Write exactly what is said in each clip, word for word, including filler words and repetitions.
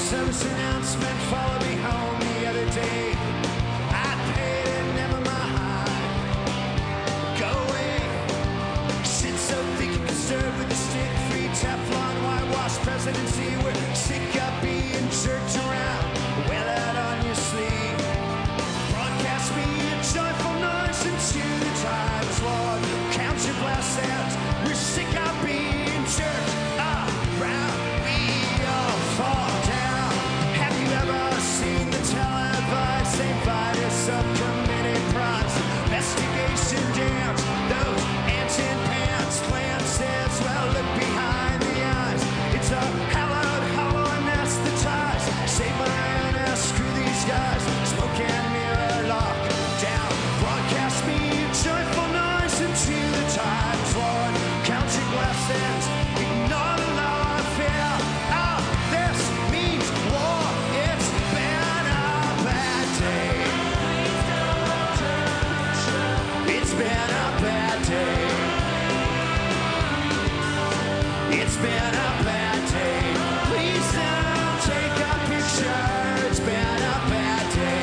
service announcement followed me home the other day. I paid it, never mind. Go away. Sit so thick you can serve with a stick. Free Teflon, whitewash presidency. We're sick of being jerked around. Wear that on your sleeve. Broadcast me a joyful noise into the times, Lord. Count your blessings. We're sick of being jerked around. We all fall down. Have you ever seen the televised Saint Vitus subcommittee prods? Investigation dams, those ants in pants. Plan says, well, look behind the eyes. It's a hallowed, hollow anesthetized. Save my I N S, screw these guys. Smoke and mirror lock down. Broadcast me a joyful noise into the times, Lord. Count your blessings, ignore the law of fear. Oh, this means war. It's been a bad day. It's been a bad day. It's been a bad day. Please don't take a picture. It's been a bad day.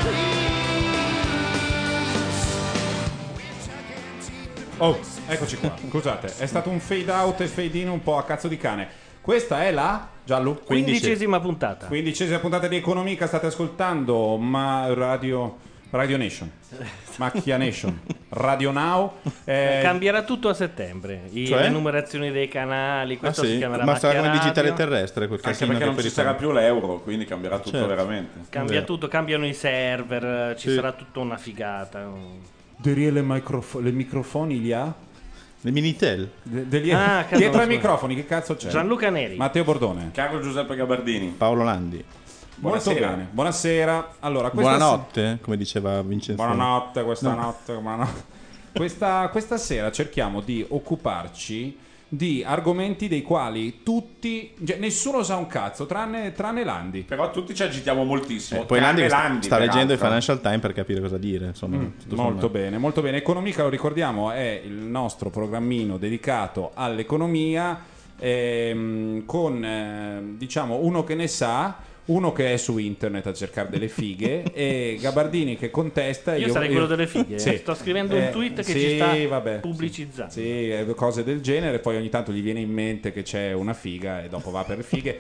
Please. Oh, eccoci qua. Scusate, è stato un fade out e fade in un po' a cazzo di cane. Questa è la Giallo Quindicesima puntata. Quindicesima puntata di Economica. State ascoltando ma Radio Radio Nation, Macchia Nation, Radio Now. Eh, Cambierà tutto a settembre. I, Cioè? Le numerazioni dei canali. Ah, Questo sì? si chiamerà Ma sarà Macchia come il digitale Radio. terrestre, quel Anche casino perché che non per ci i sarà fan- più l'euro, quindi cambierà tutto Certo. veramente. Cambia Vero. tutto, cambiano i server, ci Sì. sarà tutta una figata. Derie le, microfo- le microfoni li ha? Le Minitel. De- degli- Ah, cazzo, dietro ai scusa. microfoni che cazzo c'è? Gianluca Neri. Matteo Bordone. Carlo Giuseppe Gabardini. Paolo Landi. Molto Buonasera. bene. Buonasera. Allora, questa Buonanotte, come diceva Vincenzo. Buonanotte, questa No. notte, buonanotte. Questa, questa sera cerchiamo di occuparci di argomenti dei quali tutti, cioè, nessuno sa un cazzo, tranne, tranne Landi. Però tutti ci agitiamo moltissimo. Eh, poi tranne Landi, sta- Landi, sta leggendo il peraltro. Financial Times per capire cosa dire. Insomma, tutto Molto sommato. bene, molto bene. Economica, lo ricordiamo, è il nostro programmino dedicato all'economia, ehm, con eh, diciamo uno che ne sa, uno che è su internet a cercare delle fighe e Gabardini che contesta. Io sarei quello delle fighe. Sì. Sto scrivendo un Eh, tweet che sì, ci sta vabbè, pubblicizzando. Sì, eh, cose del genere. Poi ogni tanto gli viene in mente che c'è una figa e dopo va per fighe.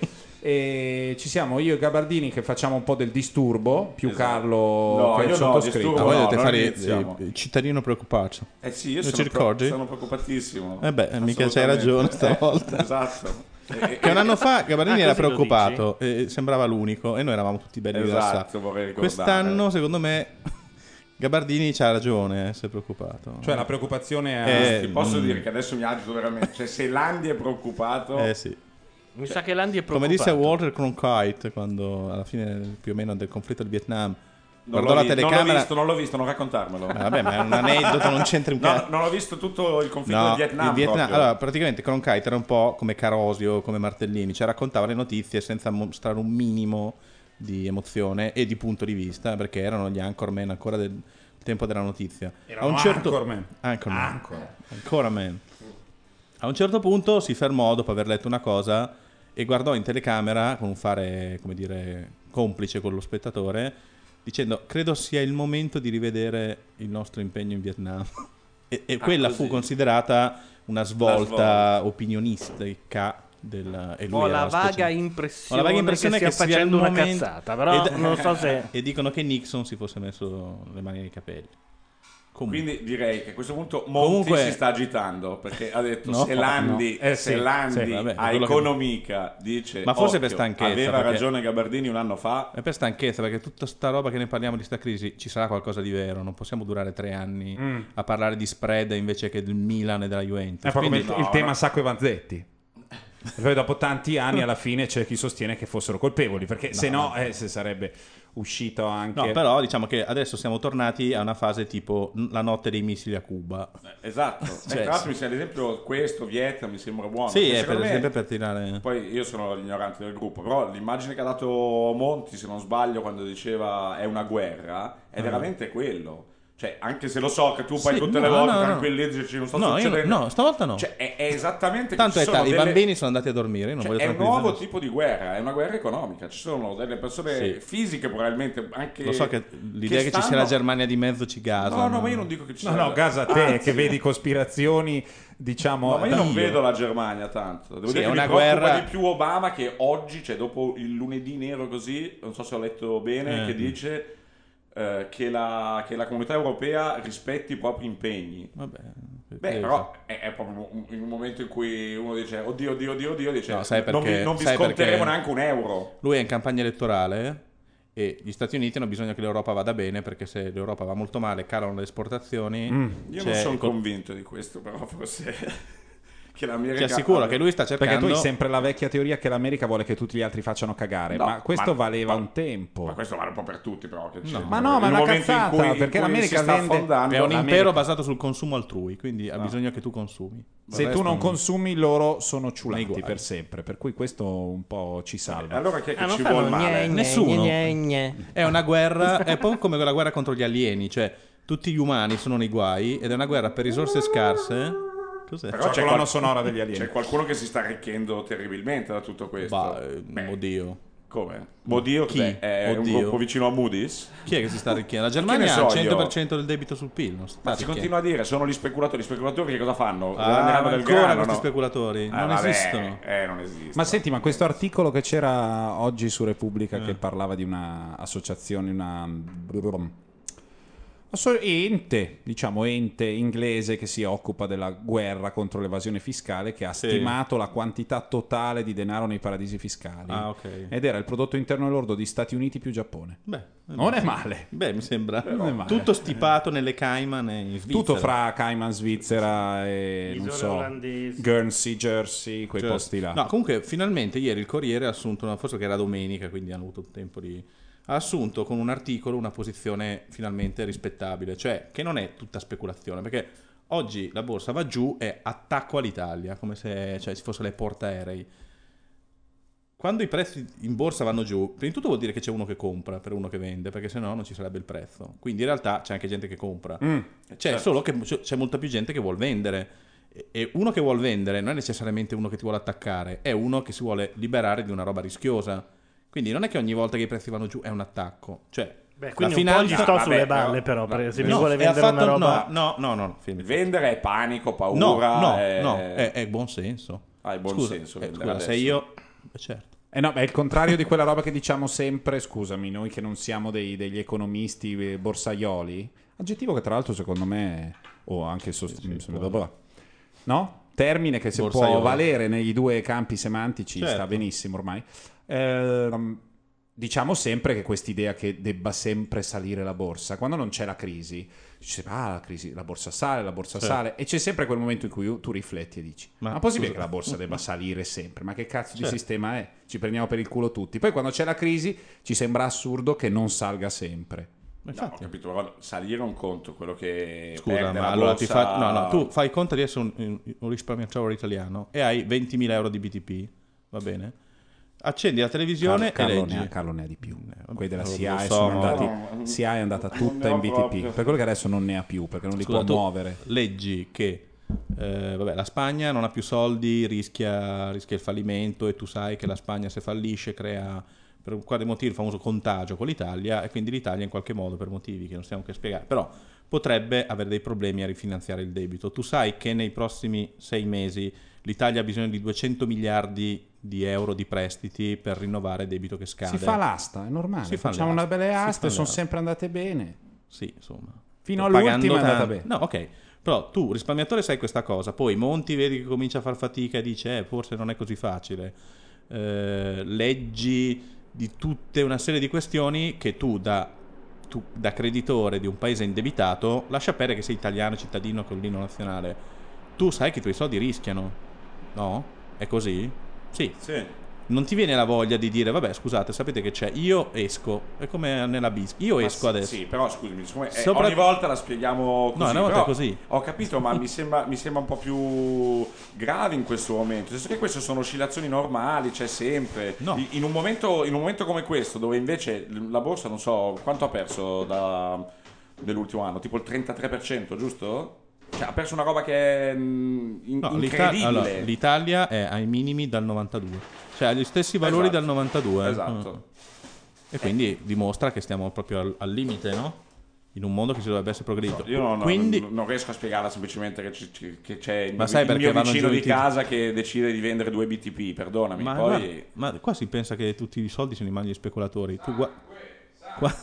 E ci siamo io e Gabardini che facciamo un po' del disturbo, più Esatto. Carlo No, che io il no, sottoscritto. disturbo Ah, voi no, dovete non fare iniziamo. il cittadino preoccupato. Eh sì, io Non sono, ci ricordi? Pro- sono preoccupatissimo. Eh beh, mica c'hai Assolutamente. ragione stavolta. Eh, esatto. E- Che un anno fa Gabardini Ah, era così lo preoccupato e sembrava l'unico e noi eravamo tutti belli rilassati. Esatto, vorrei ricordare. Quest'anno, secondo me, Gabardini c'ha ragione a essere preoccupato. Cioè la preoccupazione è... Eh, Ti posso mm. dire che adesso mi agito veramente. Cioè, se Landi è preoccupato, Eh sì. Mi sa che Landi è Come preoccupato. disse Walter Cronkite quando alla fine più o meno del conflitto del Vietnam non guardò l'ho, la vi- non l'ho telecamera. visto, non l'ho visto, non raccontarmelo. Ah, vabbè, ma è un aneddoto, non c'entra un No, cazzo. non ho visto tutto il conflitto No, del Vietnam. il Vietnam- proprio. allora, praticamente Cronkite era un po' come Carosio, come Martellini, cioè raccontava le notizie senza mostrare un minimo di emozione e di punto di vista, perché erano gli anchorman ancora del tempo della notizia. Erano A un certo anchorman. Anchorman. Ancora. Ancora man. A un certo punto si fermò dopo aver letto una cosa e guardò in telecamera con un fare, come dire, complice con lo spettatore, dicendo: credo sia il momento di rivedere il nostro impegno in Vietnam. E, e Ah, quella così. fu considerata una svolta, Una svolta. opinionistica del, e lui Ho era la vaga speciale. impressione, Ho la vaga impressione che che, stia sia il facendo una momento- cazzata, però e- non so se... E dicono che Nixon si fosse messo le mani nei capelli. Comunque. Quindi direi che a questo punto Monti Comunque- si sta agitando perché ha detto No, se Landi, no. Eh, se sì, Landi sì, vabbè, a quello che- Economica dice Ma forse per occhio, stanchezza, aveva perché- ragione Gabardini un anno fa. È per stanchezza, perché tutta sta roba che ne parliamo di sta crisi ci sarà qualcosa di vero. Non possiamo durare tre anni Mm. a parlare di spread invece che del Milan e della Juventus. È proprio Quindi- il, il no, tema no. Sacco e Vanzetti. E poi dopo tanti anni alla fine c'è chi sostiene che fossero colpevoli, perché se no eh, se sarebbe uscito anche... No, però diciamo che adesso siamo tornati a una fase tipo la notte dei missili a Cuba. Esatto. Cioè, e tra l'altro sì. mi sembra, ad esempio, questo Vietnam mi sembra buono. Sì, perché è per, secondo me- sempre per tirare... Poi io sono l'ignorante del gruppo, però l'immagine che ha dato Monti, se non sbaglio, quando diceva è una guerra, è Ah. veramente quello. Cioè, anche se lo so che tu poi Sì, tutte no, le volte no, no. tranquillizzi, non sta No, io, succedendo. no, stavolta no. Cioè, è, è esattamente Tanto che è ci sono ta- i delle- bambini sono andati a dormire, io non cioè, voglio è un tranquillizzare nuovo nessuno. tipo di guerra, è una guerra economica. Ci sono delle persone Sì. fisiche, probabilmente anche. Lo so che l'idea che, ci sia stanno- la Germania di mezzo ci gasa. No, no, ma io non dico che ci No, sia. no, gasa a te Anzi, che vedi cospirazioni, diciamo. No, ma io da non Dio. vedo la Germania tanto. Devo Sì, dire è che una mi preoccupa guerra- di più Obama che oggi, cioè dopo il lunedì nero così, non so se ho letto bene, Eh. che dice eh, che, la, che la comunità europea rispetti i propri impegni. Vabbè, Beh, eh, però è, è proprio un, in un momento in cui uno dice oddio, oddio, oddio, oddio, dice No, sai non perché- vi, non vi sai sconteremo perché- neanche un euro. lui è in campagna elettorale e gli Stati Uniti hanno bisogno che l'Europa vada bene, perché se l'Europa va molto male calano le esportazioni. Mm. Io C'è non sono il co- convinto di questo, però forse che l'America... Ti assicuro che lui sta Perché cercando. tu hai sempre la vecchia teoria che l'America vuole che tutti gli altri facciano cagare, No, ma questo ma- valeva ma- un tempo. Ma questo vale un po' per tutti, però. Che c'è. Ma no, ma è In una un momento in cazzata, cui- in perché cui l'America si sta vende- affondando, È un l'America- impero basato sul consumo altrui, quindi ha bisogno che tu consumi. Se Il tu resto non consumi, loro sono Nei ciulati guai. per sempre, per cui questo un po' ci salva. Allora chi è che Ah, non ci fanno vuole male? gne, gne, Nessuno. gne, gne. È una guerra, è poi come la guerra contro gli alieni, cioè tutti gli umani sono nei guai ed è una guerra per risorse scarse. Cos'è? Però C'è c'è, colonna qual- sonora degli alieni. c'è qualcuno che si sta arricchendo terribilmente da tutto questo. Bah, eh, Beh, oddio. come? Modio Chi? cos'è? È Oddio. un gruppo vicino a Moody's? Chi è che si sta arricchendo? La Che ne Germania so ha il io? cento per cento del debito sul P I L. Non sta Ma si arricchendo. continua a dire, sono gli speculatori. Gli speculatori che cosa fanno? Ah, Guadagneranno ma del ancora grano, questi no? speculatori? Ah, non vabbè, esistono. Eh, non esistono. Ma senti, ma questo articolo che c'era oggi su Repubblica Eh. che parlava di una associazione, una asso- ente, diciamo ente inglese che si occupa della guerra contro l'evasione fiscale, che ha Sì. stimato la quantità totale di denaro nei paradisi fiscali. Ah, ok. Ed era il prodotto interno lordo di Stati Uniti più Giappone. Beh, Non è male. Beh, mi sembra Non è male. tutto stipato nelle Cayman e in Svizzera. Tutto fra Cayman, Svizzera e non Isole so, olandesi. Guernsey, Jersey, quei Cioè, posti là. No, comunque finalmente ieri il Corriere ha assunto, una, forse che era domenica, quindi hanno avuto tempo di... Ha assunto con un articolo una posizione finalmente rispettabile, cioè che non è tutta speculazione, perché oggi la borsa va giù e attacco all'Italia, come se cioè, ci fossero le portaerei. Quando i prezzi in borsa vanno giù, prima di tutto vuol dire che c'è uno che compra per uno che vende, perché sennò non ci sarebbe il prezzo. Quindi in realtà c'è anche gente che compra. Mm. C'è certo. solo che c'è molta più gente che vuol vendere. E- E uno che vuol vendere non è necessariamente uno che ti vuole attaccare, è uno che si vuole liberare di una roba rischiosa. Quindi non è che ogni volta che i prezzi vanno giù è un attacco. Cioè, Beh, la quindi un po' finanza... gli sto vabbè, sulle balle, però- però, perché se no, mi vuole e ha vendere una fatto- roba... No, no, no, no, fermi. Vendere è panico, No, paura. no, è... no, è, è buon senso. Ah, è buon Scusa, senso eh, vendere scusa, se adesso. io... eh, certo. Eh no, beh, è il contrario di quella roba che diciamo sempre, scusami, noi che non siamo dei- degli economisti eh, borsaioli, aggettivo che tra l'altro secondo me, o anche sost- Sì, sì, se- può. no? Termine che se può Borsaiolo. valere nei due campi semantici Certo. sta benissimo ormai. Ehm, diciamo sempre che quest'idea che debba sempre salire la borsa, quando non c'è la crisi, dice, ah, la crisi, la borsa sale, la borsa Certo. sale, e c'è sempre quel momento in cui tu rifletti e dici, Ma ma, è possibile scusa. che la borsa debba salire sempre? Ma che cazzo Certo. di sistema è? Ci prendiamo per il culo tutti. Poi quando c'è la crisi ci sembra assurdo che non salga sempre. Ma No, ho infatti... capito, però salire un conto, quello che Scusa, perde ma la allora borsa... ti fa... No, no, tu fai conto di essere un, un risparmiatore italiano e hai ventimila euro di B T P, va bene? Accendi la televisione Carlo, e ne leggi. ha, Carlo ne ha di più. vabbè, Quelli della lo- S I lo A E so, sono ma- andati. no, S I A E è andata non tutta ne ho in B T P. proprio. Per quello che adesso non ne ha più, perché non li Scusa, può tu muovere. leggi che eh, vabbè, la Spagna non ha più soldi, rischia, rischia il fallimento e tu sai che la Spagna se fallisce crea per quale motivo il famoso contagio con l'Italia e quindi l'Italia in qualche modo per motivi che non stiamo che spiegare, però potrebbe avere dei problemi a rifinanziare il debito. Tu sai che nei prossimi sei mesi l'Italia ha bisogno di duecento miliardi di euro di prestiti per rinnovare il debito che scade. Si fa l'asta, è normale. Si fa Facciamo le una belle aste, si aste, fa le sono aste. sempre andate bene. Sì, insomma. Fino Pagando all'ultima è andata tanto. bene. No, ok. Però tu, risparmiatore, sai questa cosa. Poi Monti vedi che comincia a far fatica e dice, eh, forse non è così facile. Eh, leggi di tutte una serie di questioni che tu da, tu da creditore di un paese indebitato, lascia perdere che sei italiano, cittadino con l'inno nazionale. Tu sai che i tuoi soldi rischiano. No? È così? Sì. Sì. Non ti viene la voglia di dire, vabbè, scusate, sapete che c'è, io esco, è come nella bis, io Ma esco sì, adesso. Sì, però scusami, siccome, eh, Sopra- ogni volta la spieghiamo così. No, una volta però è così. Ho capito, ma mi sembra, mi sembra un po' più grave in questo momento. Nel senso che queste sono oscillazioni normali, c'è sempre. No. In, in un momento, in un momento come questo, dove invece la borsa, non so, quanto ha perso da... dell'ultimo anno, tipo il trentatré per cento, giusto? Cioè, ha perso una roba che è mm, in- No, l'Ita- incredibile. allora, l'Italia è ai minimi dal novantadue, cioè ha gli stessi valori Esatto. dal novantadue. Esatto. Mm. E quindi dimostra che stiamo proprio al, al limite, no? In un mondo che si dovrebbe essere progredito. Io non, quindi, non- non riesco a spiegarla semplicemente che, ci- che c'è il, Ma mio- sai il perché mio vanno vicino giù i di titoli? casa che decide di vendere due B T P, perdonami. ma, Poi... ma, ma qua si pensa che tutti i soldi siano in mano agli speculatori. Tu gua- qua-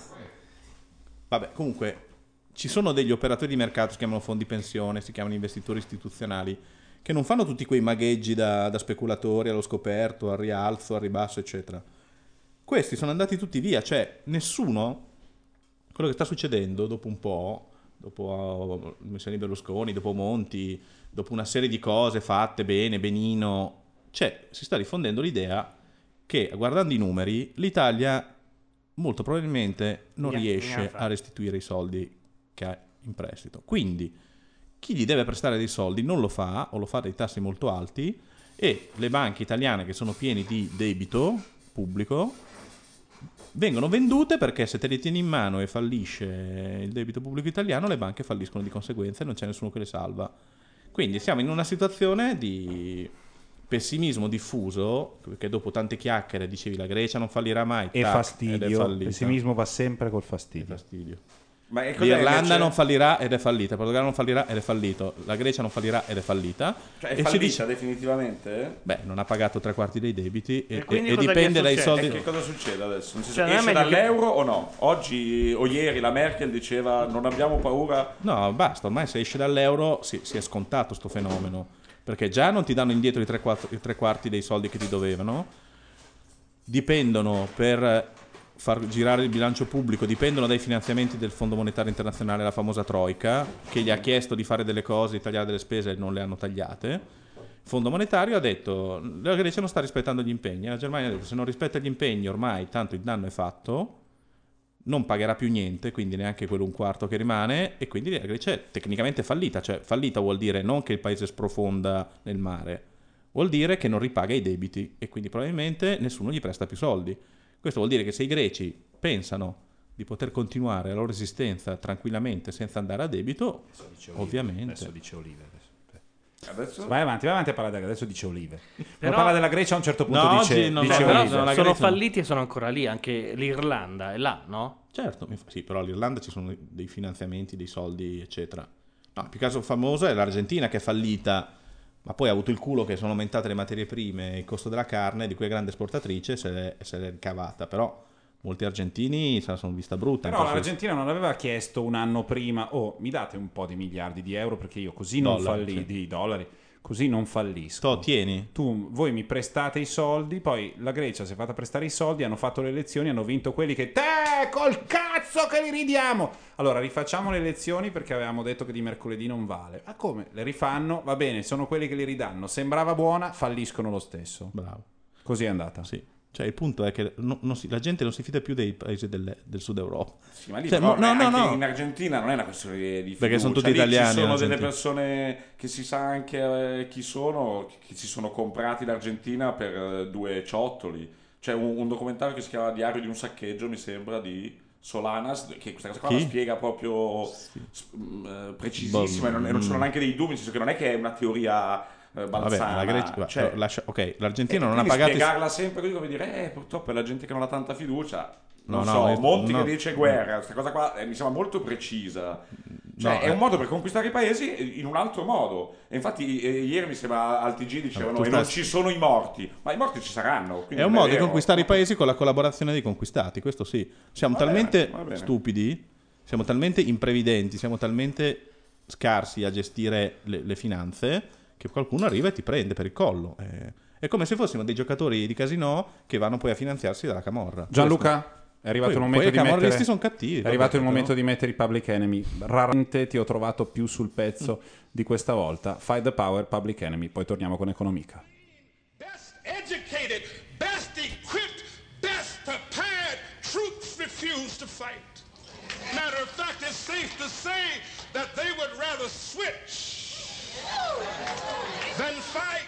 Vabbè, comunque ci sono degli operatori di mercato, si chiamano fondi pensione, si chiamano investitori istituzionali, che non fanno tutti quei magheggi da, da speculatori allo scoperto, al rialzo, al ribasso, eccetera. Questi sono andati tutti via, cioè nessuno, quello che sta succedendo dopo un po', dopo uh, missioni Berlusconi, dopo Monti, dopo una serie di cose fatte bene, benino, cioè si sta diffondendo l'idea che, guardando i numeri, l'Italia molto probabilmente non Gna- riesce gna- a restituire i soldi che ha in prestito. Quindi chi gli deve prestare dei soldi non lo fa, o lo fa a dei tassi molto alti, e le banche italiane che sono piene di debito pubblico vengono vendute, perché se te li tieni in mano e fallisce il debito pubblico italiano, le banche falliscono di conseguenza e non c'è nessuno che le salva. Quindi siamo in una situazione di pessimismo diffuso, perché dopo tante chiacchiere dicevi la Grecia non fallirà mai, E tac, ed è fastidio. Il fallita. pessimismo va sempre col E fastidio. fastidio. Ma e cos'è L'Irlanda invece? non fallirà ed è fallita, il Portogallo non fallirà ed è fallito, la Grecia non fallirà ed è fallita. Cioè, è e si fallita dice, definitivamente? beh, non ha pagato tre quarti dei debiti e, E quindi e- e cosa gli è dipende dai successo? soldi. E che cosa succede adesso? Nel senso, Cioè, non è esce meglio che- dall'euro o no? Oggi o ieri la Merkel diceva non abbiamo paura. No, basta, ormai se esci dall'euro si, si è scontato sto fenomeno, perché già non ti danno indietro i tre, quattro- i tre quarti dei soldi che ti dovevano, dipendono per far girare il bilancio pubblico, dipendono dai finanziamenti del Fondo Monetario Internazionale, la famosa Troika, che gli ha chiesto di fare delle cose, di tagliare delle spese e non le hanno tagliate. Il Fondo Monetario ha detto la Grecia non sta rispettando gli impegni, la Germania ha detto se non rispetta gli impegni ormai tanto il danno è fatto, non pagherà più niente, quindi neanche quello un quarto che rimane, e quindi la Grecia è tecnicamente fallita. Cioè fallita vuol dire non che il paese sprofonda nel mare, vuol dire che non ripaga i debiti e quindi probabilmente nessuno gli presta più soldi. Questo vuol dire che se i greci pensano di poter continuare la loro esistenza tranquillamente senza andare a debito, ovviamente. Adesso dice Olive. Adesso. Adesso? Vai avanti, vai avanti a parlare. Adesso dice Olive. Quando Però- parla della Grecia a un certo punto No, dice, oggi non- dice no, Però Olive. no, la sono Grecia no. falliti e sono ancora lì, anche l'Irlanda è là, no? Certo, mi fa- sì, però all'Irlanda ci sono dei finanziamenti, dei soldi, eccetera. No, il più caso famoso è l'Argentina che è fallita, ma poi ha avuto il culo che sono aumentate le materie prime, il costo della carne, di cui è grande esportatrice, se l'è, se l'è ricavata. Però molti argentini se la sono vista brutta. in Però questo- l'Argentina non aveva chiesto un anno prima, oh, mi date un po' di miliardi di euro perché io così non Dollari, falli sì. di dollari, così non fallisco. Sto, tieni. Tu, voi mi prestate i soldi, poi la Grecia si è fatta prestare i soldi, hanno fatto le elezioni, hanno vinto quelli che te col cazzo che li ridiamo. Allora rifacciamo le elezioni perché avevamo detto che di mercoledì non vale. Ma come? Le rifanno? Va bene, sono quelli che li ridanno. Sembrava buona, falliscono lo stesso. Bravo. Così è andata. Sì. Cioè il punto è che non- non si- la gente non si fida più dei paesi del, del sud Europa. Sì, ma lì Cioè, però no, anche no, no. in Argentina non è una questione di fiducia. Perché sono tutti Lì italiani, Ci sono in delle Argentina. persone che si sa anche eh, chi sono, che si sono comprati l'Argentina per eh, due ciottoli. C'è un, un documentario che si chiama Diario di un saccheggio, mi sembra, di Solanas, che questa cosa qua Chi? la spiega proprio s- mh, eh, precisissima e non, e non ci sono Mm. neanche dei dubbi, nel senso che non è che è una teoria eh, Vabbè, balzana. la Grecia, cioè, lascia- ok, l'Argentina e non ha quindi pagato i- spiegarla sempre così come dire, eh, purtroppo è la gente che non ha tanta fiducia. Non No, so, no, io- Monti no. che dice guerra, questa cosa qua eh, mi sembra molto precisa. Cioè, No, è eh. un modo per conquistare i paesi in un altro modo. E infatti eh, ieri mi sembra al T G dicevano tu e non stai- ci sono i morti, ma i morti ci saranno. quindi È un non modo di vero. conquistare i paesi con la collaborazione dei conquistati, questo sì. Siamo Va bene, talmente va bene. stupidi, siamo talmente imprevidenti, siamo talmente scarsi a gestire le, le finanze che qualcuno arriva e ti prende per il collo. Eh, È come se fossimo dei giocatori di casino che vanno poi a finanziarsi dalla camorra. Gianluca, è arrivato Poi- il momento poi i di mettere... camorristi sono cattivi, È vabbè, arrivato il però- momento di mettere i Public Enemy. Raramente ti ho trovato più sul pezzo di questa volta. Fight the Power, Public Enemy. Poi torniamo con Economica. Best educated, best equipped, best prepared troops refuse to fight. Matter of fact, it's safe to say that they would rather switch than fight.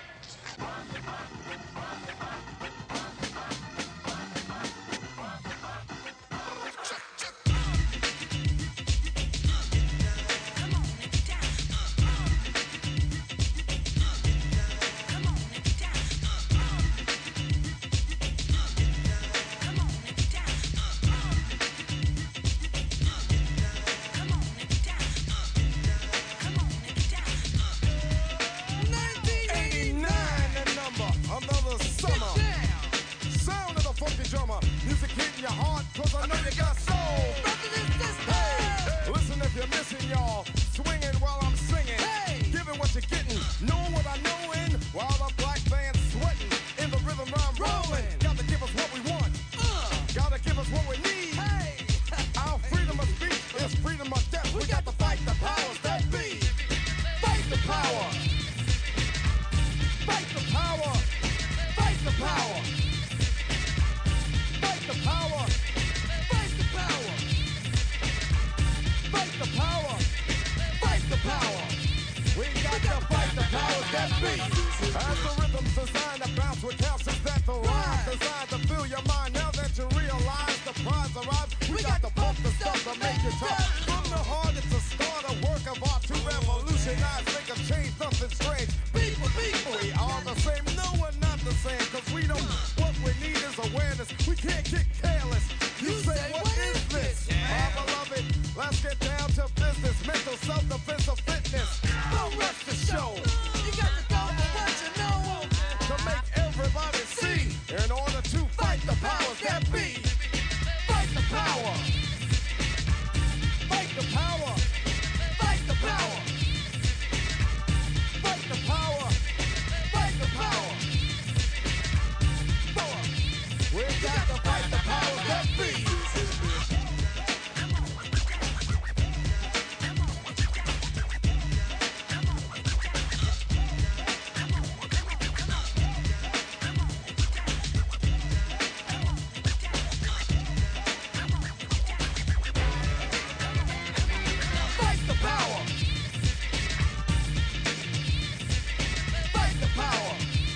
can't get careless. You say, what is this? My beloved, let's get down to business. Mental self-defense of fitness. Don't rush the show. You got to go for what you know. To make everybody see. In order to fight the powers that be. Fight the power. Fight the power. Fight the power. Fight the power. Fight the power. Power. We got to fight the powers that be. Fight the power. Fight the power.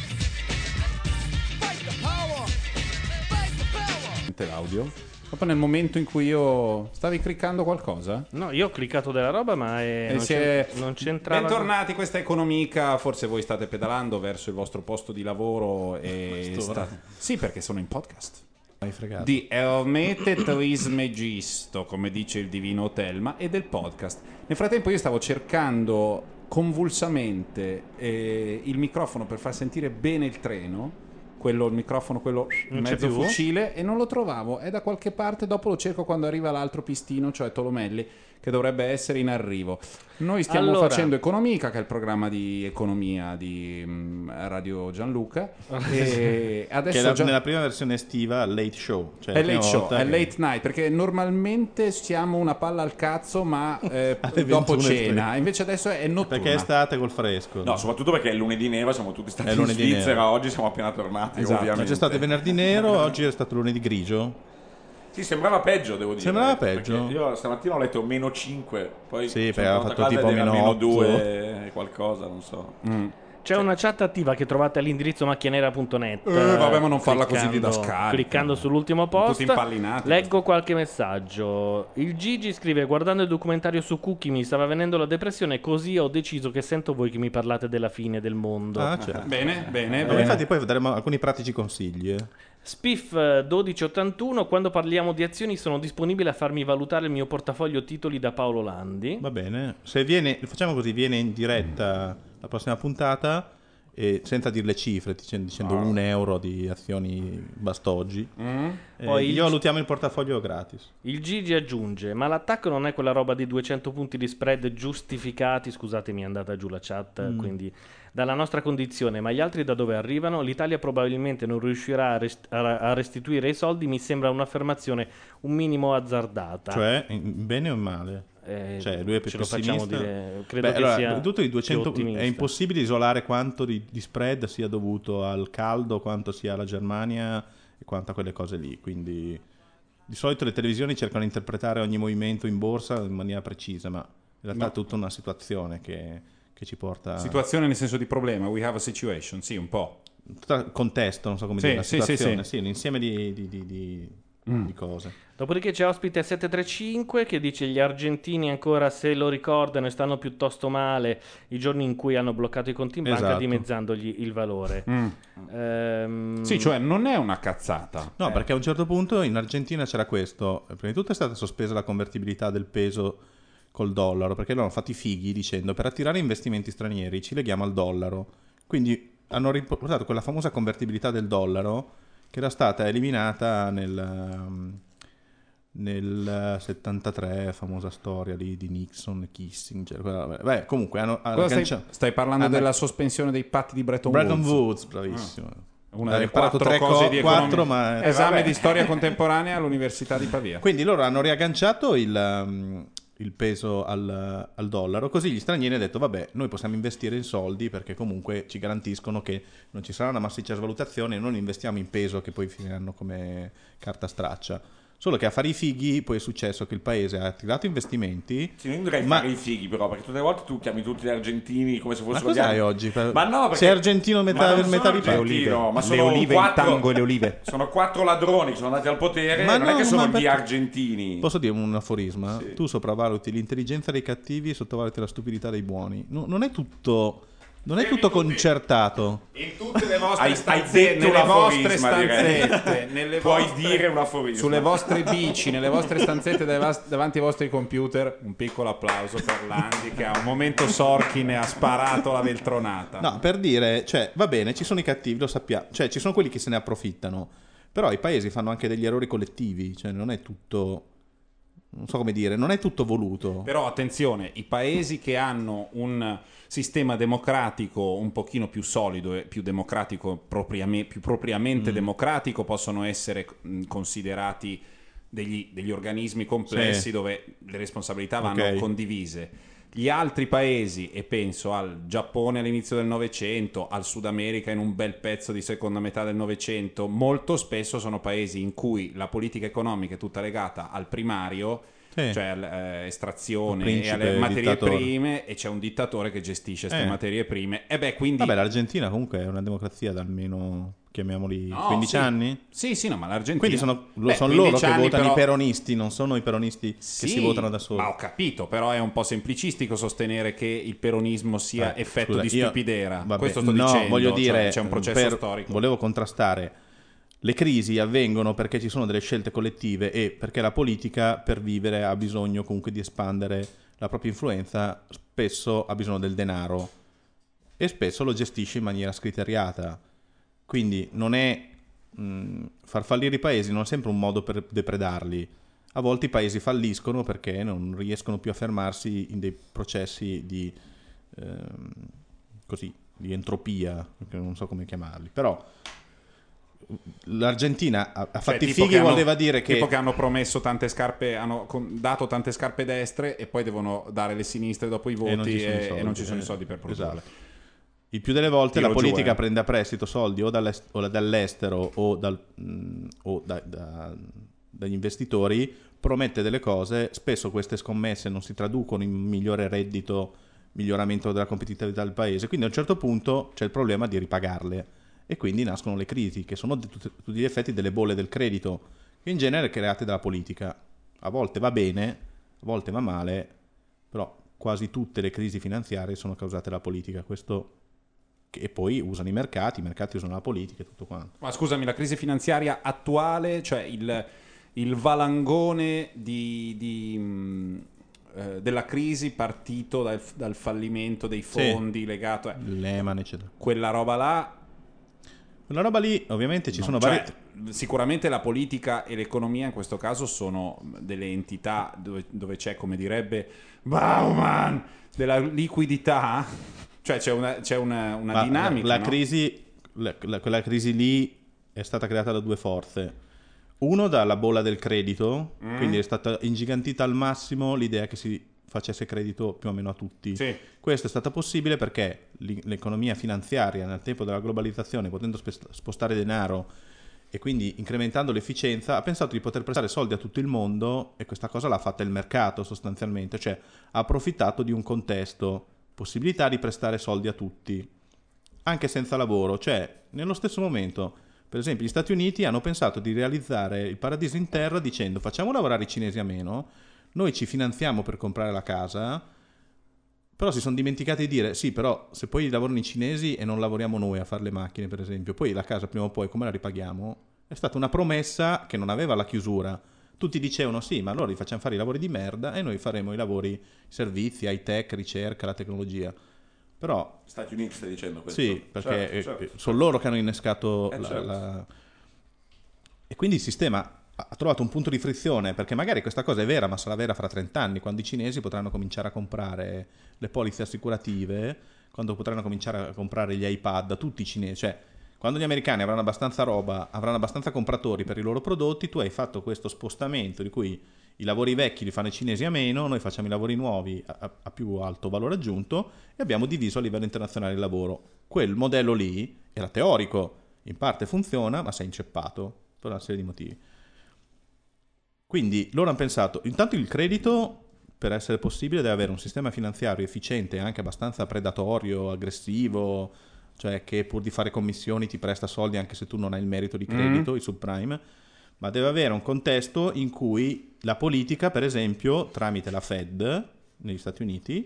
Fight the power. Fight the power. L'audio proprio nel momento in cui io stavi cliccando qualcosa. No, io ho cliccato della roba, ma è... E non, si c'è- è- non c'entrava. Bentornati, questa è Economica. Forse voi state pedalando verso il vostro posto di lavoro e Quest'ora. sta... Sì, perché sono in podcast Hai fregato. di Hermete Trismegisto, come dice il divino Telma, e del podcast. Nel frattempo io stavo cercando convulsamente eh, il microfono per far sentire bene il treno, quello, il microfono, quello Non c'è mezzo più? fucile, e non lo trovavo. È da qualche parte, dopo lo cerco quando arriva l'altro pistino, cioè Tolomelli, che dovrebbe essere in arrivo. Noi stiamo Allora. facendo Economica, che è il programma di economia di mm, Radio Gianluca, e Che adesso è la- già... nella prima versione estiva Late Show. Cioè È la prima late show, volta è che- late night, perché normalmente siamo una palla al cazzo, ma eh, Alle dopo ventuno e cena. tre. Invece adesso è notturna. Perché è estate col fresco. No, soprattutto perché è lunedì nero, siamo tutti stati È in lunedì Svizzera, nero. oggi siamo appena tornati, Esatto. ovviamente. C'è stato venerdì nero, oggi è stato lunedì grigio. Sì, sembrava peggio, devo dire. Sembrava perché peggio? Io stamattina ho letto meno cinque, poi Sì, sono perché aveva tornato fatto a casa tipo ed era meno meno otto. due qualcosa, non so. C'è una chat attiva che trovate all'indirizzo macchianera punto net. Eh, vabbè, ma non farla così cliccando- didascalica. Cliccando sull'ultimo post. Tutti impallinati. Leggo qualche messaggio. Il Gigi scrive: guardando il documentario su Cookie mi stava venendo la depressione, così ho deciso che sento voi che mi parlate della fine del mondo. Ah, certo. Bene, bene, Eh, bene. infatti poi daremo alcuni pratici consigli. eh. Spiff eh, dodici ottantuno, quando parliamo di azioni sono disponibile a farmi valutare il mio portafoglio titoli da Paolo Landi. Va bene. Se viene, facciamo così, viene in diretta la prossima puntata e senza dire le cifre, dicendo, dicendo un euro di azioni bastoggi. E Poi io il- valutiamo il portafoglio gratis. Il Gigi aggiunge: ma l'attacco non è quella roba di duecento punti di spread giustificati, scusatemi è andata giù la chat, quindi dalla nostra condizione, ma gli altri da dove arrivano? L'Italia probabilmente non riuscirà a, rest- a- a restituire i soldi, mi sembra un'affermazione un minimo azzardata. Cioè, in bene o in male? Eh, Cioè, lui è più ce lo facciamo pessimista? dire, credo Beh, che allora, sia tutto di più duecento ottimista. è impossibile isolare quanto di, di spread sia dovuto al caldo, quanto sia alla Germania e quanto a quelle cose lì. Quindi di solito le televisioni cercano di interpretare ogni movimento in borsa in maniera precisa, ma in realtà No. è tutta una situazione che, che ci porta Situazione nel senso di problema. We have a situation, sì, un po'. tutto il contesto, non so come Sì, dire, la sì, sì, situazione, sì. sì, l'insieme di, di, di, di, di cose. Dopodiché c'è ospite settecentotrentacinque che dice: gli argentini ancora se lo ricordano e stanno piuttosto male i giorni in cui hanno bloccato i conti in banca, Esatto. dimezzandogli il valore. Ehm, Sì, cioè non è una cazzata. No, Eh, perché a un certo punto in Argentina c'era questo. Prima di tutto è stata sospesa la convertibilità del peso col dollaro, perché loro hanno fatto i fighi dicendo per attirare investimenti stranieri ci leghiamo al dollaro. Quindi hanno riportato quella famosa convertibilità del dollaro che era stata eliminata nel, um, nel settantatré, famosa storia lì di Nixon e Kissinger. Quella- Beh, comunque hanno, hanno cosa stai, aggancia- stai parlando hanno- della sospensione dei patti di Bretton, Bretton Woods? Woods, bravissimo. Una Hai delle imparato quattro tre cose co- di quattro, economia. ma- eh, Esame vabbè. di storia contemporanea all'Università di Pavia. Quindi loro hanno riagganciato il, um, il peso al, al dollaro, così gli stranieri hanno detto vabbè, noi possiamo investire in soldi perché comunque ci garantiscono che non ci sarà una massiccia svalutazione e non investiamo in peso che poi finiranno come carta straccia. Solo che a fare i fighi poi è successo che il paese ha attirato investimenti. Sì, non dovrei Ma- fare i fighi però, perché tutte le volte tu chiami tutti gli argentini come se Ma fossero cosa gli hai ar- oggi? Ma no, perché... Sei argentino metà, Ma non metà sono di parte. argentino, ma Le sono olive, quattro... il tango e le olive. Sono quattro ladroni che sono andati al potere, Ma non è no, che sono ma gli perché- argentini. Posso dire un aforisma? Sì. Tu sopravvaluti l'intelligenza dei cattivi e sottovaluti la stupidità dei buoni. No- non è tutto Non è tutto concertato. In tutte le vostre Hai- hai stanzette, detto nelle un vostre aforisma, direi. stanzette, nelle Puoi vostre- dire un aforisma. sulle vostre bici, nelle vostre stanzette dav- davanti ai vostri computer, un piccolo applauso per Landi che a un momento Sorkin ha sparato la veltronata. No, per dire, cioè, va bene, ci sono i cattivi, lo sappiamo, cioè ci sono quelli che se ne approfittano, però i paesi fanno anche degli errori collettivi, cioè non è tutto, non so come dire, non è tutto voluto. Però attenzione, i paesi che hanno un sistema democratico un pochino più solido e più democratico, propriame- più propriamente Mm. democratico, possono essere mh, considerati degli, degli organismi complessi Sì. dove le responsabilità vanno Ok. condivise. Gli altri paesi, e penso al Giappone all'inizio del Novecento, al Sud America in un bel pezzo di seconda metà del Novecento, molto spesso sono paesi in cui la politica economica è tutta legata al primario, Sì. cioè all'estrazione Il e principe, alle il materie dittatore. prime, e c'è un dittatore che gestisce queste Eh. materie prime. E beh, quindi... Vabbè, l'Argentina comunque è una democrazia da almeno, chiamiamoli, No, quindici sì. anni? Sì, sì, no, ma l'Argentina... Quindi sono, lo- Beh, sono loro quindici che anni, votano però- i peronisti, non sono i peronisti che Sì, si votano da soli. ma ho capito, però è un po' semplicistico sostenere che il peronismo sia Eh, effetto scusa, di io- stupidera. vabbè, Questo sto no, dicendo, voglio cioè, dire, c'è un processo per- storico. volevo contrastare. Le crisi avvengono perché ci sono delle scelte collettive e perché la politica, per vivere, ha bisogno comunque di espandere la propria influenza, spesso ha bisogno del denaro e spesso lo gestisce in maniera scriteriata. Quindi non è mh, far fallire i paesi non è sempre un modo per depredarli. A volte i paesi falliscono perché non riescono più a fermarsi in dei processi di ehm, così, di entropia, che non so come chiamarli. Però l'Argentina ha, ha Cioè, fatto i tipo fighi, che hanno- voleva dire che, tipo che hanno promesso tante scarpe, hanno con- dato tante scarpe destre e poi devono dare le sinistre dopo i voti e non ci sono i e, soldi, e non ci sono eh, i soldi per produrle. esatto. Il più delle volte Tiro la giù, politica eh. prende a prestito soldi o, dall'est- o dall'estero o, dal- mh, o da- da- dagli investitori, promette delle cose, spesso queste scommesse non si traducono in migliore reddito, miglioramento della competitività del paese, quindi a un certo punto c'è il problema di ripagarle e quindi nascono le crisi, che sono di tutti, tutti gli effetti delle bolle del credito, che in genere create dalla politica. A volte va bene, a volte va male, però quasi tutte le crisi finanziarie sono causate dalla politica, questo che- e poi usano i mercati, i mercati usano la politica e tutto quanto. Ma scusami, la crisi finanziaria attuale, cioè il, il valangone di, di, mh, eh, della crisi partito dal, dal fallimento dei fondi legato a Lehman, eccetera. quella roba là. Quella roba lì, ovviamente ci No, sono cioè, varie... sicuramente la politica e l'economia in questo caso sono delle entità dove, dove c'è, come direbbe Bauman, della liquidità, cioè c'è una, c'è una, una Ma dinamica. La, la no? crisi, la- la- quella crisi lì è stata creata da due forze. Uno dalla bolla del credito, Mm. quindi è stata ingigantita al massimo l'idea che si facesse credito più o meno a tutti. Sì. Questo è stato possibile perché l'i- l'economia finanziaria nel tempo della globalizzazione, potendo spe- spostare denaro e quindi incrementando l'efficienza, ha pensato di poter prestare soldi a tutto il mondo e questa cosa l'ha fatta il mercato sostanzialmente, cioè ha approfittato di un contesto, possibilità di prestare soldi a tutti, anche senza lavoro, cioè nello stesso momento, per esempio gli Stati Uniti hanno pensato di realizzare il paradiso in terra dicendo facciamo lavorare i cinesi a meno, noi ci finanziamo per comprare la casa, però si sono dimenticati di dire sì, però se poi lavorano i cinesi e non lavoriamo noi a fare le macchine, per esempio, poi la casa prima o poi come la ripaghiamo? È stata una promessa che non aveva la chiusura. Tutti dicevano sì, ma allora li facciamo fare i lavori di merda e noi faremo i lavori, i servizi, high tech, ricerca, la tecnologia. Però Stati Uniti stai dicendo questo? sì, perché Certo, eh, certo. sono loro che hanno innescato Eh, la, certo. la- E quindi il sistema ha ha trovato un punto di frizione, perché magari questa cosa è vera, ma sarà vera fra trenta anni, quando i cinesi potranno cominciare a comprare le polizze assicurative, quando potranno cominciare a comprare gli iPad, tutti i cinesi, cioè quando gli americani avranno abbastanza roba, avranno abbastanza compratori per i loro prodotti, tu hai fatto questo spostamento di cui i lavori vecchi li fanno i cinesi a meno, noi facciamo i lavori nuovi a, a- a più alto valore aggiunto e abbiamo diviso a livello internazionale il lavoro. Quel modello lì era teorico, in parte funziona, ma si è inceppato per una serie di motivi. Quindi loro hanno pensato, intanto il credito, per essere possibile, deve avere un sistema finanziario efficiente e anche abbastanza predatorio, aggressivo, cioè che pur di fare commissioni ti presta soldi anche se tu non hai il merito di credito, i subprime, ma deve avere un contesto in cui la politica, per esempio, tramite la Fed negli Stati Uniti,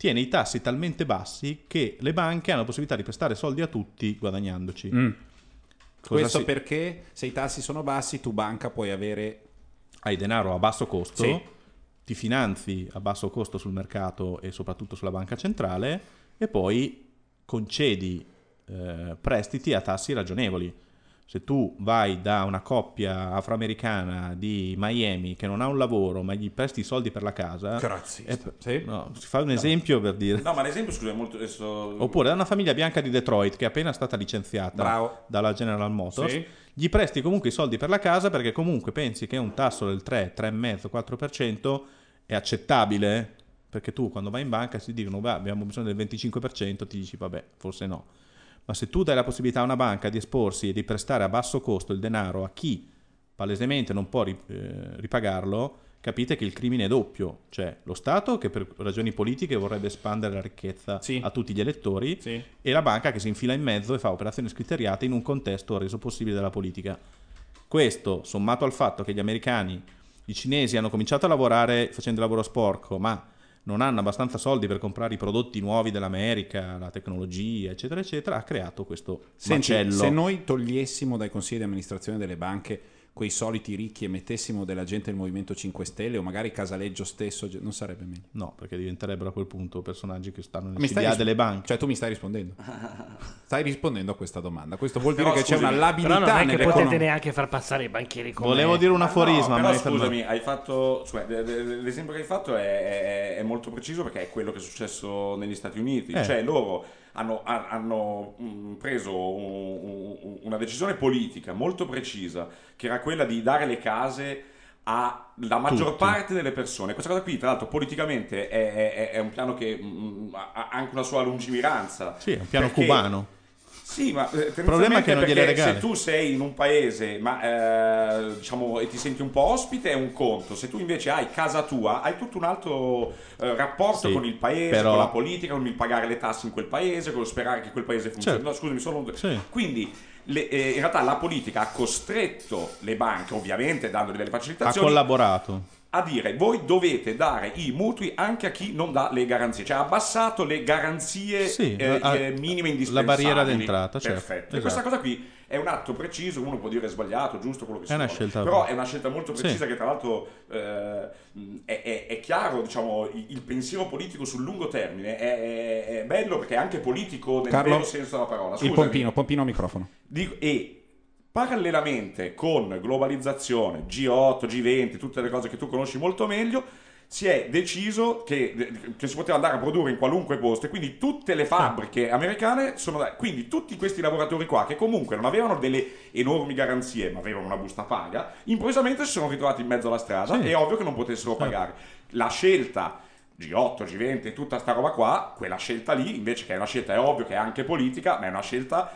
tiene i tassi talmente bassi che le banche hanno la possibilità di prestare soldi a tutti guadagnandoci. Mm. Cosa Questo si- perché se i tassi sono bassi, tu banca puoi avere... Hai denaro a basso costo, Sì. ti finanzi a basso costo sul mercato e soprattutto sulla banca centrale e poi concedi eh, prestiti a tassi ragionevoli. Se tu vai da una coppia afroamericana di Miami che non ha un lavoro ma gli presti i soldi per la casa, Razzista. è- Sì. no, si fa un esempio per dire. No, ma l'esempio, scusa, è molto... Adesso... Oppure da una famiglia bianca di Detroit che è appena stata licenziata Bravo. dalla General Motors, Sì. gli presti comunque i soldi per la casa perché comunque pensi che un tasso del tre, tre virgola cinque, quattro per cento è accettabile, perché tu quando vai in banca si dicono beh, abbiamo bisogno del venticinque per cento, ti dici vabbè, forse no. Ma se tu dai la possibilità a una banca di esporsi e di prestare a basso costo il denaro a chi palesemente non può ri- eh, ripagarlo, capite che il crimine è doppio, cioè lo Stato che per ragioni politiche vorrebbe espandere la ricchezza Sì. a tutti gli elettori Sì. e la banca che si infila in mezzo e fa operazioni scriteriate in un contesto reso possibile dalla politica. Questo, sommato al fatto che gli americani, i cinesi hanno cominciato a lavorare facendo il lavoro sporco, ma non hanno abbastanza soldi per comprare i prodotti nuovi dell'America, la tecnologia, eccetera, eccetera, ha creato questo Senti, macello. se noi togliessimo dai consigli di amministrazione delle banche quei soliti ricchi e mettessimo della gente del Movimento cinque Stelle o magari Casaleggio stesso, non sarebbe meglio? No, perché diventerebbero a quel punto personaggi che stanno nel Mi C stai D A ris- delle banche. Cioè tu mi stai rispondendo? Stai rispondendo a questa domanda. Questo vuol dire Però, che c'è scusami, una Però non labilità è che nell'economia. potete neanche far passare i banchieri come... Volevo dire un Ah, aforisma, no, ma però mi fermo. scusami, hai fatto, cioè, de- de- l'esempio che hai fatto è, è- è molto preciso perché è quello che è successo negli Stati Uniti. Eh. Cioè loro hanno, ha- hanno mh, preso un- un- una decisione politica molto precisa, che era quella di dare le case alla maggior Tutti. parte delle persone. Questa cosa qui, tra l'altro, politicamente è, è- è un piano che mh, ha anche una sua lungimiranza. Sì, è un piano Perché- cubano. Sì, ma eh, Il problema è che non gliele perché regali. se tu sei in un paese ma, eh, diciamo, e ti senti un po' ospite è un conto, se tu invece hai casa tua hai tutto un altro eh, rapporto Sì, con il paese, però- con la politica, con il pagare le tasse in quel paese, con lo sperare che quel paese funzioni. Certo. No, scusami, solo un... Sì. Quindi le- eh, in realtà la politica ha costretto le banche, ovviamente dandogli delle Ha facilitazioni, collaborato. a dire voi dovete dare i mutui anche a chi non dà le garanzie, cioè ha abbassato le garanzie Sì, eh, ha- eh, minime la indispensabili. barriera d'entrata, certo. Perfetto. Esatto. E questa cosa qui è un atto preciso, uno può dire sbagliato, giusto, quello che si È una vuole. scelta- Però è una scelta molto precisa Sì. che tra l'altro eh, è, è- è chiaro, diciamo, il, il pensiero politico sul lungo termine è, è- è bello perché è anche politico nel Carlo, vero senso della parola. Il Scusami. pompino, pompino al microfono. Dico- e parallelamente con globalizzazione, G otto, G venti, tutte le cose che tu conosci molto meglio, si è deciso che, che si poteva andare a produrre in qualunque posto e quindi tutte le fabbriche americane sono da- quindi tutti questi lavoratori qua che comunque non avevano delle enormi garanzie ma avevano una busta paga, improvvisamente si sono ritrovati in mezzo alla strada. Sì. È ovvio che non potessero pagare. La scelta G otto, G venti, tutta sta roba qua, quella scelta lì invece, che è una scelta, è ovvio che è anche politica, ma è una scelta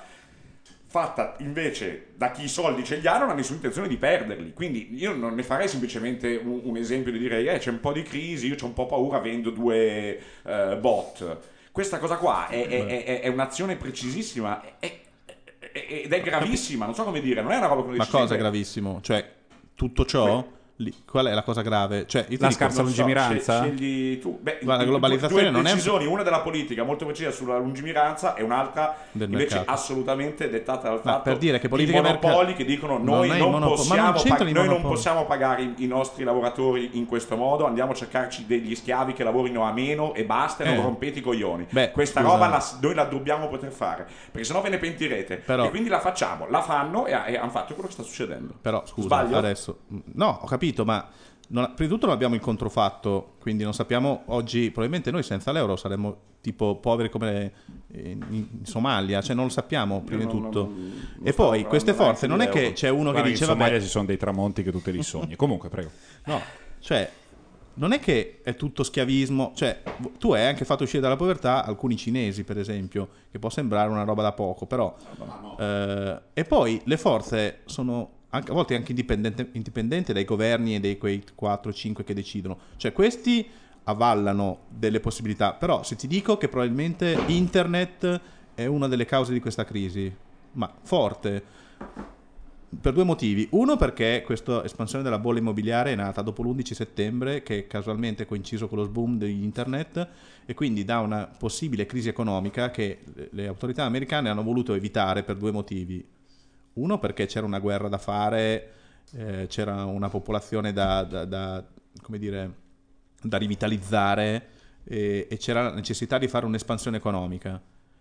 fatta invece da chi i soldi ce li ha, non ha nessuna intenzione di perderli. Quindi io non ne farei semplicemente un, un esempio di dire eh, c'è un po' di crisi, io c'ho un po' paura, vendo due eh, bot. Questa cosa qua è, è- è- è un'azione precisissima è- è- ed è gravissima, non so come dire, non è una roba che uno Ma dice cosa è sempre, gravissimo? Cioè, tutto ciò, lì- qual è la cosa grave? Cioè, io ti La dico- scarsa non so, lungimiranza? scegli- scegli tu. Beh, Guarda, la due- globalizzazione due non è- decisioni, una della politica molto precisa sulla lungimiranza e un'altra Del invece mercato. assolutamente dettata dal Ma fatto per dire che di politica e monopoli mercato- che dicono Non noi, è non, il monopo- ma non possiamo, c'entrano pag- i noi non monopoli. possiamo pagare i, i nostri lavoratori in questo modo, andiamo a cercarci degli schiavi che lavorino a meno e basta, e Eh. non rompete i coglioni. Beh, Questa scusa. roba la- noi la dobbiamo poter fare, perché sennò ve ne pentirete. Però- E quindi la facciamo, la fanno e, e hanno fatto quello che sta succedendo. Però scusa, Sbaglio? adesso no, ho capito, ma non- prima di tutto non abbiamo il controfatto, quindi non sappiamo oggi, probabilmente noi senza l'euro saremmo tipo poveri come eh, in, in Somalia, cioè non lo sappiamo prima di non- tutto. non- non E sto poi parlando queste forze neanche non di è che euro. c'è uno Guarda, che dice in Somalia vabbè, ci sono dei tramonti che tu te li sogni. Comunque, prego. no, cioè non è che è tutto schiavismo, cioè tu hai anche fatto uscire dalla povertà alcuni cinesi, per esempio, che può sembrare una roba da poco, però eh, e poi le forze sono anche, a volte anche indipendente- indipendenti dai governi e dei quei quattro cinque che decidono, cioè questi avvallano delle possibilità, però se ti dico che probabilmente internet è una delle cause di questa crisi, ma forte, per due motivi. Uno, perché questa espansione della bolla immobiliare è nata dopo l'undici settembre, che casualmente è coinciso con lo boom di internet, e quindi da una possibile crisi economica che le autorità americane hanno voluto evitare per due motivi. Uno, perché c'era una guerra da fare, eh, c'era una popolazione da, da, da, come dire, da rivitalizzare, e, e c'era la necessità di fare un'espansione economica.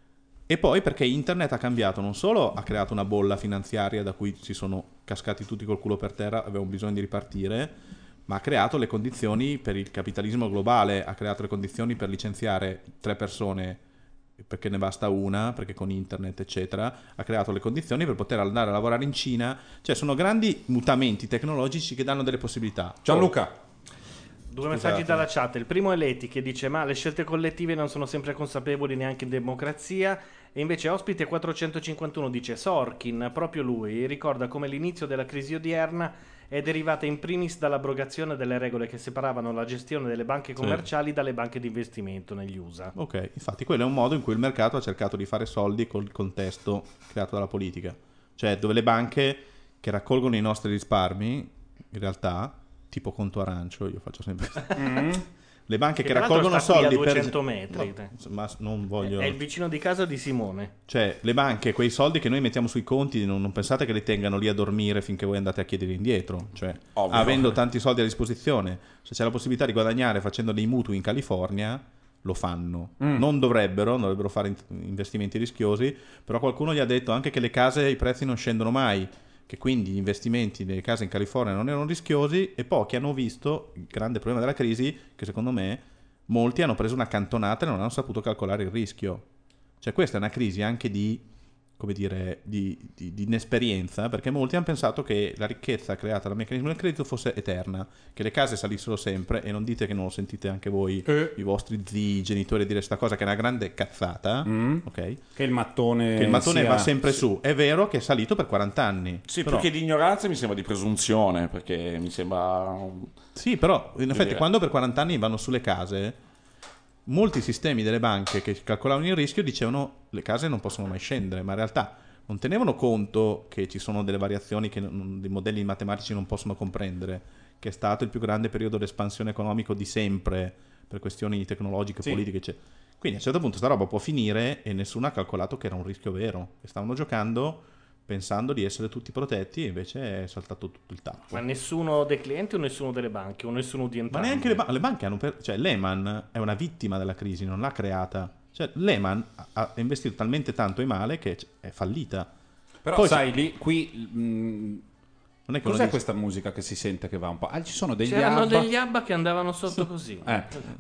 E poi perché internet ha cambiato, non solo ha creato una bolla finanziaria da cui si sono cascati tutti col culo per terra, avevamo bisogno di ripartire, ma ha creato le condizioni per il capitalismo globale, ha creato le condizioni per licenziare tre persone perché ne basta una, perché con internet eccetera, ha creato le condizioni per poter andare a lavorare in Cina. Cioè sono grandi mutamenti tecnologici che danno delle possibilità. Gianluca. Due messaggi dalla chat. Il primo è Leti che dice: ma le scelte collettive non sono sempre consapevoli neanche in democrazia. E invece ospite quattrocentocinquantuno dice: Sorkin, proprio lui, ricorda come l'inizio della crisi odierna è derivata in primis dall'abrogazione delle regole che separavano la gestione delle banche commerciali dalle banche di investimento negli U S A. Ok, infatti quello è un modo in cui il mercato ha cercato di fare soldi col contesto creato dalla politica. Cioè dove le banche che raccolgono i nostri risparmi, in realtà, tipo conto arancio, io faccio sempre Mm. le banche Che che, tra l'altro raccolgono sta qui a soldi duecento per metri. No, ma non voglio È il vicino di casa di Simone. Cioè le banche, quei soldi che noi mettiamo sui conti, non, non pensate che li tengano lì a dormire finché voi andate a chiedere indietro. Cioè, Ovvio. avendo tanti soldi a disposizione, se c'è la possibilità di guadagnare facendo dei mutui in California, lo fanno. Mm. Non dovrebbero, non dovrebbero fare in- investimenti rischiosi, però qualcuno gli ha detto anche che le case, i prezzi non scendono mai, che quindi gli investimenti nelle case in California non erano rischiosi, e pochi hanno visto il grande problema della crisi, che secondo me molti hanno preso una cantonata e non hanno saputo calcolare il rischio. Cioè questa è una crisi anche di, come dire, di, di, di inesperienza, perché molti hanno pensato che la ricchezza creata dal meccanismo del credito fosse eterna, che le case salissero sempre, e non dite che non lo sentite anche voi, Eh. i vostri zii, genitori, dire sta cosa, che è una grande cazzata, Mm. ok? Che il mattone Che il mattone sia- va sempre su. È vero che è salito per quaranta anni. Sì, però, più che di ignoranza mi sembra di presunzione, perché mi sembra... sì, però in effetti dire- quando per quaranta anni vanno sulle case, molti sistemi delle banche che calcolavano il rischio dicevano le case non possono mai scendere, ma in realtà non tenevano conto che ci sono delle variazioni che non- dei modelli matematici non possono comprendere, che è stato il più grande periodo di espansione economico di sempre per questioni tecnologiche, Sì. politiche, eccetera. Quindi a un certo punto sta roba può finire e nessuno ha calcolato che era un rischio vero, e stavano giocando pensando di essere tutti protetti, e invece è saltato tutto il tappo. Ma nessuno dei clienti o nessuno delle banche o nessuno di Ma entrambi? neanche le, ba- le banche hanno per- cioè Lehman è una vittima della crisi, non l'ha creata. Cioè Lehman ha, ha investito talmente tanto e male che c- è fallita. Però Poi sai, lì, qui... mm, Non è che uno cos'è dice- questa musica che si sente che va un po'? Ah, ci sono degli C'erano ABBA. degli ABBA che andavano sotto così. Eh,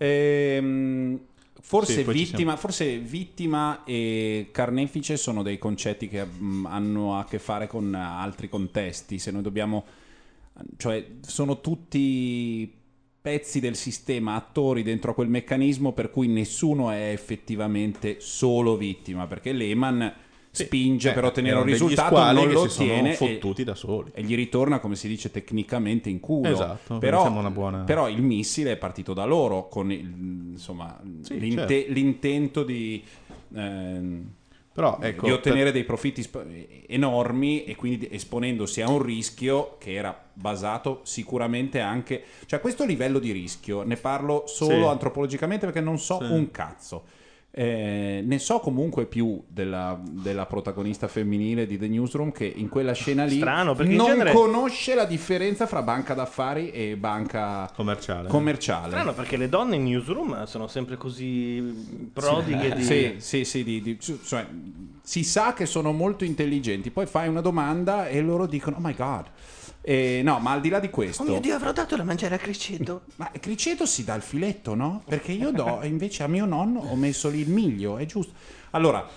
ehm, forse, Sì, poi ci vittima, forse vittima e carnefice sono dei concetti che mm, hanno a che fare con altri contesti. Se noi dobbiamo, cioè, sono tutti pezzi del sistema, attori dentro a quel meccanismo, per cui nessuno è effettivamente solo vittima, perché Lehman spinge eh, per ottenere un erano degli risultato, squali non che lo si sono ottiene e- fottuti da soli. e gli ritorna, come si dice tecnicamente, in culo. Esatto, mi però, sembra una buona- però il missile è partito da loro con il, insomma, Sì, l'inte- certo. l'intento di, ehm, Però ecco, di ottenere per- dei profitti sp- enormi, e quindi esponendosi a un rischio che era basato sicuramente anche, cioè questo livello di rischio ne parlo solo Sì. antropologicamente perché non so Sì. un cazzo. Eh, ne so comunque più della, della protagonista femminile di The Newsroom, che in quella scena lì Strano, perché in non genere- conosce la differenza fra banca d'affari e banca commerciale. commerciale. Strano, perché le donne in newsroom sono sempre così prodighe di... Sì, sì, sì, di- di- cioè, si sa che sono molto intelligenti, poi fai una domanda e loro dicono oh my god. Eh, no, ma al di là di questo, Oh mio Dio, avrò dato da mangiare a Criceto. ma criceto si dà il filetto, no? Perché io do, invece a mio nonno ho messo lì il miglio, è giusto. Allora,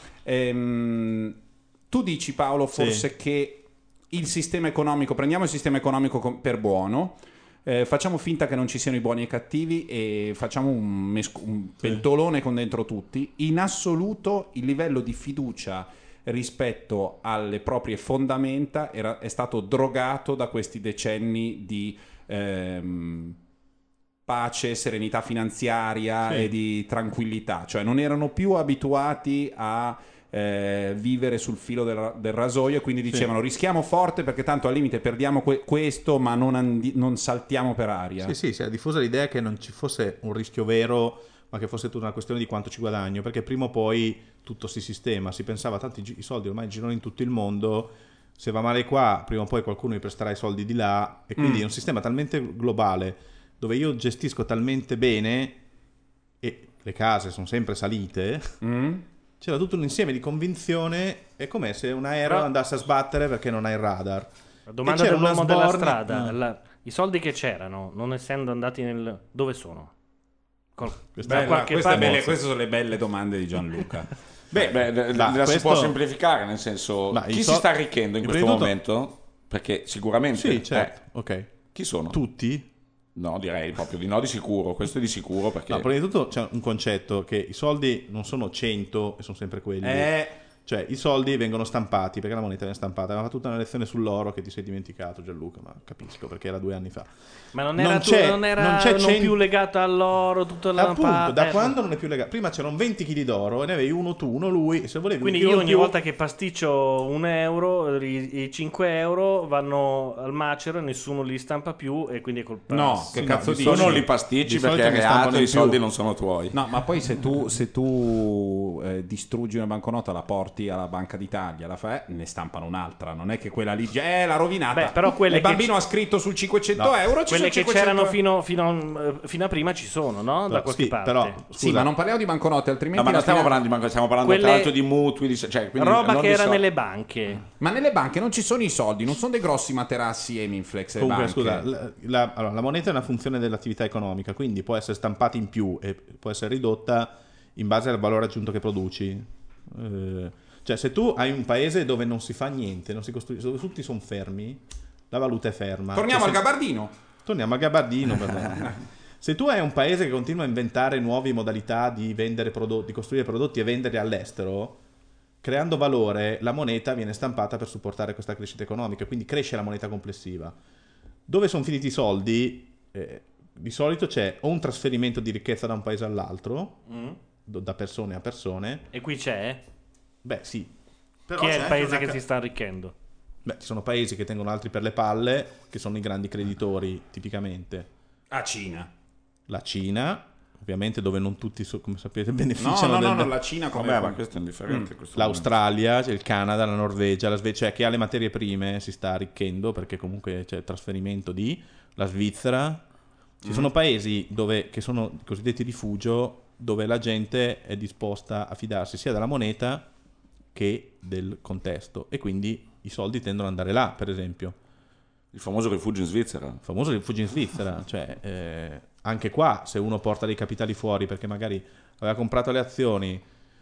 ehm, tu dici, Paolo, forse Sì. che il sistema economico, prendiamo il sistema economico com- per buono, eh, facciamo finta che non ci siano i buoni e i cattivi e facciamo un, mesco- un pentolone con dentro tutti. In assoluto il livello di fiducia rispetto alle proprie fondamenta era, è stato drogato da questi decenni di ehm, pace, serenità finanziaria Sì. e di tranquillità, cioè non erano più abituati a eh, vivere sul filo del, del rasoio, e quindi dicevano rischiamo forte perché tanto al limite perdiamo que- questo ma non, andi- non saltiamo per aria. Sì, sì, si è diffusa l'idea che non ci fosse un rischio vero, ma che fosse tutta una questione di quanto ci guadagno, perché prima o poi tutto si sistema, si pensava tanti gi- i soldi ormai girano in tutto il mondo, se va male qua prima o poi qualcuno mi presterà i soldi di là, e quindi Mm. è un sistema talmente globale dove io gestisco talmente bene e le case sono sempre salite. Mm. C'era tutto un insieme di convinzione, è come se un aereo Però- andasse a sbattere perché non ha il radar. La domanda E c'era dell'uomo una della sbornia- strada, Mm. la- i soldi che c'erano, non essendo andati nel... dove sono? Col- Questa- da Bella, qualche queste, parte- belle- queste sono le belle domande di Gianluca. Beh, beh, la, da, la si questo- può semplificare, nel senso, Ma i chi so- si sta arricchendo in prima questo di tutto- momento? Perché sicuramente... Sì, certo, eh, ok. chi sono? Tutti? No, direi proprio di no, di sicuro. Questo è di sicuro perché... No, prima di tutto c'è un concetto che i soldi non sono cento e sono sempre quelli. Eh, Cioè i soldi vengono stampati perché la moneta viene stampata. Avevamo fatto tutta una lezione sull'oro che ti sei dimenticato, Gianluca, ma capisco perché era due anni fa. Ma non Non era, tu- c'è- non era non non c'è cen- più legata all'oro, tutta la Appunto, pa- da eh, quando non è più legato? Prima c'erano venti chili d'oro e ne avevi uno tu, uno lui, e se volevi Quindi un chilo io in ogni più- volta che pasticcio un euro, i, i cinque euro vanno al macero, nessuno li stampa più e quindi è colpa... no, che Sì, cazzo no, di dici? Tu non li pasticci Di solito perché è ne stampano reato e in i più. soldi non sono tuoi. No, ma poi se tu, se tu eh, distruggi una banconota, la porti alla Banca d'Italia, la fai, ne stampano un'altra. Non è che quella lì, eh, l'ha rovinata. Beh, però quelle il che bambino c- ha scritto sul cinquecento No, euro, ci Quelle sono che cinquecento c'erano euro. fino, fino, a, fino a prima ci sono, no? Da No, qualche sì, parte. però, scusa, Sì, ma non parliamo di banconote, altrimenti No, ma non alla stiamo fine- parlando di banco, stiamo parlando Quelle- tra l'altro di mutui, di, cioè, quindi Roba non che di era so- nelle banche. Ma nelle banche non ci sono i soldi, non sono dei grossi materassi Eminflex le Comunque, banche. scusa, la, la- allora, la moneta è una funzione dell'attività economica, quindi può essere stampata in più e può essere ridotta in base al valore aggiunto che produci. Eh, cioè, se tu hai un paese dove non si fa niente, non si costruisce, dove tutti sono fermi, la valuta è ferma. Torniamo Cioè, al se- gabardino. Torniamo al gabardino. per- Se tu hai un paese che continua a inventare nuove modalità di vendere prodotti, di costruire prodotti e venderli all'estero, creando valore, la moneta viene stampata per supportare questa crescita economica, quindi cresce la moneta complessiva. Dove sono finiti i soldi? Eh, di solito c'è o un trasferimento di ricchezza da un paese all'altro, Mm. do- da persone a persone. E qui c'è? Beh, sì. Però Chi è c'è il anche paese una che ca- si sta arricchendo? Beh, ci sono paesi che tengono altri per le palle, che sono i grandi creditori, tipicamente. A Cina. La Cina, ovviamente, dove non tutti, so- come sapete, No, beneficiano no, no, del- no, la Cina come... Vabbè, ma questo è indifferente. questo l'Australia, c'è il Canada, la Norvegia, la Svezia, cioè chi ha le materie prime si sta arricchendo perché comunque c'è trasferimento di la Svizzera. Ci sono paesi dove, che sono i cosiddetti rifugio, dove la gente è disposta a fidarsi sia della moneta che del contesto e quindi i soldi tendono ad andare là, per esempio. Il famoso rifugio in Svizzera. Il famoso rifugio in Svizzera, cioè eh, anche qua se uno porta dei capitali fuori perché magari aveva comprato le azioni,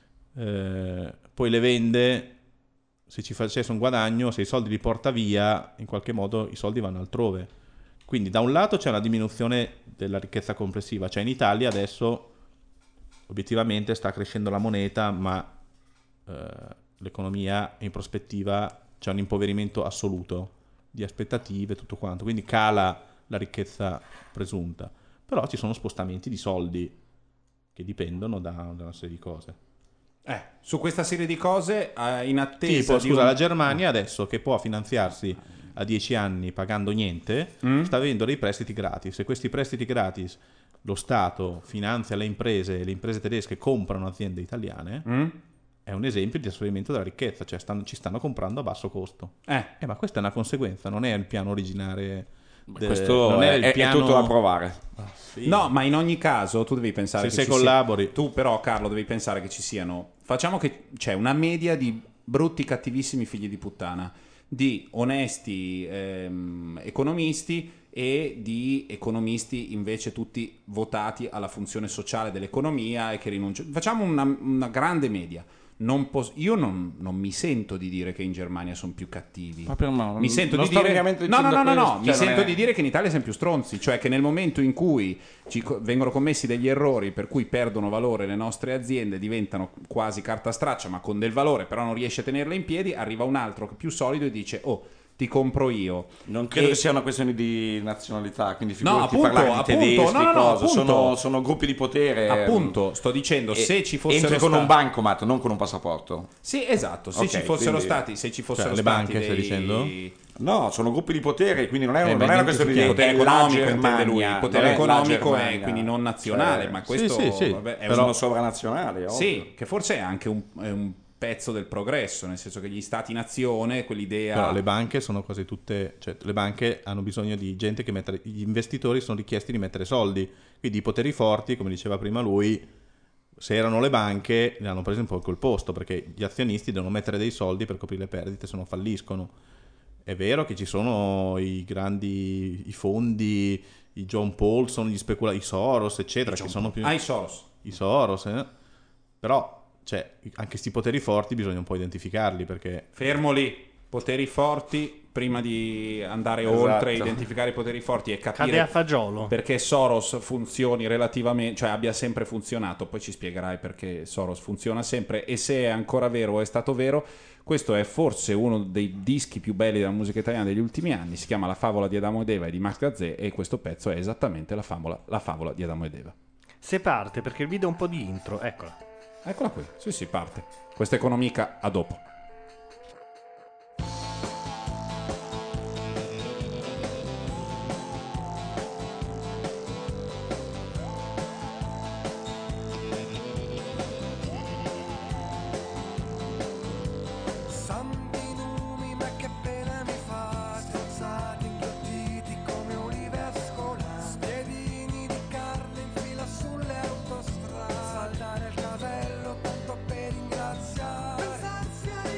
eh, poi le vende, se ci facesse un guadagno, se i soldi li porta via, in qualche modo i soldi vanno altrove. Quindi da un lato c'è una diminuzione della ricchezza complessiva, cioè in Italia adesso obiettivamente sta crescendo la moneta, ma eh, l'economia in prospettiva c'è un impoverimento assoluto di aspettative e tutto quanto, quindi cala la ricchezza presunta, però ci sono spostamenti di soldi che dipendono da, da una serie di cose. Eh, su questa serie di cose, eh, in attesa Tipo, di scusa, un- la Germania adesso che può finanziarsi a dieci anni pagando niente, Mm? sta avendo dei prestiti gratis, e questi prestiti gratis lo Stato finanzia le imprese, le imprese tedesche comprano aziende italiane, Mm? è un esempio di trasferimento della ricchezza, cioè stanno- ci stanno comprando a basso costo. Eh, Eh, ma questa è una conseguenza, non è il piano originale. de- Questo non è, il è- è piano- tutto da provare. Ah, sì. no, ma in ogni caso tu devi pensare Se che se ci collabori. sia... Tu però, Carlo, devi pensare che ci siano... Facciamo che c'è una media di brutti, cattivissimi figli di puttana, di onesti ehm, economisti e di economisti invece tutti votati alla funzione sociale dell'economia e che rinunciano. Facciamo una, una grande media. Non pos- io non, non mi sento di dire che in Germania sono più cattivi. Ma per me- mi sento non di sto dire minimamente no no no no, dicendo no. questo, mi cioè, non sento è- di dire che in Italia siamo più stronzi, cioè che nel momento in cui ci co- vengono commessi degli errori per cui perdono valore le nostre aziende, diventano quasi carta straccia ma con del valore, però non riesce a tenerle in piedi, arriva un altro che è più solido e dice: oh, ti compro io. Non credo E- che sia una questione di nazionalità, quindi No, figurati appunto, parlare di appunto, tedeschi, no, no, no, cosa. appunto. Sono, sono gruppi di potere. Appunto, sto dicendo, e- se ci fossero entri con sta- un bancomat, non con un passaporto. Sì, esatto, se Ok, ci fossero quindi- stati, se ci fossero Cioè, le stati banche, dei... stai dicendo? No, sono gruppi di potere, quindi non è, Eh, non beh, è una questione di Il potere è la economico intende lui, Germania, il potere non è la economico è Germania. quindi non nazionale, Cioè, ma questo sì, sì, vabbè, è sono uno- sovranazionali, ovvio. sì, che forse è anche un, è un pezzo del progresso, nel senso che gli stati nazione, quell'idea Però le banche sono quasi tutte, cioè le banche hanno bisogno di gente che mette, gli investitori sono richiesti di mettere soldi, quindi i poteri forti, come diceva prima lui, se erano le banche le hanno prese un po' col posto, perché gli azionisti devono mettere dei soldi per coprire le perdite, se no falliscono. È vero che ci sono i grandi i fondi, i John Paulson, gli specula- i Soros, eccetera, che sono più Ah, i Soros. i Soros, eh? Però cioè, anche questi poteri forti bisogna un po' identificarli, perché Fermo lì, poteri forti, prima di andare Esatto. oltre, identificare i poteri forti e Cade a capire fagiolo. perché Soros funzioni relativamente, cioè abbia sempre funzionato, poi ci spiegherai perché Soros funziona sempre e se è ancora vero o è stato vero. Questo è forse uno dei dischi più belli della musica italiana degli ultimi anni, si chiama La favola di Adamo ed Eva e di Max Gazzè e questo pezzo è esattamente la favola, la favola di Adamo ed Eva. Se parte, perché il video è un po' di intro, eccola. Eccola qui, sì sì parte. Questa economica a dopo. Santi numi, ma che pena mi fate, alzati inghiottiti come ulive a scuola, spiedini di carne in fila sulle autostrade, saltare il casello tanto per ringraziare, pensarsi ai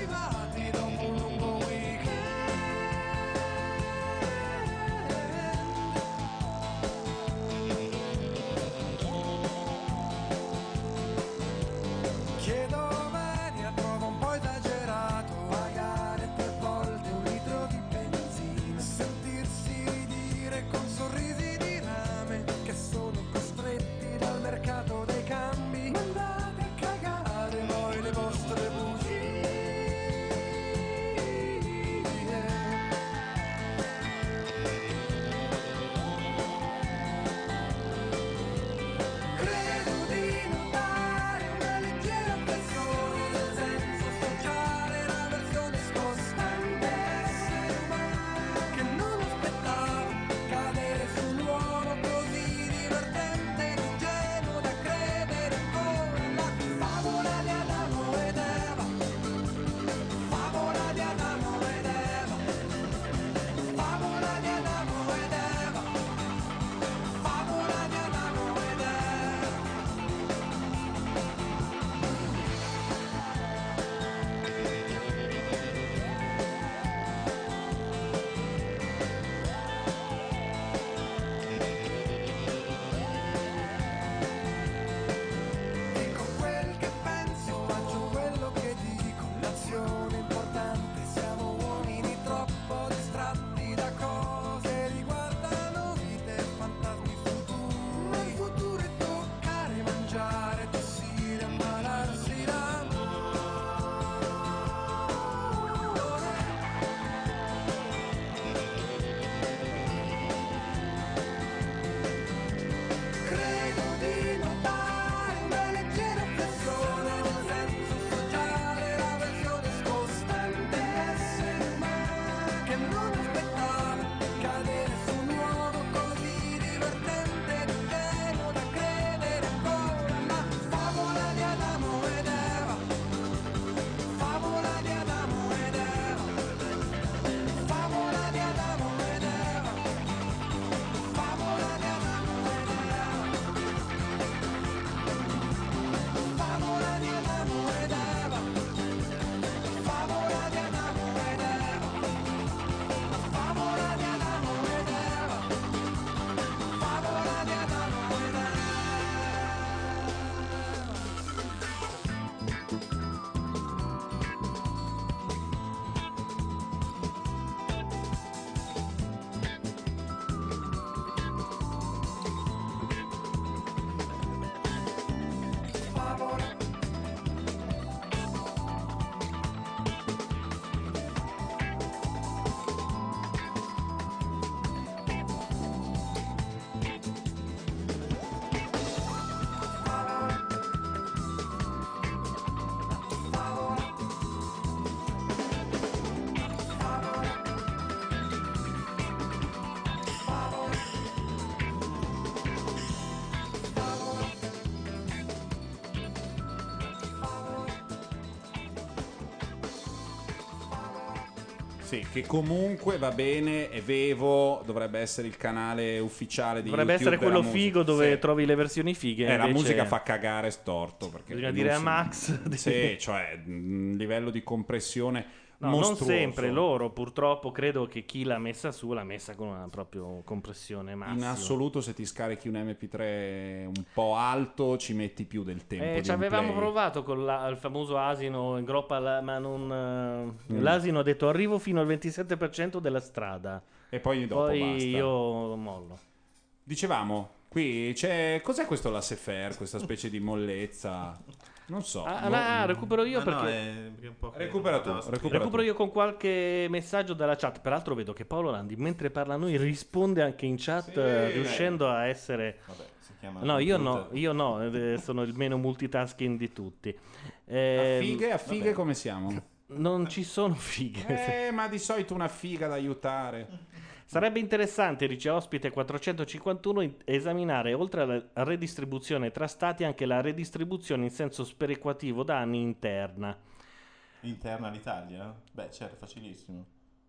Sì, che comunque va bene, è Vevo, dovrebbe essere il canale ufficiale di Dovrebbe YouTube essere quello della figo musica. dove Sì. trovi le versioni fighe. Eh, la invece musica fa cagare storto. Perché bisogna non dire a si- Max di- Sì, cioè un livello di compressione No, non mostruoso. sempre loro, purtroppo credo che chi l'ha messa su l'ha messa con una proprio compressione massima. In assoluto, se ti scarichi un emme pi tre un po' alto, ci metti più del tempo. Eh, di ci un avevamo play. provato con la- il famoso asino in groppa, la- ma non. eh, Mm. L'asino ha detto arrivo fino al ventisette per cento della strada. E poi dopo Poi basta. io mollo. Dicevamo, qui c'è. Cos'è questo laissez-faire, questa specie di mollezza? Non so. Ah, Mo- ah, recupero io Ah, no, perché. è- perché è un po' che- Recupera tu, no, sto- recupera Recupero tu. io con qualche messaggio dalla chat. Peraltro vedo che Paolo Landi, mentre parla a noi, risponde anche in chat, Sì, eh, riuscendo a essere. Vabbè, si chiama No, io no, computer. io no, eh, sono il meno multitasking di tutti. A Ehm, fighe, a fighe come siamo? Non ci sono fighe. Eh, ma di solito una figa da aiutare. Sarebbe interessante, dice ospite quattrocentocinquantuno, in- esaminare oltre alla redistribuzione tra stati anche la redistribuzione in senso sperequativo da anni interna. Interna all'Italia? Beh, certo, facilissimo.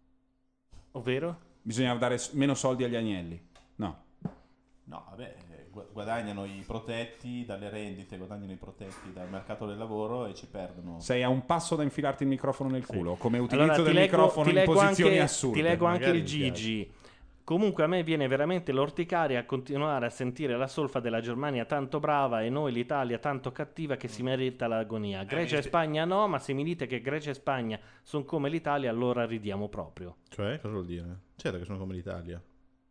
Ovvero? Bisogna dare s- meno soldi agli agnelli. No. No, vabbè, eh, gu- guadagnano i protetti dalle rendite, guadagnano i protetti dal mercato del lavoro e ci perdono. Sei a un passo da infilarti il microfono nel culo. Come utilizzo Allora, ti del leggo- microfono ti in leggo posizioni anche- assurde. Ti leggo anche Magari il mi piace. Gigi. Comunque a me viene veramente l'orticaria a continuare a sentire la solfa della Germania tanto brava e noi l'Italia tanto cattiva che si merita l'agonia. Grecia e Spagna no, ma se mi dite che Grecia e Spagna sono come l'Italia allora ridiamo proprio. Cioè, cosa vuol dire? Certo che sono come l'Italia.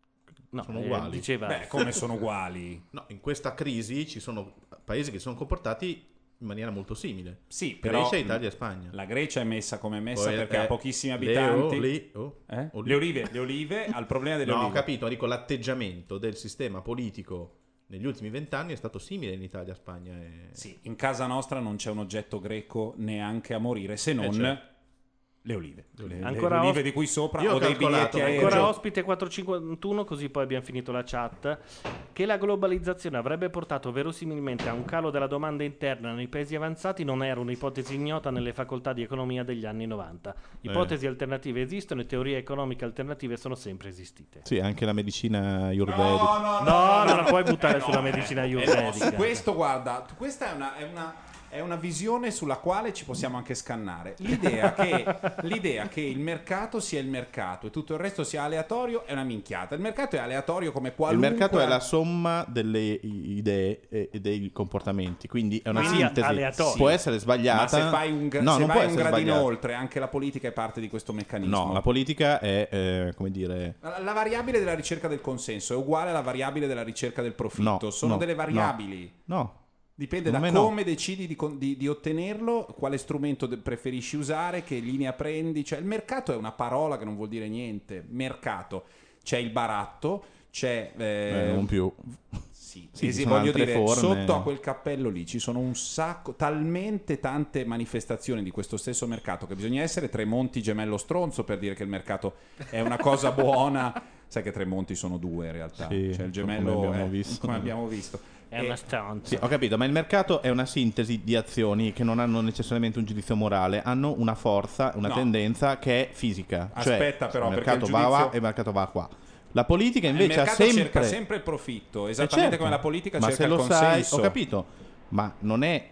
No, sono eh, uguali. diceva- Beh, come sono uguali? No, in questa crisi ci sono paesi che sono comportati in maniera molto simile. Sì, però Grecia, Italia e Spagna. la Grecia è messa come è messa Poi, perché eh, ha pochissimi le abitanti. oli- oh, Eh? oli- Le olive, le olive, ha il problema delle No, ho olive. capito, ma dico l'atteggiamento del sistema politico negli ultimi vent'anni è stato simile in Italia, Spagna e... Sì, in casa nostra non c'è un oggetto greco neanche a morire, se non certo. le olive. Le, Ancora le olive os- di cui sopra Io ho o dei calcolato, biglietti aerei. Ancora ospite quattrocentocinquantuno, così poi abbiamo finito la chat, che la globalizzazione avrebbe portato verosimilmente a un calo della domanda interna nei paesi avanzati non era un'ipotesi ignota nelle facoltà di economia degli anni novanta. Ipotesi alternative esistono e teorie economiche alternative sono sempre esistite. Sì, anche la medicina ayurvedica. No, no, No, non la puoi buttare Eh, no, sulla eh, medicina eh, no, ayurvedica. su questo, guarda, questa è una, è una- è una visione sulla quale ci possiamo anche scannare. L'idea che, l'idea che il mercato sia il mercato e tutto il resto sia aleatorio è una minchiata. Il mercato è aleatorio come Il qualunque... mercato è la somma delle i- idee e e dei comportamenti, quindi è una Quindi sintesi. aleatorio. Può essere sbagliata. Ma se fai un, gra- no, se non può vai un essere gradino sbagliata. oltre, anche la politica è parte di questo meccanismo. No, la politica è, eh, come dire... La, la variabile della ricerca del consenso è uguale alla variabile della ricerca del profitto. No, Sono no, delle variabili. No. Dipende da Secondo me no. come decidi di, con- di- di ottenerlo, quale strumento de- preferisci usare, che linea prendi. Cioè, il mercato è una parola che non vuol dire niente. Mercato. C'è il baratto, c'è... eh, Eh, non più. Sì, Sì, e ci sì, sono voglio altre dire, forme. sotto a quel cappello lì ci sono un sacco, talmente tante manifestazioni di questo stesso mercato che bisogna essere Tremonti gemello stronzo per dire che il mercato è una cosa buona. Sai che Tremonti sono due in realtà, Sì, cioè il gemello come abbiamo è- visto. come abbiamo visto. È E- una stanza. Sì, ho capito, ma il mercato è una sintesi di azioni che non hanno necessariamente un giudizio morale, hanno una forza, una No. tendenza che è fisica. Cioè, Aspetta però, il perché mercato il va giudizio- qua e il mercato va qua. La politica invece il ha mercato sempre... cerca sempre il profitto, Eh, esattamente certo. come la politica ma cerca se il lo consenso. sai, ho capito, ma non è,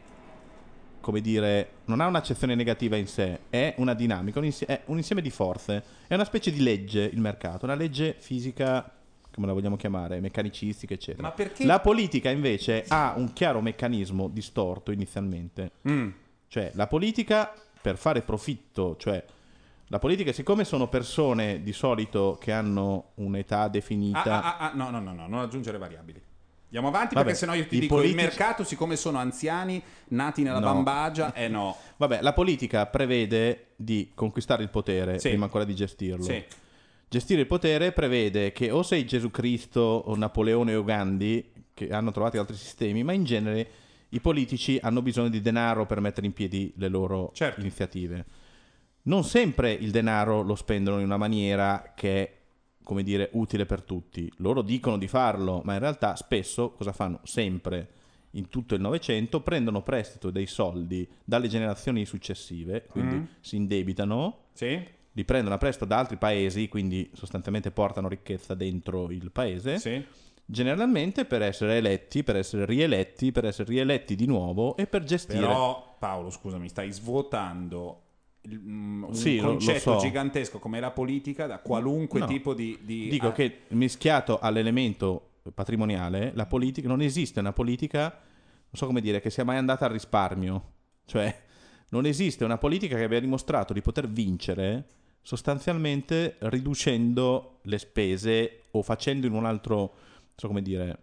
come dire, non ha un'accezione negativa in sé, è una dinamica, un insie- è un insieme di forze, è una specie di legge il mercato, una legge fisica, come la vogliamo chiamare, meccanicistica, eccetera. Ma perché- La politica invece ha un chiaro meccanismo distorto inizialmente, Mm. cioè la politica per fare profitto, cioè la politica, siccome sono persone di solito che hanno un'età Ah, definita... ah, ah, no, no, no, no, non aggiungere variabili. Andiamo avanti Vabbè, perché sennò io ti i dico politici- il mercato, siccome sono anziani nati nella No. bambagia, eh no. Vabbè, la politica prevede di conquistare il potere Sì. prima ancora di gestirlo. Sì. Gestire il potere prevede che o sei Gesù Cristo o Napoleone o Gandhi, che hanno trovato altri sistemi, ma in genere i politici hanno bisogno di denaro per mettere in piedi le loro Certo. iniziative. Non sempre il denaro lo spendono in una maniera che è, come dire, utile per tutti. Loro dicono di farlo, ma in realtà spesso cosa fanno? Sempre in tutto il Novecento prendono prestito dei soldi dalle generazioni successive, quindi Mm. si indebitano, Sì? li prendono a prestito da altri paesi, quindi sostanzialmente portano ricchezza dentro il paese, Sì. generalmente per essere eletti, per essere rieletti, per essere rieletti di nuovo e per gestire... Però, Paolo, scusami, stai svuotando il- mm, un Sì, lo- lo concetto so. gigantesco come la politica da qualunque No. tipo di... di- Dico ah, che mischiato all'elemento patrimoniale, la politica, non esiste una politica, non so come dire, che sia mai andata al risparmio. Cioè, non esiste una politica che abbia dimostrato di poter vincere sostanzialmente riducendo le spese o facendo in un altro, non so come dire,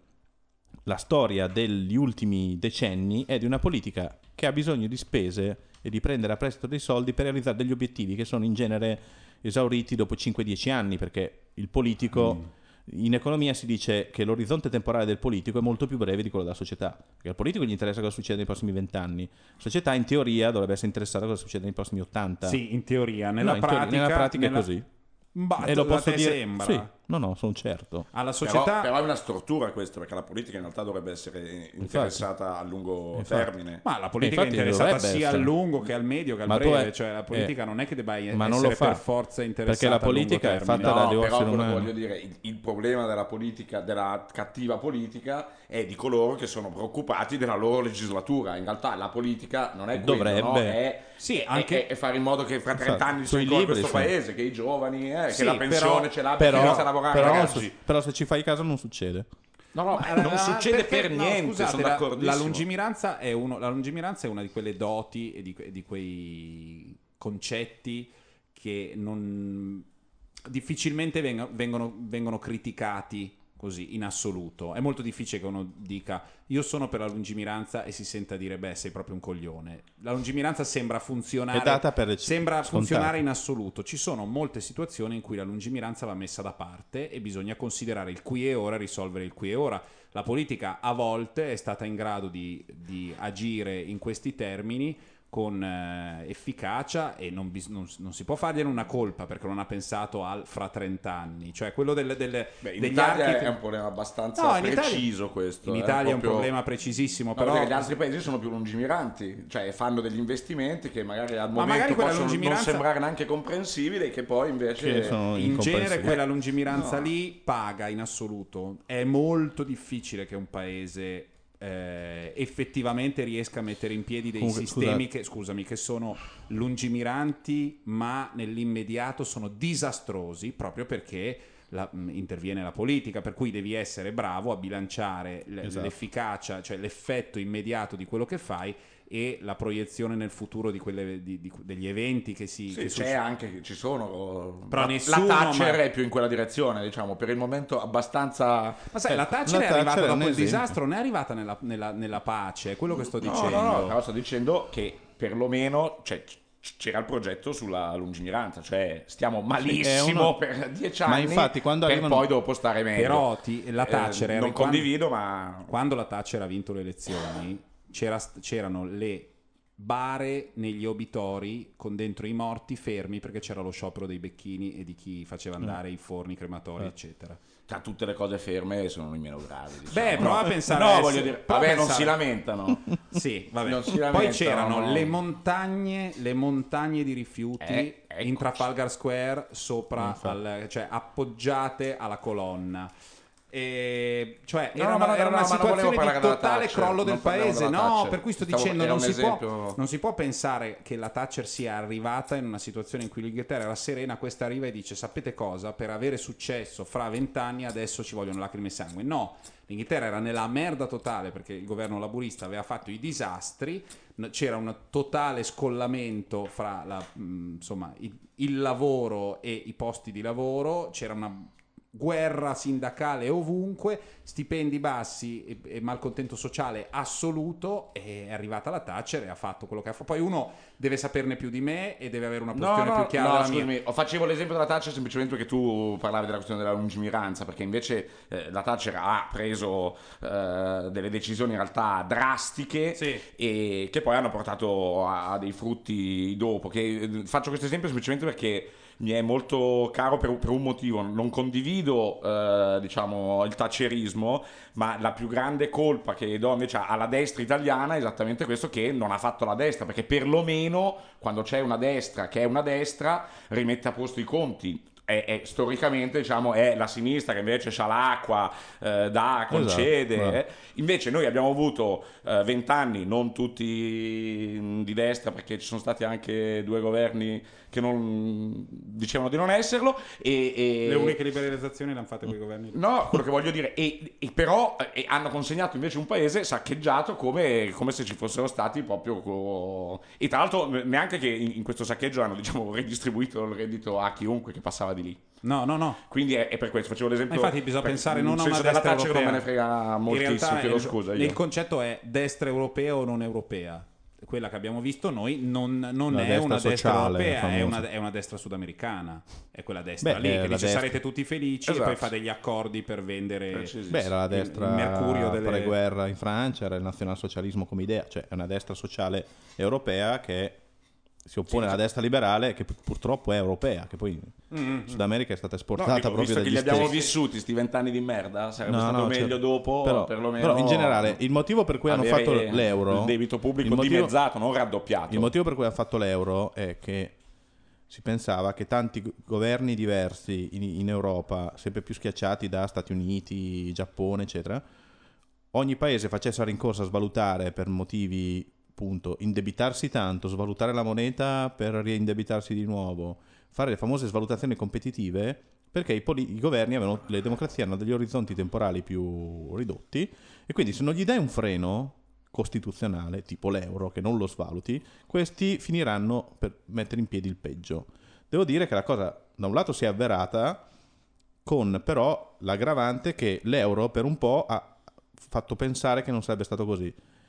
la storia degli ultimi decenni è di una politica che ha bisogno di spese e di prendere a prestito dei soldi per realizzare degli obiettivi che sono in genere esauriti dopo cinque dieci anni, perché il politico... In economia si dice che l'orizzonte temporale del politico è molto più breve di quello della società, perché al politico gli interessa cosa succede nei prossimi vent'anni. La società in teoria dovrebbe essere interessata a cosa succede nei prossimi ottanta. Sì, in teoria. Nella No, in teoria- pratica, nella pratica nella- è così. Bah, E lo a posso te dire... sembra? Sì, no, no, sono certo. Alla Però, società... però è una stortura questa, perché la politica in realtà dovrebbe essere interessata a lungo Infatti. termine. Ma la politica è Infatti interessata dovrebbe sia essere. al lungo che al medio che al Ma tu breve, è- cioè la politica eh, non è che debba ma non essere lo fa, per forza interessata perché la a lungo politica è termine. fatta No, dalle però esseri quello umani. voglio dire, il, il problema della politica, della cattiva politica, è di coloro che sono preoccupati della loro legislatura. In realtà la politica non è quello, Dovrebbe. no? È, Sì, è- anche- è- è fare in modo che fra trenta Infatti, anni sui sia ancora libri questo sono- paese, che i giovani, eh, Sì, che la però- pensione ce l'abbia, che Però, inizia a lavorare però, ragazzi. però se ci fai caso non succede. No, no, Ma- non ma- succede perché- per no, niente, scusate, sono la- d'accordissimo. La lungimiranza, è uno, la lungimiranza è una di quelle doti e di, que- di quei concetti che non difficilmente venga- vengono, vengono criticati così in assoluto. È molto difficile che uno dica io sono per la lungimiranza e si senta dire beh sei proprio un coglione. La lungimiranza sembra funzionare, È data per rec- sembra scontata. funzionare in assoluto. Ci sono molte situazioni in cui la lungimiranza va messa da parte e bisogna considerare il qui e ora, risolvere il qui e ora. La politica a volte è stata in grado di, di agire in questi termini con eh, efficacia e non, bis- non- non si può fargliene una colpa perché non ha pensato al fra trenta anni, cioè quello del, del- Beh, in degli Italia archi che- è un problema abbastanza No, in Italia- preciso questo. in eh, Italia è un proprio- problema precisissimo, No, però perché gli altri paesi sono più lungimiranti, cioè fanno degli investimenti che magari al Ma momento magari quella possono lungimiranza- non sembrare neanche comprensibili, che poi invece Che sono in genere incomprensibili. quella lungimiranza No. lì paga in assoluto. È molto difficile che un paese eh, effettivamente riesca a mettere in piedi dei Comunque, sistemi scusa. che, scusami, che sono lungimiranti ma nell'immediato sono disastrosi proprio perché la- mh, interviene la politica, per cui devi essere bravo a bilanciare l- Esatto. l'efficacia, cioè l'effetto immediato di quello che fai e la proiezione nel futuro di quelle, di- di- degli eventi che si sì, che c'è succedono. anche, ci sono. Però la, nessuno, la Thatcher ma- è più in quella direzione, diciamo, per il momento abbastanza. Ma sai, la Thatcher la è arrivata Thatcher è un dopo il esempio. disastro, non è arrivata nella, nella- nella pace, è quello che sto No, dicendo. no, no, però sto dicendo che perlomeno cioè, c- c'era il progetto sulla lungimiranza, cioè stiamo malissimo uno- per dieci Ma anni infatti, quando per arrivano- poi dopo stare meglio. Però ti- la Thatcher Eh, era non quando- condivido, ma Quando la Thatcher ha vinto le elezioni, c'era- c'erano le bare negli obitori con dentro i morti fermi perché c'era lo sciopero dei becchini e di chi faceva andare i forni crematori, eccetera. cioè, tutte le cose ferme sono i meno gravi. Diciamo. Beh, prova a pensare No, a voglio essere- dire, prova a vabbè, non pensare- si lamentano. Sì, vabbè. Non si Poi lamentano, c'erano no. le montagne, le montagne di rifiuti Eh, eccoci. in Trafalgar Square sopra, Infatti. al- cioè appoggiate alla colonna. E, cioè, No, era, no, una, ma no, era no, una ma non situazione volevo di parlare della totale Thatcher, crollo del non parliamo paese. della No, Thatcher. per cui sto Stavo- dicendo era non un si, può, esempio. non si può pensare che la Thatcher sia arrivata in una situazione in cui l'Inghilterra era serena, questa arriva e dice sapete cosa, per avere successo fra vent'anni adesso ci vogliono lacrime e sangue. No, l'Inghilterra era nella merda totale perché il governo laburista aveva fatto i disastri, n- c'era un totale scollamento fra la, mh, insomma, il, il lavoro e i posti di lavoro, c'era una guerra sindacale ovunque, stipendi bassi e, e malcontento sociale assoluto, e è arrivata la Thatcher e ha fatto quello che ha fatto. Poi uno deve saperne più di me e deve avere una No, posizione no, più chiara no, della mia. scusami, ho- facevo l'esempio della Thatcher semplicemente perché tu parlavi della questione della lungimiranza, perché invece eh, la Thatcher ha preso eh, delle decisioni in realtà drastiche Sì. e che poi hanno portato a, a dei frutti dopo. Che, eh, faccio questo esempio semplicemente perché mi è molto caro per, per un motivo. Non condivido eh, diciamo il thatcherismo, ma la più grande colpa che do invece alla destra italiana è esattamente questo, che non ha fatto la destra, perché perlomeno quando c'è una destra che è una destra rimette a posto i conti. È, è, storicamente diciamo è la sinistra che invece c'ha l'acqua, eh, dà, concede. Esatto. eh. Invece noi abbiamo avuto vent'anni, eh, non tutti di destra, perché ci sono stati anche due governi che non dicevano di non esserlo, e, e... le uniche liberalizzazioni le hanno fatte quei governi. No, quello che voglio dire, e, e però e hanno consegnato invece un paese saccheggiato come, come se ci fossero stati proprio co... e tra l'altro neanche che in, in questo saccheggio hanno diciamo redistribuito il reddito a chiunque che passava di lì. No, no, no. Quindi è, è per questo facevo l'esempio. Ma infatti bisogna per, pensare non a una della destra Thatcher europea. non me ne frega moltissimo, chiedo scusa. Il, Io. il concetto è destra europea o non europea. Quella che abbiamo visto noi non, non è destra una destra sociale, europea, è famosa. una, è una destra sudamericana. È quella destra Beh, lì è che la dice destra. sarete tutti felici Esatto. e poi fa degli accordi per vendere Beh, era la destra il mercurio delle... pre-guerra in Francia, era il nazionalsocialismo come idea, cioè è una destra sociale europea che si oppone Sì, alla sì. destra liberale, che pu- purtroppo è europea, che poi in Sud America è stata No, esportata dico, proprio visto che dagli li abbiamo stessi. vissuti sti vent'anni di merda, sarebbe No, stato no, meglio certo. dopo Però, perlomeno però in generale il motivo per cui hanno avere fatto l'euro, il debito pubblico il motivo- dimezzato, non raddoppiato. il motivo per cui hanno fatto l'euro è che si pensava che tanti go- governi diversi in, in Europa, sempre più schiacciati da Stati Uniti, Giappone, eccetera, ogni paese facesse la rincorsa a svalutare per motivi, appunto, indebitarsi tanto, svalutare la moneta per reindebitarsi di nuovo, fare le famose svalutazioni competitive, perché i, poli- i governi avevano, le democrazie hanno degli orizzonti temporali più ridotti, e quindi se non gli dai un freno costituzionale, tipo l'euro, che non lo svaluti, questi finiranno per mettere in piedi il peggio. Devo dire che la cosa, da un lato, si è avverata, con però l'aggravante che l'euro per un po' ha fatto pensare che non sarebbe stato così.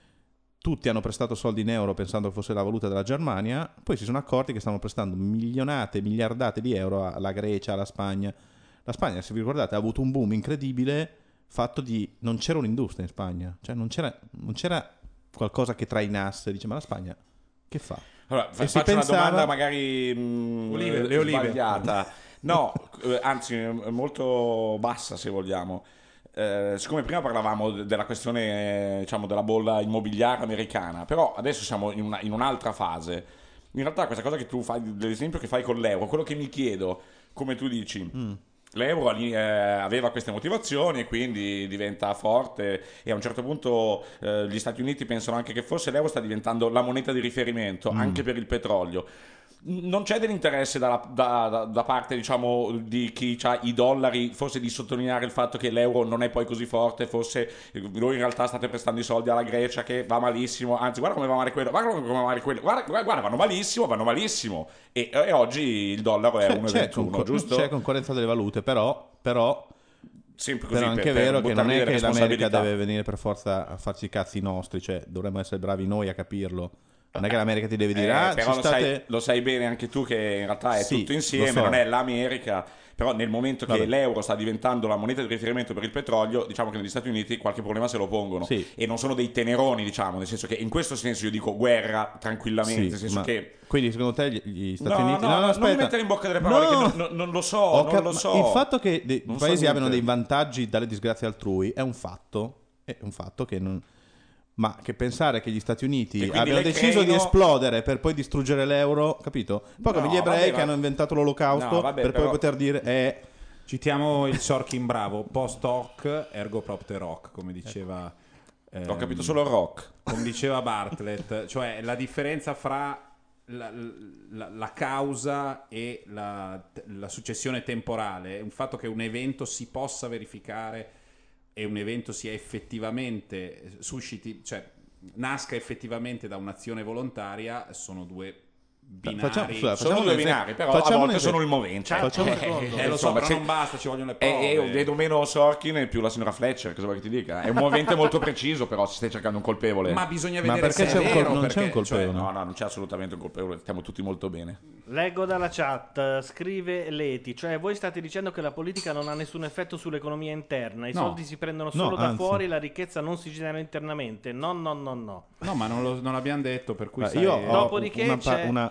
Tutti hanno prestato soldi in euro pensando che fosse la valuta della Germania, poi si sono accorti che stavano prestando milionate, miliardate di euro alla Grecia, alla Spagna. La Spagna, se vi ricordate, ha avuto un boom incredibile fatto di... non c'era un'industria in Spagna, cioè non c'era, non c'era qualcosa che trainasse, dice, ma la Spagna che fa? Allora, fa- E si faccio una pensava- domanda magari mh, Olive, eh, le olive. sbagliata. No, eh, anzi eh, molto bassa se vogliamo. Eh, siccome prima parlavamo de- della questione eh, diciamo della bolla immobiliare americana, però adesso siamo in, una- in un'altra fase. In realtà questa cosa che tu fai, l'esempio che fai con l'euro, quello che mi chiedo, come tu dici, l'euro lì, eh, aveva queste motivazioni e quindi diventa forte, e a un certo punto eh, gli Stati Uniti pensano anche che forse l'euro sta diventando la moneta di riferimento anche per il petrolio. Non c'è dell'interesse dalla- da, da- da parte diciamo di chi ha i dollari, forse di sottolineare il fatto che l'euro non è poi così forte, forse voi in realtà state prestando i soldi alla Grecia che va malissimo, anzi guarda come va male quello, guarda come va male quello, guarda, guarda, guarda, vanno malissimo, vanno malissimo, e, e oggi il dollaro è C'è, uno virgola c'è, ventuno, concor- giusto? c'è concorrenza delle valute, però, però, Sempre così, però è anche per- per vero che non buttarmi è delle che l'America responsabilità. deve venire per forza a farci i cazzi nostri, cioè dovremmo essere bravi noi a capirlo. Non è che l'America ti deve dire, Eh, ah, però ci lo, state... sai, lo sai bene anche tu che in realtà è Sì, tutto lo insieme, so. non è l'America. Però nel momento che Vabbè. l'euro sta diventando la moneta di riferimento per il petrolio, diciamo che negli Stati Uniti qualche problema se lo pongono. Sì. E non sono dei teneroni, diciamo, nel senso che in questo senso io dico guerra tranquillamente, Sì, nel senso ma- che... Quindi secondo te gli, gli Stati No, Uniti... no, no, non mi aspetta. mettere in bocca delle parole, No! che non, non- non lo so, Ho non cap- lo ma so. Il fatto che dei Non so paesi niente. abbiano dei vantaggi dalle disgrazie altrui è un fatto, è un fatto che non... Ma che pensare che gli Stati Uniti Che quindi abbiano le deciso di creino- esplodere per poi distruggere l'euro, capito? Un po' come No, gli ebrei vabbè, che ma- hanno inventato l'olocausto No, vabbè, per però- poi poter dire... Eh, Citiamo il Sorkin bravo, post hoc ergo propter hoc, come diceva Ho ehm, capito solo rock. come diceva Bartlett, cioè la differenza fra la, la- la causa e la, la successione temporale, il fatto che un evento si possa verificare e un evento sia effettivamente susciti, cioè nasca effettivamente da un'azione volontaria, sono due binari. Facciamo- scusa, Sono facciamo due un esempio- binari, però facciamo a un volte esempio. sono il movente. Facciamo- Eh, eh, lo so, Insomma, però se- non basta, ci vogliono le E prove. io vedo meno Sorkin e più la signora Fletcher, cosa vuoi che ti dica? È un movente molto preciso, però si stai cercando un colpevole. Ma bisogna Ma vedere perché se c'è è un vero, col- non c'è perché, un colpevole? cioè, No, no, non c'è assolutamente un colpevole, stiamo tutti molto bene. Leggo dalla chat, scrive Leti, cioè voi state dicendo che la politica non ha nessun effetto sull'economia interna, i No. soldi si prendono No, solo da anzi. fuori, la ricchezza non si genera internamente. No, no, no, no. no, ma non, lo, non l'abbiamo detto, per cui Eh, sai, io ho Dopodiché una, pa- c'è- una-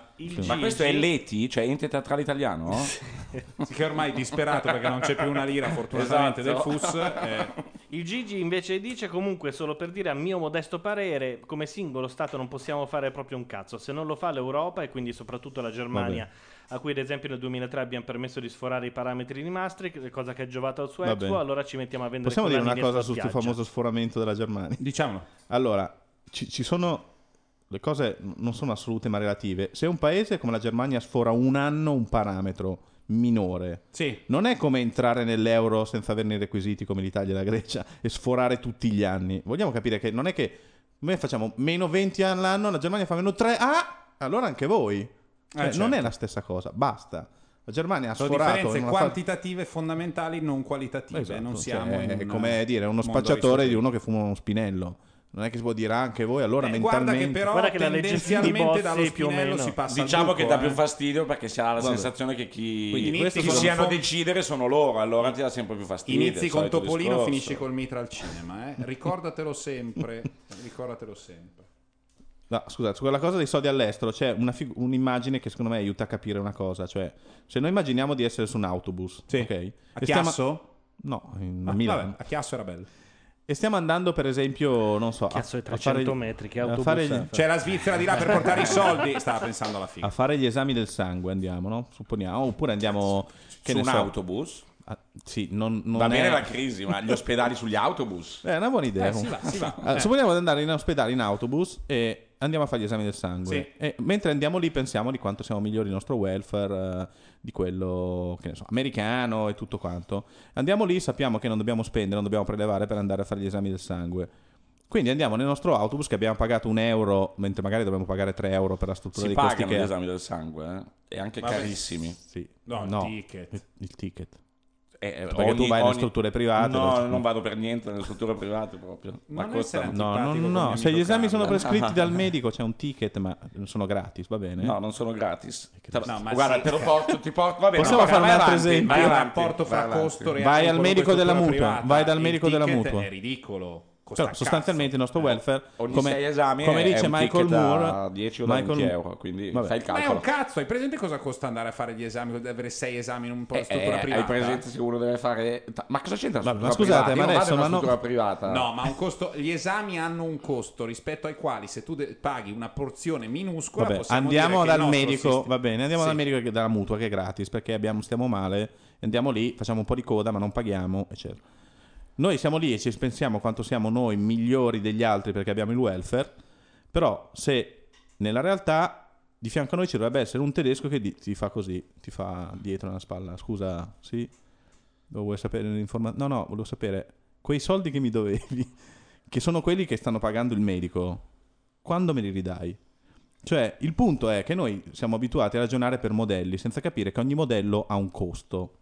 Allora, il Ma questo è l'Eti, cioè ente teatrale italiano? Che ormai è disperato perché non c'è più una lira, fortunatamente, Esatto. del F U S. eh. Il Gigi invece dice comunque solo per dire a mio modesto parere come singolo Stato non possiamo fare proprio un cazzo, se non lo fa l'Europa e quindi soprattutto la Germania a cui ad esempio nel duemilatré abbiamo permesso di sforare i parametri di Maastricht, cosa che è giovata al suo Va Expo, bene. allora ci mettiamo a vendere Possiamo dire una collane cosa dietro su questo spiaggia. famoso sforamento della Germania? Diciamolo. Allora, ci, ci sono... Le cose non sono assolute ma relative. Se un paese come la Germania sfora un anno un parametro minore, Sì. non è come entrare nell'euro senza averne i requisiti come l'Italia e la Grecia e sforare tutti gli anni. Vogliamo capire che non è che noi facciamo meno venti all'anno, la Germania fa meno tre, ah, allora anche voi. Cioè, Eh, certo. Non è la stessa cosa, basta. La Germania ha Sono sforato differenze in una fase- quantitative fondamentali, non qualitative. Esatto, non cioè, siamo in è un come dire uno mondo spacciatore di aristotelico. uno che fuma uno spinello. Non è che si può dire anche voi, allora Eh, guarda mentalmente... che però Guarda che la legge tendenzialmente di dallo Bossi più o spinello meno. si passa al Diciamo che buco, dà più eh. fastidio perché si ha la Vabbè. sensazione che chi, Quindi chi inizi chi con siano a fo- decidere sono loro, allora ti dà sempre più fastidio. Inizi il con solito Topolino, discorso. finisci col mitra al cinema, eh? Ricordatelo sempre, ricordatelo sempre. No, scusa, su quella cosa dei soldi all'estero c'è una fig- un'immagine che secondo me aiuta a capire una cosa. Cioè, se noi immaginiamo di essere su un autobus, Sì. ok? A E stiamo- Chiasso? No, in- Ah, a Milano. vabbè, a Chiasso era bello. E stiamo andando, per esempio, non so, a, Cazzo, è a trecento fare, metri, che a autobus fare è? gli, C'è la Svizzera di là per portare i soldi. Stava pensando alla a figa. fare gli esami del sangue, andiamo, no? Supponiamo, oppure andiamo che Su ne un so, autobus? a- sì, non, non Va è... bene la crisi, ma gli ospedali sugli autobus? È una buona idea. Eh, si comunque. va, si va. Ah, Eh. Supponiamo di andare in ospedale in autobus e andiamo a fare gli esami del sangue. Sì. E mentre andiamo lì pensiamo di quanto siamo migliori il nostro welfare, eh, di quello che ne so, americano e tutto quanto. Andiamo lì, sappiamo che non dobbiamo spendere, non dobbiamo prelevare per andare a fare gli esami del sangue. Quindi andiamo nel nostro autobus che abbiamo pagato un euro, mentre magari dobbiamo pagare tre euro per la struttura Si di questi pagano che... gli esami del sangue, eh? E anche Vabbè. carissimi. Sì. No, il ticket. Il, il ticket. Eh, Perché tu vai nelle strutture private, No, non- non vado per niente nelle strutture private proprio. Ma Non costano. essere No, no, Antipatico no, con mio se gli amico esami sono Carlo. prescritti dal medico c'è un ticket, ma sono gratis, va bene? No, non sono gratis. Te lo- No, ma guarda, sì. te lo porto, ti porto. Va bene, Possiamo no, fare vai un altro avanti, esempio? vai Ma il avanti, rapporto fra vai avanti. costo reale Vai e al quello medico per della struttura mutua, privata, vai dal il medico della ticket mutua. È ridicolo. Costa Cioè, cazzo. sostanzialmente il nostro welfare, Ogni come, sei esami come è dice un Michael ticket da Moore, dieci o da Michael- venti euro, quindi Vabbè. fai il Ma è calcolo. un cazzo, hai presente cosa costa andare a fare gli esami, avere sei esami in un po' di Eh, struttura eh, privata? hai presente se uno deve fare... Ma cosa c'entra la Vabbè, struttura ma scusate, privata? ma Io non adesso vado in una ma no- struttura privata. No, ma un costo, gli esami hanno un costo rispetto ai quali se tu de- paghi una porzione minuscola Vabbè, possiamo andiamo dire che il dal nostro medico, sistema- va bene, andiamo Sì. dal medico che- dalla mutua che è gratis perché abbiamo, stiamo male, andiamo lì, facciamo un po' di coda ma non paghiamo, eccetera. Noi siamo lì e ci pensiamo quanto siamo noi migliori degli altri perché abbiamo il welfare, però se nella realtà di fianco a noi ci dovrebbe essere un tedesco che di- ti fa così, ti fa dietro nella spalla, scusa, sì, lo vuoi sapere l'informazione? No, no, volevo sapere, quei soldi che mi dovevi, che sono quelli che stanno pagando il medico, quando me li ridai? Cioè, il punto è che noi siamo abituati a ragionare per modelli senza capire che ogni modello ha un costo.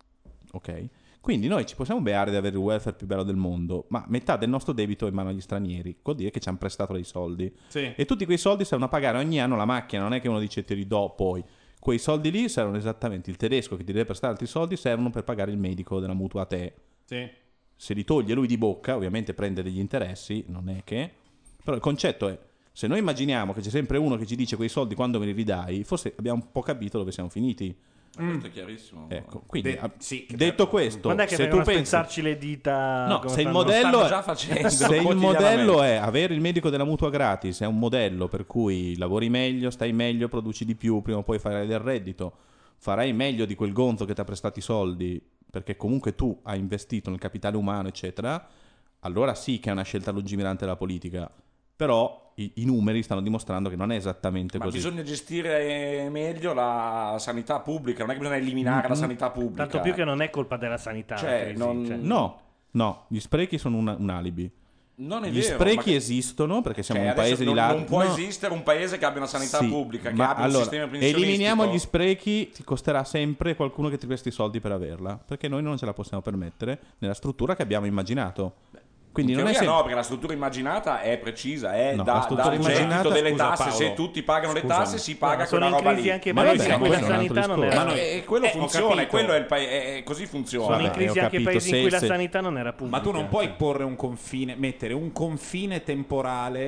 Ok? Quindi noi ci possiamo beare di avere il welfare più bello del mondo, ma metà del nostro debito è in mano agli stranieri, vuol dire che ci hanno prestato dei soldi. Sì. E tutti quei soldi servono a pagare ogni anno la macchina, non è che uno dice ti ridò poi. Quei soldi lì servono esattamente, il tedesco che ti deve prestare altri soldi servono per pagare il medico della mutua a te. Sì. Se li toglie lui di bocca, ovviamente prende degli interessi, non è che... Però il concetto è, se noi immaginiamo che c'è sempre uno che ci dice quei soldi quando me li ridai, forse abbiamo un po' capito dove siamo finiti. Questo è chiarissimo. Ecco, quindi De- ah, sì, che detto questo, Quando è che se tu vengono a pensi... spezzarci le dita? No, come se il fanno? modello stanno è, già facendo se il quotidianamente. modello è avere il medico della mutua gratis, è un modello per cui lavori meglio, stai meglio, produci di più, prima o poi farai del reddito, farai meglio di quel gonzo che ti ha prestato i soldi, perché comunque tu hai investito nel capitale umano, eccetera, allora sì che è una scelta lungimirante della politica. Però i, i numeri stanno dimostrando che non è esattamente Ma così. bisogna gestire meglio la sanità pubblica, non è che bisogna eliminare la sanità pubblica. Tanto più che non è colpa della sanità. Cioè, la crisi, non- cioè. No, no, gli sprechi sono un, un alibi. Non è Gli vero, sprechi ma- esistono perché siamo Cioè, un adesso paese di non, là. non può no. esistere un paese che abbia una sanità Sì, pubblica, che ma abbia allora, un sistema pensionistico. eliminiamo gli sprechi, ti costerà sempre qualcuno che ti presti i soldi per averla, perché noi non ce la possiamo permettere nella struttura che abbiamo immaginato. Quindi In non è teoria sem- no, perché la struttura immaginata è precisa, è No, da, la struttura dal gettito immaginata- delle scusa, tasse, Paolo, se tutti pagano le scusami. tasse si paga Ma sono quella in roba crisi lì. anche i Ma paesi vabbè, in cui ma la questo è un altro sanità non discorso. era. E e quello Eh, ho funziona, e capito. quello è il paese, e così funziona. Sono in Vabbè, crisi ho anche i capito, paesi in se- cui la se- sanità non era pubblica. Ma tu non puoi cioè. porre un confine, mettere un confine temporale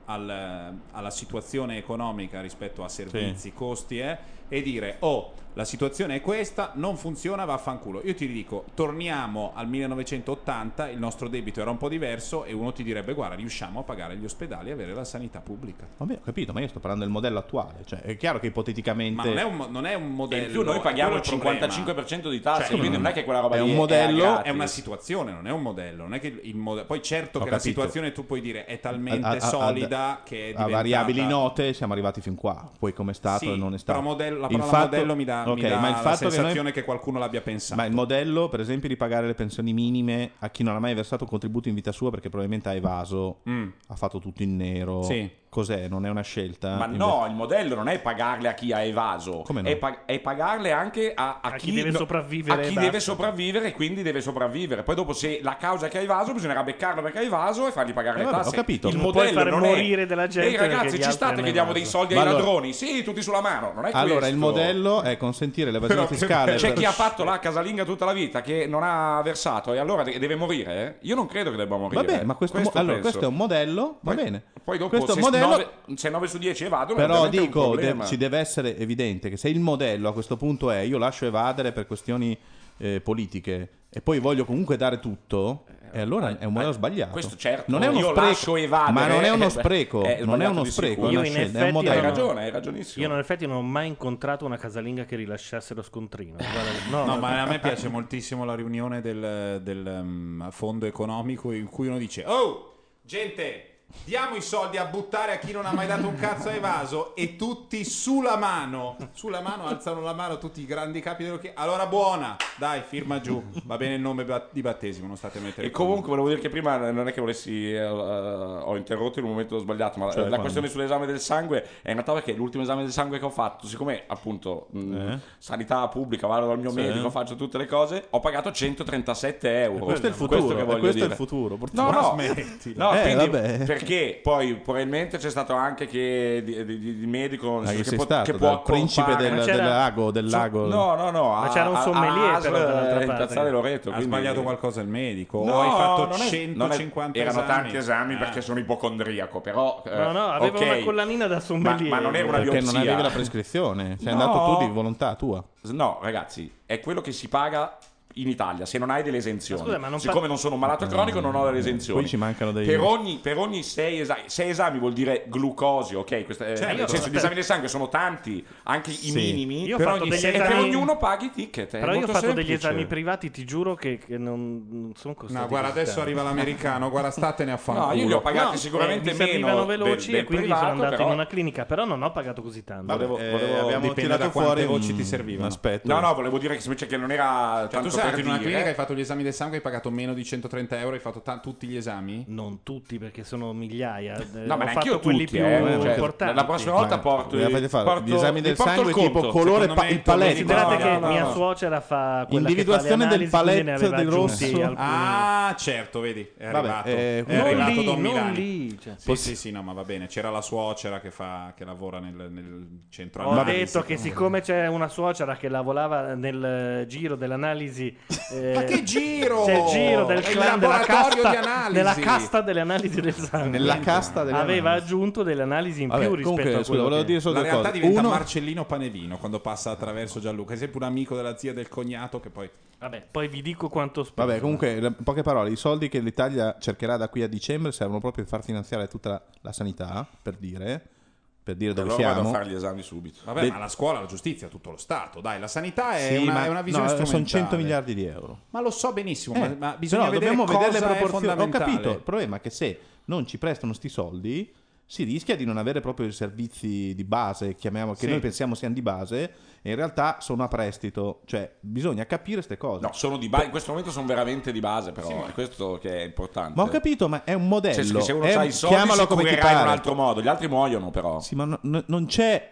al- alla situazione economica rispetto a servizi, costi eh, e dire oh la situazione è questa, non funziona, vaffanculo. Io ti dico, torniamo al millenovecentottanta, il nostro debito era un po' diverso e uno ti direbbe guarda, riusciamo a pagare gli ospedali e avere la sanità pubblica. Vabbè, ho capito, ma io sto parlando del modello attuale. Cioè, è chiaro che ipoteticamente... Ma non è un, mo- non è un E modello. in più noi è paghiamo quello il problema. cinquantacinque per cento di tasse, Cioè, quindi non è che quella roba è lì un modello- gratis. è una situazione, non è un modello. Non è che il mode- Poi certo Ho che la capito. situazione tu puoi dire è talmente A- a- a- solida che è a diventata... variabili note siamo arrivati fin qua. Poi come è stato Sì, e non è stato. però modello- la Il parola fatto- modello mi dà, mi Ok, dà ma il la fatto che noi- sensazione che qualcuno l'abbia pensato. Ma il modello, per esempio, di pagare le pensioni minime a chi non ha mai versato un contributo in vita sua perché probabilmente ha evaso, Mm. ha fatto tutto in nero. Sì. Cos'è? Non è una scelta? Ma Inve- no, il modello non è pagarle a chi ha evaso, Come no? è, pa- è pagarle anche a, a A chi deve no- sopravvivere A e chi basta. deve sopravvivere e quindi deve sopravvivere. Poi dopo se la causa che ha evaso bisognerà beccarlo perché ha evaso e fargli pagare Eh, le vabbè, tasse. ho capito. Il Non modello puoi fare non morire è... della gente Ehi ragazzi, perché gli ci altri state hanno che diamo dei evaso. soldi Ma ai allora- ladroni? Sì, tutti sulla mano. Non è Allora, questo. il modello è consentire l'evasione Però fiscale. c'è per- chi ha fatto la casalinga tutta la vita che non ha versato e allora de- deve morire? Io non credo che debba morire. Va bene, ma questo, mo- allora, penso. questo è un modello, va Poi- bene. Poi dopo questo è se un modello, nove, se nove su dieci evadono, però ovviamente è un dico, de- problema. ci deve essere evidente che se il modello a questo punto è io lascio evadere per questioni eh, politiche e poi voglio comunque dare tutto, e allora è un modello eh, sbagliato. questo certo, non è uno io spreco, lascio evadere, ma non è uno eh, spreco, è non è sbagliato uno di spreco, è sicuro. Io una in scelta, è un effetti modello. Hai no. ragione, hai ragionissimo. Io in effetti non ho mai incontrato una casalinga che rilasciasse lo scontrino. Guarda, no, No, no, ma a me piace moltissimo la riunione del, del, um, fondo economico in cui uno dice oh, gente, diamo i soldi a buttare a chi non ha mai dato un cazzo a evaso e tutti sulla mano, sulla mano, alzano la mano tutti i grandi capi dello che allora buona, dai, firma giù, va bene il nome ba- di battesimo, non state a mettere E il comunque volevo dire che prima non è che volessi eh, ho interrotto in un momento sbagliato, ma Cioè, la quando? questione sull'esame del sangue è nata perché l'ultimo esame del sangue che ho fatto, siccome appunto mh, Eh? sanità pubblica, vado dal mio Sì. medico, faccio tutte le cose, ho pagato centotrentasette euro. Questo è il Questo futuro, che e voglio questo è dire. il futuro. No, purtroppo. no, smetti. no, Eh, quindi- vabbè. perché poi probabilmente c'è stato anche che di, di- di- di medico nel Ah, senso che che sei può, stato che può dal principe accorpare- del, Ma c'era- del lago, del So- lago. no, no, no, Ma a- c'era un a- sommelier a- però dall'altra in parte. Piazzale Loreto. Ha quindi- sbagliato qualcosa il medico No, o hai fatto non è- non è- centocinquanta erano esami? tanti esami Ah. perché sono ipocondriaco, però eh, No, no, aveva ok. una collanina da sommelier. Ma, ma non era una Perché biopsia. non avevi la prescrizione, sei No. andato tu di volontà tua. No, ragazzi, è quello che si paga in Italia se non hai delle esenzioni. Ma scusa, ma non Siccome pa- non sono un malato cronico, non ho delle esenzioni. Poi ci mancano dei... Per ogni, per ogni sei, esami, sei esami vuol dire glucosio, ok? Questa, eh, Certo. nel senso, gli esami del sangue sono tanti, anche i Sì. minimi. Io ho Per fatto ogni degli sei- E per esami. ognuno paghi i ticket. è Però io ho molto fatto degli semplice. esami privati, ti giuro che, che non, non sono costati. No, guarda, così adesso tanto. arriva l'americano, guarda, statene a fanculo. No, io li ho pagati No, sicuramente eh, mi meno servivano del- veloci del e quindi privato, sono andato però- in una clinica, però non ho pagato così tanto. Volevo- Eh, volevo- abbiamo dipende tirato da quante fuori voci un- ti servivano. Aspetta. No, no, volevo dire che invece che non era Cioè, tanto tu sei per andato in una dire- clinica, hai fatto gli esami del sangue, hai pagato meno di centotrenta euro, hai fatto ta- tutti gli esami? Non tutti, perché sono migliaia. Eh, No, ma ho neanche fatto io quelli tutti, più eh, cioè, importanti. la prossima volta Ma porto, mi fate fare porto gli esami del vi porto sangue il tipo conto. colore Secondo pa- me il il tuo paletto. medico- Considerate No, che no, mia no. suocera fa quella che fa le Individuazione del analisi, quindi ne paletto aveva del aggiunti rosso. alcuni. Ah, certo, vedi, è Vabbè, arrivato. eh, è non arrivato lì, Don non Milani. lì. Cioè. Sì, sì, sì, no, ma va bene. C'era la suocera che, fa, che lavora nel, nel centro Ho analisi. detto che siccome c'è una suocera che lavorava nel eh, giro dell'analisi, eh, Ma che giro? c'è il giro del È il clan della laboratorio casta, di analisi. della casta delle analisi del sangue. Nella casta delle aveva analisi. aggiunto delle analisi in Vabbè, più rispetto comunque, a scusa, quello volevo che... dire solo La due realtà cose. diventa Uno, Marcellino Panevino quando passa attraverso Gianluca. È sempre un amico della zia del cognato che poi... Vabbè, poi vi dico quanto spendo. vabbè, comunque, in poche parole, i soldi che l'Italia cercherà da qui a dicembre servono proprio per far finanziare tutta la, la sanità, per dire, per dire dove Allora vado a siamo. fare gli esami subito. Vabbè, De- ma la scuola, la giustizia, tutto lo Stato. Dai, la sanità è, Sì, una, ma- è una visione no, strumentale. sono cento miliardi di euro. Ma lo so benissimo, Eh, ma, ma bisogna no, vedere dobbiamo cosa vedere le è proporzioni. Ho fondamentale. capito. Il problema è che se non ci prestano sti soldi, si rischia di non avere proprio i servizi di base, chiamiamo, che Sì. noi pensiamo siano di base, e in realtà sono a prestito. Cioè, bisogna capire queste cose. No, sono di base. In questo momento sono veramente di base, però è questo che è importante. Ma ho capito, ma è un modello. Cioè, se se uno è ha un- i soldi chiamalo si come ti curerà in un pare. altro modo. Gli altri muoiono, però. Sì, ma no- no- non c'è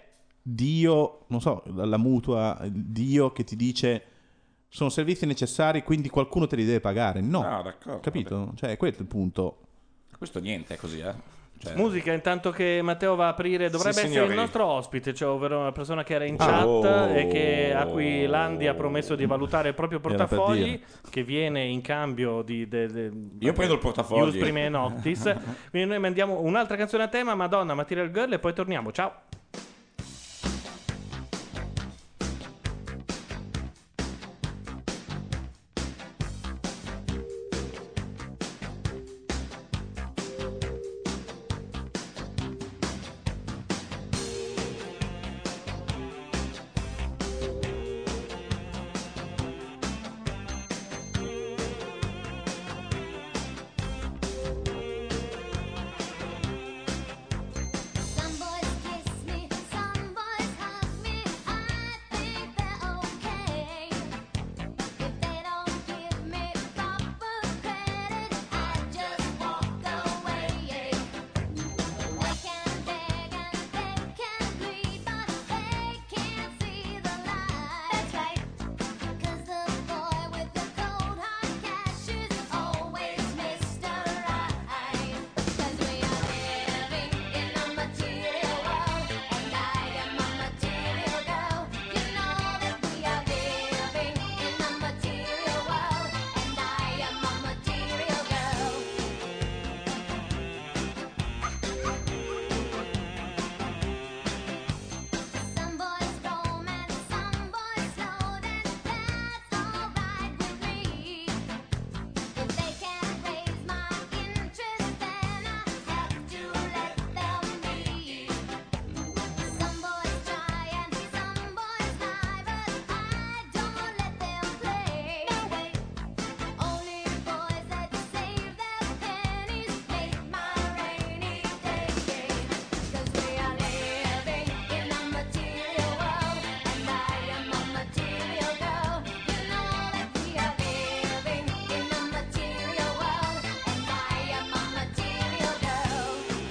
Dio, non so, la mutua, Dio che ti dice sono servizi necessari, quindi qualcuno te li deve pagare. No, Ah, d'accordo, capito? Cioè, è questo il punto. Questo niente, è così, eh. Cioè... Musica, intanto che Matteo va a aprire, dovrebbe Sì, essere signori. il nostro ospite, cioè ovvero una persona che era in Ah. chat Oh. e che, a cui Landi ha promesso di valutare il proprio Era per portafogli, dire. che viene in cambio di... de- de- Io prendo il portafogli. Ius Prime Noctis. Quindi noi mandiamo un'altra canzone a tema, Madonna, Material Girl, e poi torniamo. Ciao. Some boys kiss me, some boys hug me. I think they're okay. If they don't give me proper credit, I just walk away. They can beg and they can plead, but they can't see the light. That's right. 'Cause the boy with the cold hard cash is always Mister Right. 'Cause we are living in a material world, and I am a material girl. You know that we are living in a material world, and I am a material girl. Some boys romance, some boys slow dance. That's alright with me. If they can't raise my interest, then I have to let them be. Some boys try and some boys lie, but I don't let them play. No way. Only boys that save their pennies make my rainy day. 'Cause we are living in a material world, and I am a material girl. You know that we are living in a material world, and I am a material girl.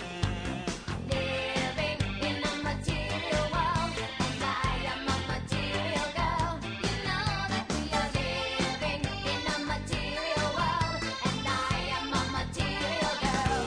Living in a material world, and I am a material girl. You know that we are living in a material world, and I am a material girl.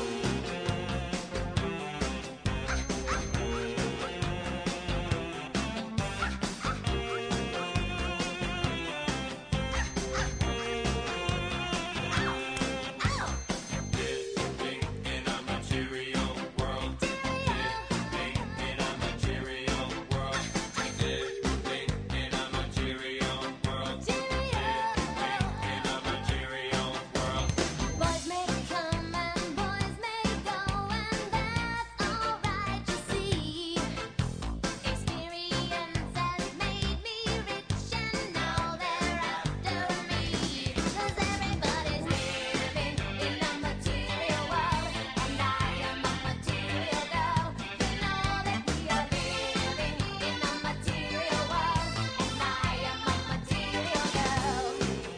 Boys may come and boys may go, and that's alright, you see. Experience has made me rich, and now they're after me. 'Cause everybody's living in a material world, and I am a material girl. You know that we are living in a material world, and I am a material girl.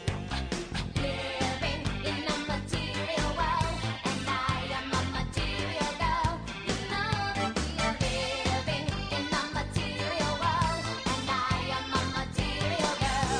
Living in a material world, and I am a material girl. You know that we are living in a material world, and I am a material girl.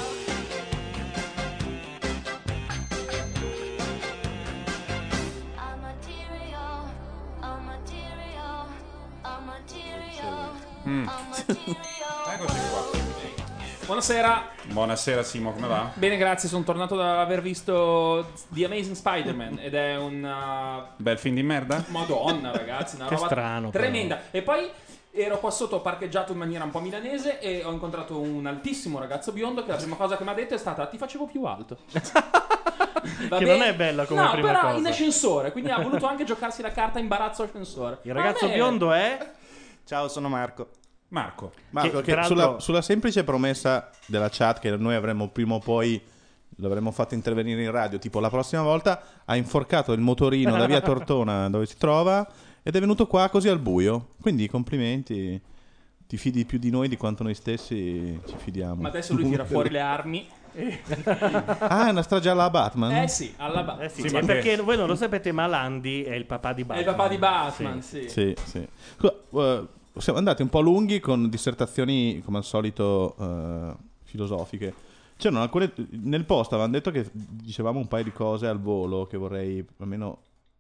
A material, a material, a material, a material. Eccoci qua. Buonasera, Buonasera Simo, come va? bene grazie, sono tornato da aver visto The Amazing Spider-Man ed è una Bel film di merda? madonna ragazzi, una Che roba strano, però. tremenda. E poi ero qua sotto parcheggiato in maniera un po' milanese e ho incontrato un altissimo ragazzo biondo che la prima cosa che mi ha detto è stata ti facevo più alto. Va Che bene? non è bella come no, prima però cosa. in ascensore, quindi ha voluto anche giocarsi la carta imbarazzo ascensore. Il ragazzo A me- biondo è... Ciao, sono Marco. Marco. Marco, Che, che peraltro- sulla, sulla semplice promessa della chat che noi avremmo prima o poi l'avremmo fatto intervenire in radio, tipo la prossima volta, ha inforcato il motorino da via Tortona dove si trova ed è venuto qua così al buio. Quindi complimenti, ti fidi più di noi di quanto noi stessi ci fidiamo. Ma adesso lui tira fuori le armi. e- Ah, è una strage alla Batman? Eh sì, alla ba- Eh sì, Sì, sì, ma perché che- voi non lo sapete, ma Landi è il papà di È Batman. il papà di Batman, sì. Sì, sì. Scusa, eh, siamo andati un po' lunghi con dissertazioni, come al solito, eh, filosofiche. C'erano alcune... Nel post avevano detto che dicevamo un paio di cose al volo che vorrei almeno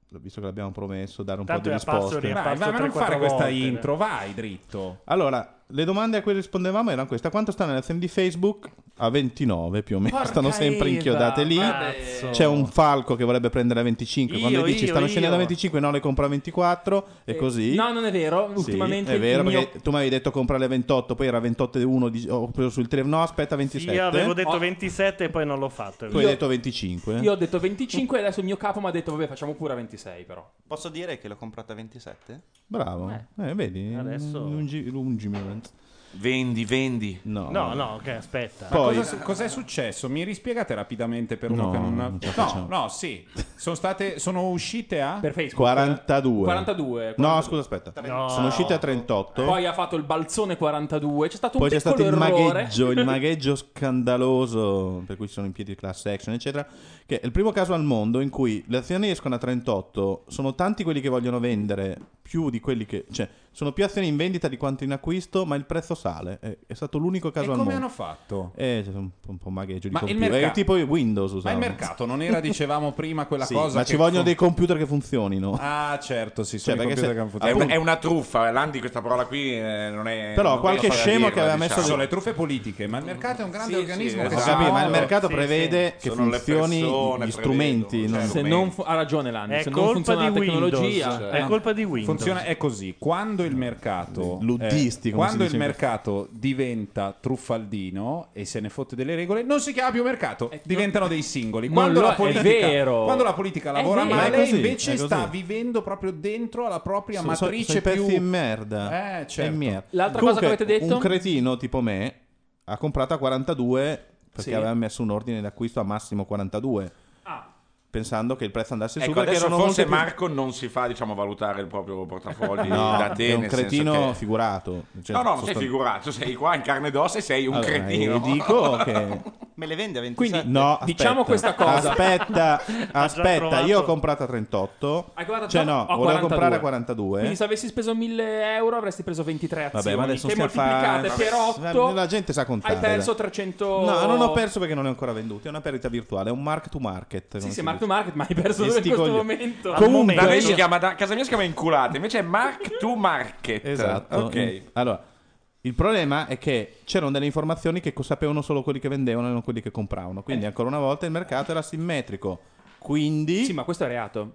visto che l'abbiamo promesso, dare un Tanto po' è di a passo, risposte. riappasso Vai, vai, ma tre, non fare quattro questa volte. intro, vai dritto. Allora, le domande a cui rispondevamo erano queste: quanto stanno le aziende di Facebook? A ventinove più o meno, Porca stanno sempre Eva, inchiodate lì. cazzo. C'è un falco che vorrebbe prendere a venticinque. Quando Io, gli dici io, stanno io. scendendo a venticinque, no, le compro a ventiquattro. E Eh, così. No, non è vero. Sì, Ultimamente è vero, il mio- perché tu mi avevi detto comprare le ventotto, poi era ventotto e uno, di- ho preso sul telefono. No, aspetta, ventisette. Io avevo detto Oh. ventisette e poi non l'ho fatto. è Tu hai vero. detto venticinque. Io ho detto venticinque e adesso il mio capo mi ha detto vabbè facciamo pure a ventisei però. Posso dire che l'ho comprato a ventisette? Bravo. Eh, vedi? Adesso- Lungi- lungimiranza. Vendi, vendi. No, No, no, ok, aspetta. Ma Poi- cosa, cos'è successo? Mi rispiegate rapidamente per uno No, che non... non ce la No, facciamo. no, sì. Sono state... Sono uscite a... Per Facebook. quarantadue. quarantadue. No, quarantadue. scusa, aspetta. No. Sono usciti a trentotto. Poi ha fatto il balzone quarantadue. C'è stato un Poi c'è piccolo stato il errore. magheggio, il magheggio scandaloso per cui ci sono in piedi class action, eccetera. Che è il primo caso al mondo in cui le azioni escono a trentotto, sono tanti quelli che vogliono vendere, più di quelli che. Cioè, sono più azioni in vendita di quanto in acquisto, ma il prezzo sale. È, è stato l'unico E caso al come mondo. hanno fatto? Eh, c'è un, po'- un po' magheggio di Ma il computer. mercato- È tipo i Windows Ma usavano. il mercato non era, dicevamo prima, quella Sì, cosa ma che ci vogliono fu- dei computer che funzionino. Ah, certo, sì, Cioè, sono i perché computer se- che hanno È, funzionato. un- Appunto. è una truffa, Landi questa parola qui eh, non è... Però non qualche riesco a scemo dirla, che aveva messo diciamo. Sono le truffe politiche, ma il mercato è un grande Sì, organismo sì, che Ho esatto. capito, ma il mercato Sì, prevede che Sono le funzioni persone, gli strumenti. prevedono, non- cioè, Se non fu- ha ragione Landi, È se non colpa funziona di la tecnologia. Windows. eh, È colpa di Windows. Funziona, è così, quando il mercato Luddisti, eh, come si quando il dice in mercato diventa truffaldino e se ne fotte delle regole, non si chiama più mercato, diventano dei singoli. non Quando lo- la è politica, vero. quando la politica È lavora vero. male, Ma è così, invece è così. sta vivendo proprio dentro alla propria So- so- matrice sono più pezzi in merda. Eh, certo. È merda. L'altra Comunque, cosa che avete detto? un cretino tipo me ha comprato a quarantadue perché Sì. aveva messo un ordine d'acquisto a massimo quarantadue. Ah. Pensando che il prezzo andasse su Ecco, perché adesso erano forse molte più- Marco non si fa, diciamo, valutare il proprio portafoglio No, da te, è un nel senso cretino che- figurato. Cioè, No, no, non sono sei sta- figurato, sei qua in carne ed ossa e sei un Allora, cretino. e dico che Me le vende a ventisette? Quindi no, aspetta. diciamo questa cosa. Aspetta, già aspetta, provato. io ho comprato a trentotto. Hai guardato Cioè già? no, A volevo quarantadue. comprare a quarantadue. Quindi se avessi speso mille euro avresti preso ventitré azioni. Vabbè, ma adesso che stiamo moltiplicate fare- per Vabbè, otto la gente sa contare, hai perso dai. trecento. No, non ho perso perché non è ancora venduto, è una perdita virtuale, è un mark to market. Sì, come sì, si mark to dice. market, ma hai perso E in sti questo coglioni. momento. Comunque, Da me si io- chiama, da casa mia si chiama inculate, invece è Mark to Market. Esatto. Ok. Allora, il problema è che c'erano delle informazioni che sapevano solo quelli che vendevano e non quelli che compravano. Quindi, ancora una volta, il mercato era simmetrico. Quindi, Sì, ma questo è reato.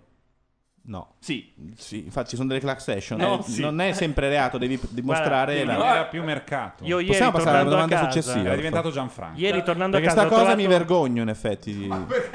no. Sì. Sì, infatti ci sono delle class action. No, Eh, sì. Non è sempre reato, devi dimostrare. Guarda, la- Non era più mercato. Io ieri Possiamo passare alla tornando a domanda casa, successiva? Era diventato Gianfranco. Ieri tornando Perché a casa sta ho cosa trovato- mi vergogno in effetti.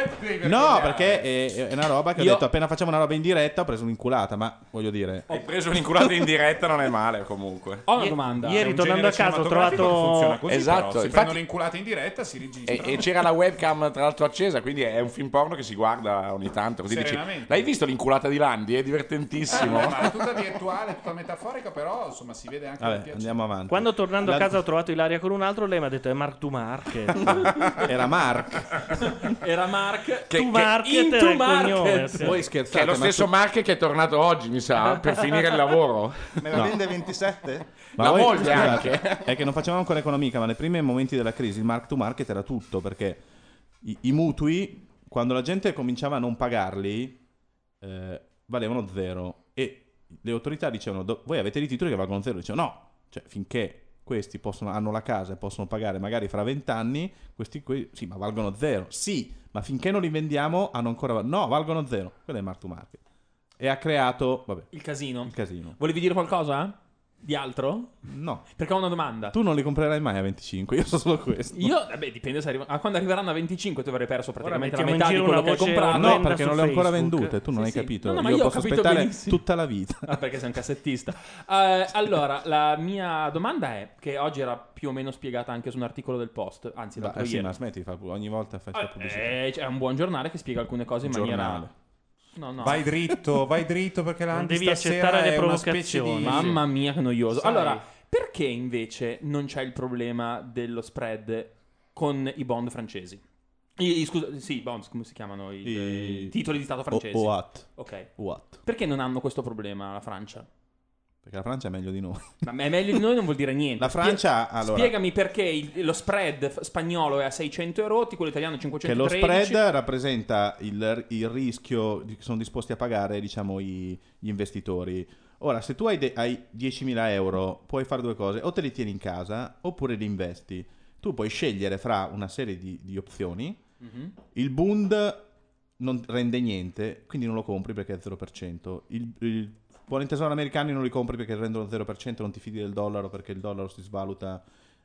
No, perché è, è una roba che Io- ho detto appena facciamo una roba in diretta ho preso un'inculata, ma voglio dire. Hai preso un'inculata in diretta, non è male comunque. Ho una Ie- domanda. ieri È un tornando a genere casa ho cinematografico che trovato funziona così, Esatto, però. Se infatti- prendono inculate in diretta si registra. E, e c'era la webcam tra l'altro accesa, quindi è un film porno che si guarda ogni tanto. Così dici, Serenamente. l'hai visto l'inculata di Landi? È divertentissimo. Eh, ma è tutta virtuale, tutta metaforica, però insomma si vede anche il Vabbè, piacere. andiamo avanti. Quando tornando a La- casa ho trovato Ilaria con un altro, lei mi ha detto è Mark to Market. Era Mark. Era Mark. Che- To che- Market into era il market. cognome, sì. Voi Che è scherzate, lo ma stesso su- Mark che è tornato oggi, mi sa, per finire il lavoro. Me la vende a ventisette? ma la voi- moglie scusate, anche. È che non facevamo ancora economica, ma nei primi momenti della crisi il mark to market era tutto, perché i, i mutui, quando la gente cominciava a non pagarli, eh, valevano zero. E le autorità dicevano, "Do- voi avete dei titoli che valgono zero. Dicevano, no, cioè finché questi possono, hanno la casa e possono pagare magari fra vent'anni, questi qui, sì, ma valgono zero. Sì, ma finché non li vendiamo hanno ancora... val- No, valgono zero. Quello è il mark to market. E ha creato, vabbè, Il casino. il casino. Volevi dire qualcosa? Di altro? No, Perché ho una domanda. tu non li comprerai mai a venticinque, io so solo questo. Io, vabbè, dipende se arriva- ah, quando arriveranno a venticinque tu avrai perso praticamente la mettiamo in metà di giro quello una che hai voce comprato. orrenda No, perché su non le ho ancora Facebook. vendute, tu non Sì, hai sì. capito. No, no, ma io io ho posso capito aspettare benissimo. tutta la vita. Ah, perché sei un cassettista. Eh, allora, la mia domanda è, che oggi era più o meno spiegata anche su un articolo del Post, anzi l'altro Eh sì, ieri. ma smetti di fare ogni volta fai Ah, pubblicità. eh, c'è un buon giornale che spiega alcune cose in maniera... Giornale. No, no. Vai dritto, vai dritto perché la Non Andy devi stasera accettare le è una specie di... provocazioni. Mamma mia che noioso. Sai. Allora, perché invece non c'è il problema dello spread con i bond francesi? I, i- scusa, sì, i bonds, come si chiamano? I, I- i titoli di Stato francesi. O, o at. Ok. O at. Perché non hanno questo problema la Francia? Perché la Francia è meglio di noi. Ma è meglio di noi non vuol dire niente. La Francia, Spie- allora- Spiegami perché il- lo spread f- spagnolo è a seicento euro, quello italiano è Che cinquecentotredici. lo spread rappresenta il, il rischio che sono disposti a pagare, diciamo, i- gli investitori. Ora, se tu hai, de- hai diecimila euro, puoi fare due cose: o te li tieni in casa oppure li investi. Tu puoi scegliere fra una serie di, di opzioni. Mhm. Il Bund non rende niente, quindi non lo compri perché è zero per cento. Il, il buoni tesoro americani non li compri perché rendono zero per cento, non ti fidi del dollaro perché il dollaro si svaluta.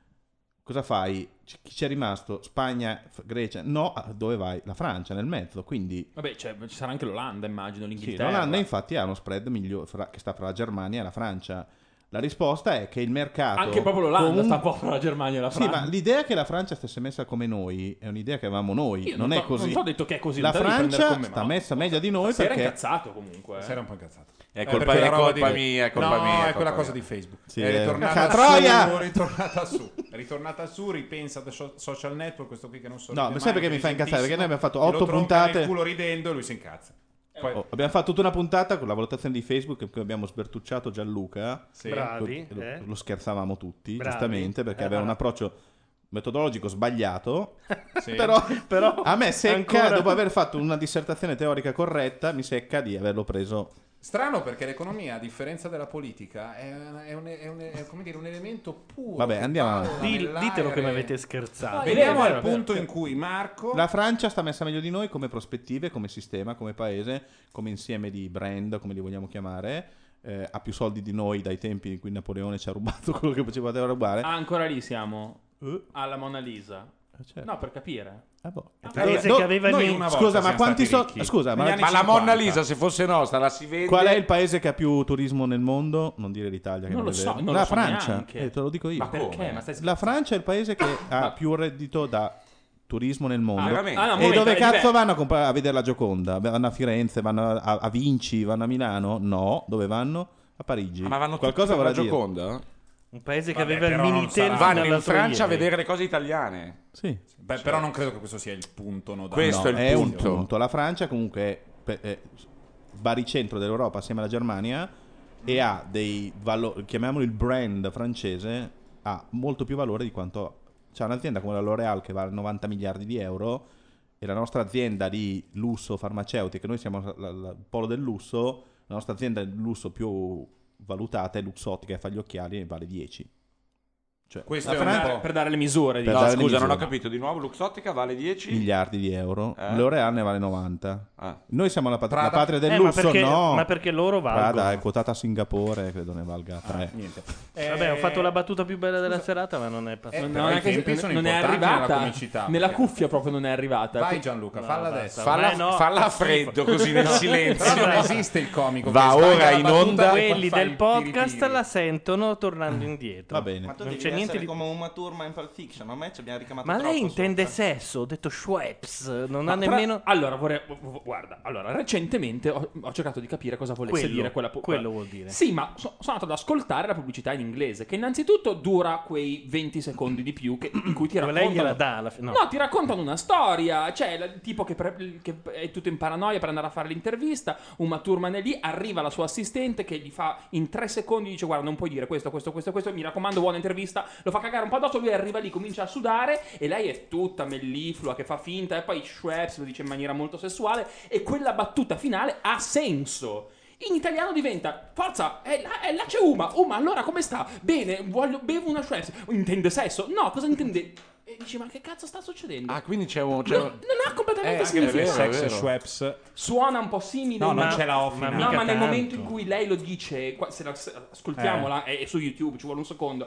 Cosa fai? C- chi c'è rimasto? Spagna, F- Grecia? No, ah, dove vai? La Francia nel mezzo, quindi Vabbè, cioè, ci sarà anche l'Olanda, immagino, sì, l'Inghilterra. l'Olanda infatti ha uno spread migliore fra- che sta fra la Germania e la Francia. La risposta è che il mercato Anche proprio l'Olanda comun- sta un po' fra la Germania e la Sì, Francia. ma l'idea che la Francia stesse messa come noi è un'idea che avevamo noi, Io non, non è t'ho- così. non t'ho detto che è così, La non te la devi prendere Francia con me, sta ma- messa meglio di noi Si era perché incazzato comunque. eh. Si era un po' incazzato. È Eh, colpa, perché è la roba colpa di- mia, è colpa no, mia. è colpa quella mia. cosa di Facebook. Sì, è è- ritornata Catroia! su, ritornata su, ritornata su, ripensa da so- social network, questo qui che non so. No, ma sai perché mi fa incazzare? Perché noi abbiamo fatto otto puntate. puntate. Il culo ridendo e lui si incazza. Poi, Oh, abbiamo fatto tutta una puntata con la valutazione di Facebook in cui abbiamo sbertucciato Gianluca. Sì. Bravi, Lo, eh? lo scherzavamo tutti, Bravi. giustamente, perché Eh, aveva un ma- approccio metodologico sbagliato. sì. Però, Però a me secca, ancora- dopo aver fatto una dissertazione teorica corretta, mi secca di averlo preso. Strano perché l'economia, a differenza della politica, è, è un, è un- è come dire, un elemento puro. Vabbè, che andiamo parla avanti. Dil- nell'aereo. ditelo che mi avete scherzato. No, è veniamo vero, al è vero. punto in cui Marco. La Francia sta messa meglio di noi come prospettive, come sistema, come paese, come insieme di brand, come li vogliamo chiamare. Eh, ha più soldi di noi dai tempi in cui Napoleone ci ha rubato quello che poteva rubare. Ah, ancora lì siamo. Eh, Alla Mona Lisa. certo. No, per capire. Ah, boh. Il paese No, che aveva noi il una Scusa, volta ma siamo quanti stati soldi? ricchi. Scusa, ma Negli anni Ma la cinquanta. Monna Lisa, se fosse nostra, la si vende. qual è il paese che ha più turismo nel mondo? Non dire l'Italia, che Non non, lo è so, vero. non la lo so Francia, neanche. eh, te lo dico io. Ma perché? come? Ma stai La Francia è il paese che ha più reddito da turismo nel mondo. veramente? Ah, no, un E momento, dove è cazzo diverso. vanno a, comprare, a vedere la Gioconda? Vanno a Firenze, vanno a, a Vinci, vanno a Milano? No, dove vanno? A Parigi. Ma vanno Qualcosa tutti per vorrà la dire. Gioconda? Un paese che Vabbè, aveva il però non Minitel sarà- fino Vanno in all'altro Francia a ieri. vedere le cose italiane. Sì. Beh, però non credo che questo sia il punto nodale. Questo No, è il un punto. punto. La Francia comunque è, pe- è baricentro dell'Europa assieme alla Germania e ha dei valori, chiamiamolo il brand francese, ha molto più valore di quanto c'è un'azienda come la L'Oréal che vale novanta miliardi di euro e la nostra azienda di lusso farmaceutica, noi siamo la- la- il polo del lusso, la nostra azienda di lusso più valutata è Luxottica e fa gli occhiali e vale dieci. Cioè, Questo la è un Francia- po'. Per dare le misure. Per dico. No, dare le scusa, non ho misure. capito. Di nuovo Luxottica vale dieci? miliardi di euro, Eh? L'Oréal ne vale novanta. Ah. Noi siamo la, pat- la Prada? patria del Eh, ma lusso, perché, no? ma perché loro valgono. Prada è quotata a Singapore, credo ne valga tre. Niente. Vabbè, ho fatto la battuta più bella della serata, ma non è passata. Eh, Non, però è i che- tempi sono non è importanti nella arrivata. comicità, Nella perché- cuffia proprio non è arrivata. Vai Gianluca, falla basta. adesso. Falla, Eh, no. falla a freddo, così nel Però silenzio. non esiste il comico. Va che sbaglia ora la in battuta onda. e poi Quelli fa del il podcast piripiri. la sentono tornando indietro. Va bene. Ma tu Non devi c'è niente essere di- come Uma Thurman in Pulp Fiction, a me ci abbiamo ricamato Ma lei troppo intende sopra. sesso, ho detto Schweppes, non Ma ha tra- nemmeno... Allora, vorrei... guarda, allora, recentemente ho, ho cercato di capire cosa volesse Quello, dire quella pu- quello vuol dire. Sì, ma so- sono andato ad ascoltare la pubblicità in inglese, che innanzitutto dura quei venti secondi di più che- in cui ti Ma raccontano... lei gliela dà alla fine. No. ti raccontano una storia. C'è il tipo che, pre- che è tutto in paranoia per andare a fare l'intervista. Uma Thurman è lì, arriva la sua assistente che gli fa in tre secondi, dice guarda non puoi dire questo, questo, questo, questo, mi raccomando buona intervista, lo fa cagare un po' addosso, lui arriva lì, comincia a sudare e lei è tutta melliflua che fa finta e poi Schweppes lo dice in maniera molto sessuale e quella battuta finale ha senso. In italiano diventa forza, è là, è là c'è Uma. Uma, allora come sta? Bene, voglio, bevo una Schweppes. Intende sesso? No, cosa intende? E dici, ma che cazzo sta succedendo? Ah, quindi c'è un... C'è No, un... non ha completamente Eh, anche perché significato. vero, è Sex e vero. Schweppes. Suona un po' simile, No, ma, non c'è la O ma finale. no, mica ma nel tanto. momento in cui lei lo dice, qua- se la, se- ascoltiamola, è, è su YouTube, ci vuole un secondo.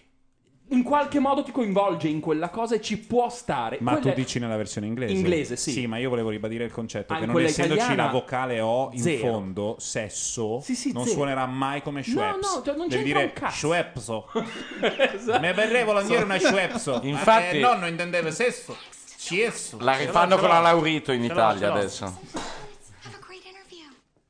In qualche modo ti coinvolge in quella cosa e ci può stare. Ma Quella tu è- dici nella versione inglese? Inglese, sì. Sì, ma io volevo ribadire il concetto Ah, che in non quella essendoci italiana, la vocale O in zero. fondo, sesso, Sì, sì, non zero. suonerà mai come Schweppes. no, cioè, non Devi c'entra dire un cazzo. Schweppso. Esatto. Me berrei volentieri una Schweppso. Infatti- Eh, no, non intendeva sesso. Ciesso. La rifanno con la Laurito in Ce l'ho, Italia ce l'ho. adesso. Have a great interview.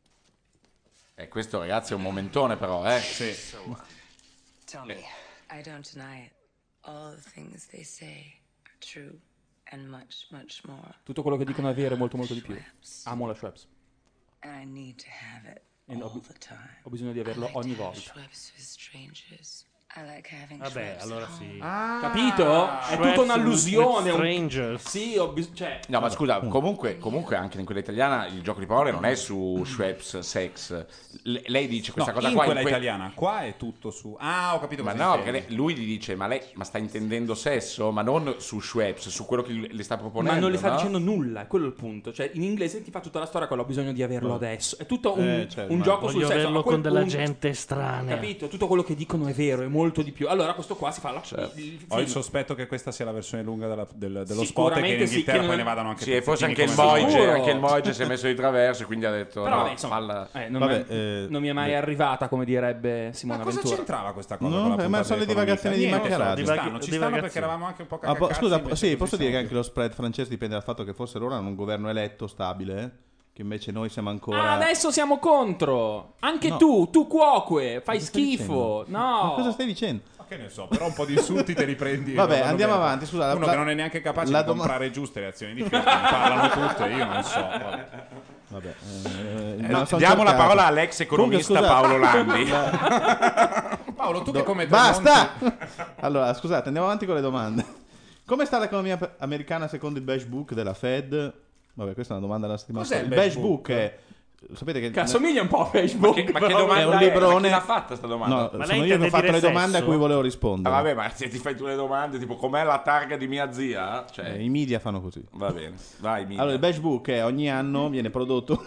E questo ragazzi è un momentone però, eh. Sì. Tell me. I don't deny it. All the things they say are true and much, much more. Tutto quello che dicono è vero e molto molto di più. Amo la Schweppes. And I need to have it E ho, all bi- the time. ho bisogno di averlo I like ogni to have volta. Schweppes with strangers. I like having Vabbè, Schweppes allora at home. sì. Ah, Capito? È Schweppes tutta un'allusione. with un- strangers. Sì, ho bis- cioè, No, ma scusa, comunque, comunque anche in quella italiana il gioco di parole non è su Schweppes Sex. L- lei dice questa no, cosa in qua quella in que- italiana, qua è tutto su. Ah, ho capito Ma cosa no, intendi. perché lei- lui gli dice, ma lei ma sta intendendo sesso? Ma non su Schweppes, su quello che le sta proponendo. ma non le sta no? dicendo nulla, è quello il punto. Cioè, in inglese ti fa tutta la storia, quello ho bisogno di averlo adesso. È tutto un, Eh, certo, un ma gioco sul Voglio sesso. averlo A quel con della punto- gente strana. Capito? Tutto quello che dicono è vero, è molto di più. Allora, questo qua si fa la. Certo. il- il Ho il film. sospetto che questa sia la versione lunga della- del- dello spot e che in Sicuramente sì, Inghilterra che poi non- ne vadano anche Sì, e forse anche pezzettini il come Moige, Sicuro. anche il Moige si è messo di traverso e quindi ha detto Però, no, vabbè, insomma, falla. eh, non, Vabbè, mi, eh, non mi è mai beh. arrivata, come direbbe Ma Simona cosa Ventura. c'entrava questa cosa? No, con la ma puntata sono le dell'economia? divagazioni di Niente, Maccherati. ci stanno, ci Divaghi- stanno perché divagazioni. eravamo anche un po' Ah, po- cacacazzi, scusa, invece sì, così posso dire che siamo anche lo spread francese dipende dal fatto che fosse loro hanno un governo eletto stabile, che invece noi siamo ancora... Ah, adesso siamo contro. Anche No. tu, tu cuoque, fai Cosa stai schifo. dicendo? No. Ma cosa stai dicendo? Ma che ne so, però un po' di insulti te li prendi. Vabbè, vanno andiamo bene. avanti, scusa, la- Uno la- che non è neanche capace la di doma- comprare giuste le azioni di Facebook, ne parlano tutte, io non so. vabbè. Vabbè, eh, Eh, me la son diamo la cercata. parola all'ex economista Comunque, scusa- Paolo Landi. Paolo, tu Do- che come Basta! Allora, scusate, andiamo avanti con le domande. Come sta l'economia pe- americana secondo il Beige Book della Fed? Vabbè, questa è una domanda della settimana Cos'è scorsa. il Il Beige Beige Book è... Sapete che... Che assomiglia un po' a Facebook. Ma che, ma che però- domanda è un è? librone- Ma chi l'ha fatta sta domanda? No, Ma sono lei io che ho intende fatto dire le domande sesso? a cui volevo Ah, rispondere. vabbè, ma se ti fai tu le domande, tipo com'è la targa di mia zia? Cioè, Eh, I media fanno così. va bene, vai, Mia. Allora, il Beige Book è ogni anno viene prodotto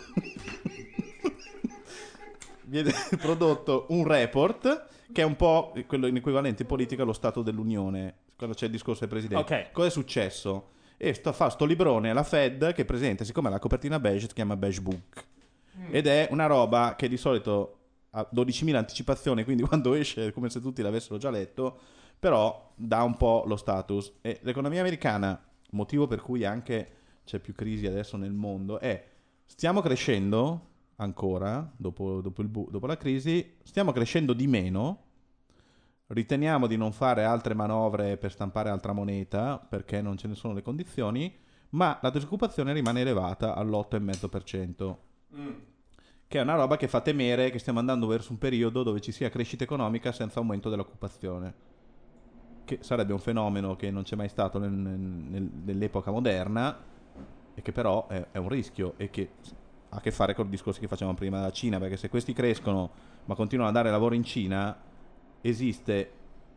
viene prodotto un report che è un po' quello in equivalente in politica allo Stato dell'Unione, quando c'è il discorso del presidente. Ok. Cosa è successo? E sto, fa sto librone alla Fed che presenta, siccome la copertina beige si chiama Beige Book. Ed è una roba che di solito ha dodicimila anticipazioni, quindi quando esce è come se tutti l'avessero già letto, però dà un po' lo status. E l'economia americana, motivo per cui anche c'è più crisi adesso nel mondo, è stiamo crescendo ancora, dopo, dopo, il bu- dopo la crisi, stiamo crescendo di meno, riteniamo di non fare altre manovre per stampare altra moneta, perché non ce ne sono le condizioni, ma la disoccupazione rimane elevata all'otto virgola cinque per cento. Che è una roba che fa temere che stiamo andando verso un periodo dove ci sia crescita economica senza aumento dell'occupazione, che sarebbe un fenomeno che non c'è mai stato nel- nel- nell'epoca moderna e che però è, è un rischio e che ha a che fare con i discorsi che facevamo prima della Cina, perché se questi crescono ma continuano a dare lavoro in Cina, esiste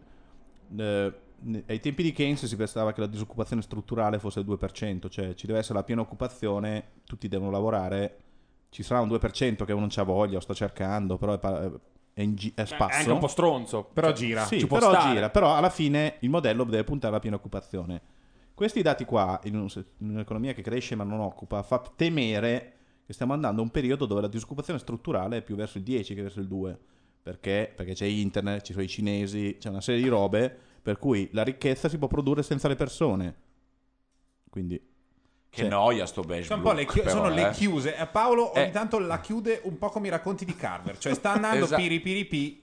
eh, ai tempi di Keynes si pensava che la disoccupazione strutturale fosse il due per cento, cioè ci deve essere la piena occupazione, tutti devono lavorare, ci sarà un due per cento che uno non c'ha voglia o sta cercando, però è, pa- è, in gi- è spasso. È anche un po' stronzo, però gira. Sì, ci può però stare. gira, però alla fine il modello deve puntare alla piena occupazione. Questi dati qua, in, un- in un'economia che cresce ma non occupa, fa temere che stiamo andando a un periodo dove la disoccupazione strutturale è più verso il dieci che verso il due. Perché? Perché c'è internet, ci sono i cinesi, c'è una serie di robe per cui la ricchezza si può produrre senza le persone. Quindi... Che cioè- noia sto beige Sono, un po' le chi- però, sono le eh. chiuse. E Paolo ogni Eh. tanto la chiude un po' come i racconti di Carver. Cioè sta andando Esatto. piri piri pi.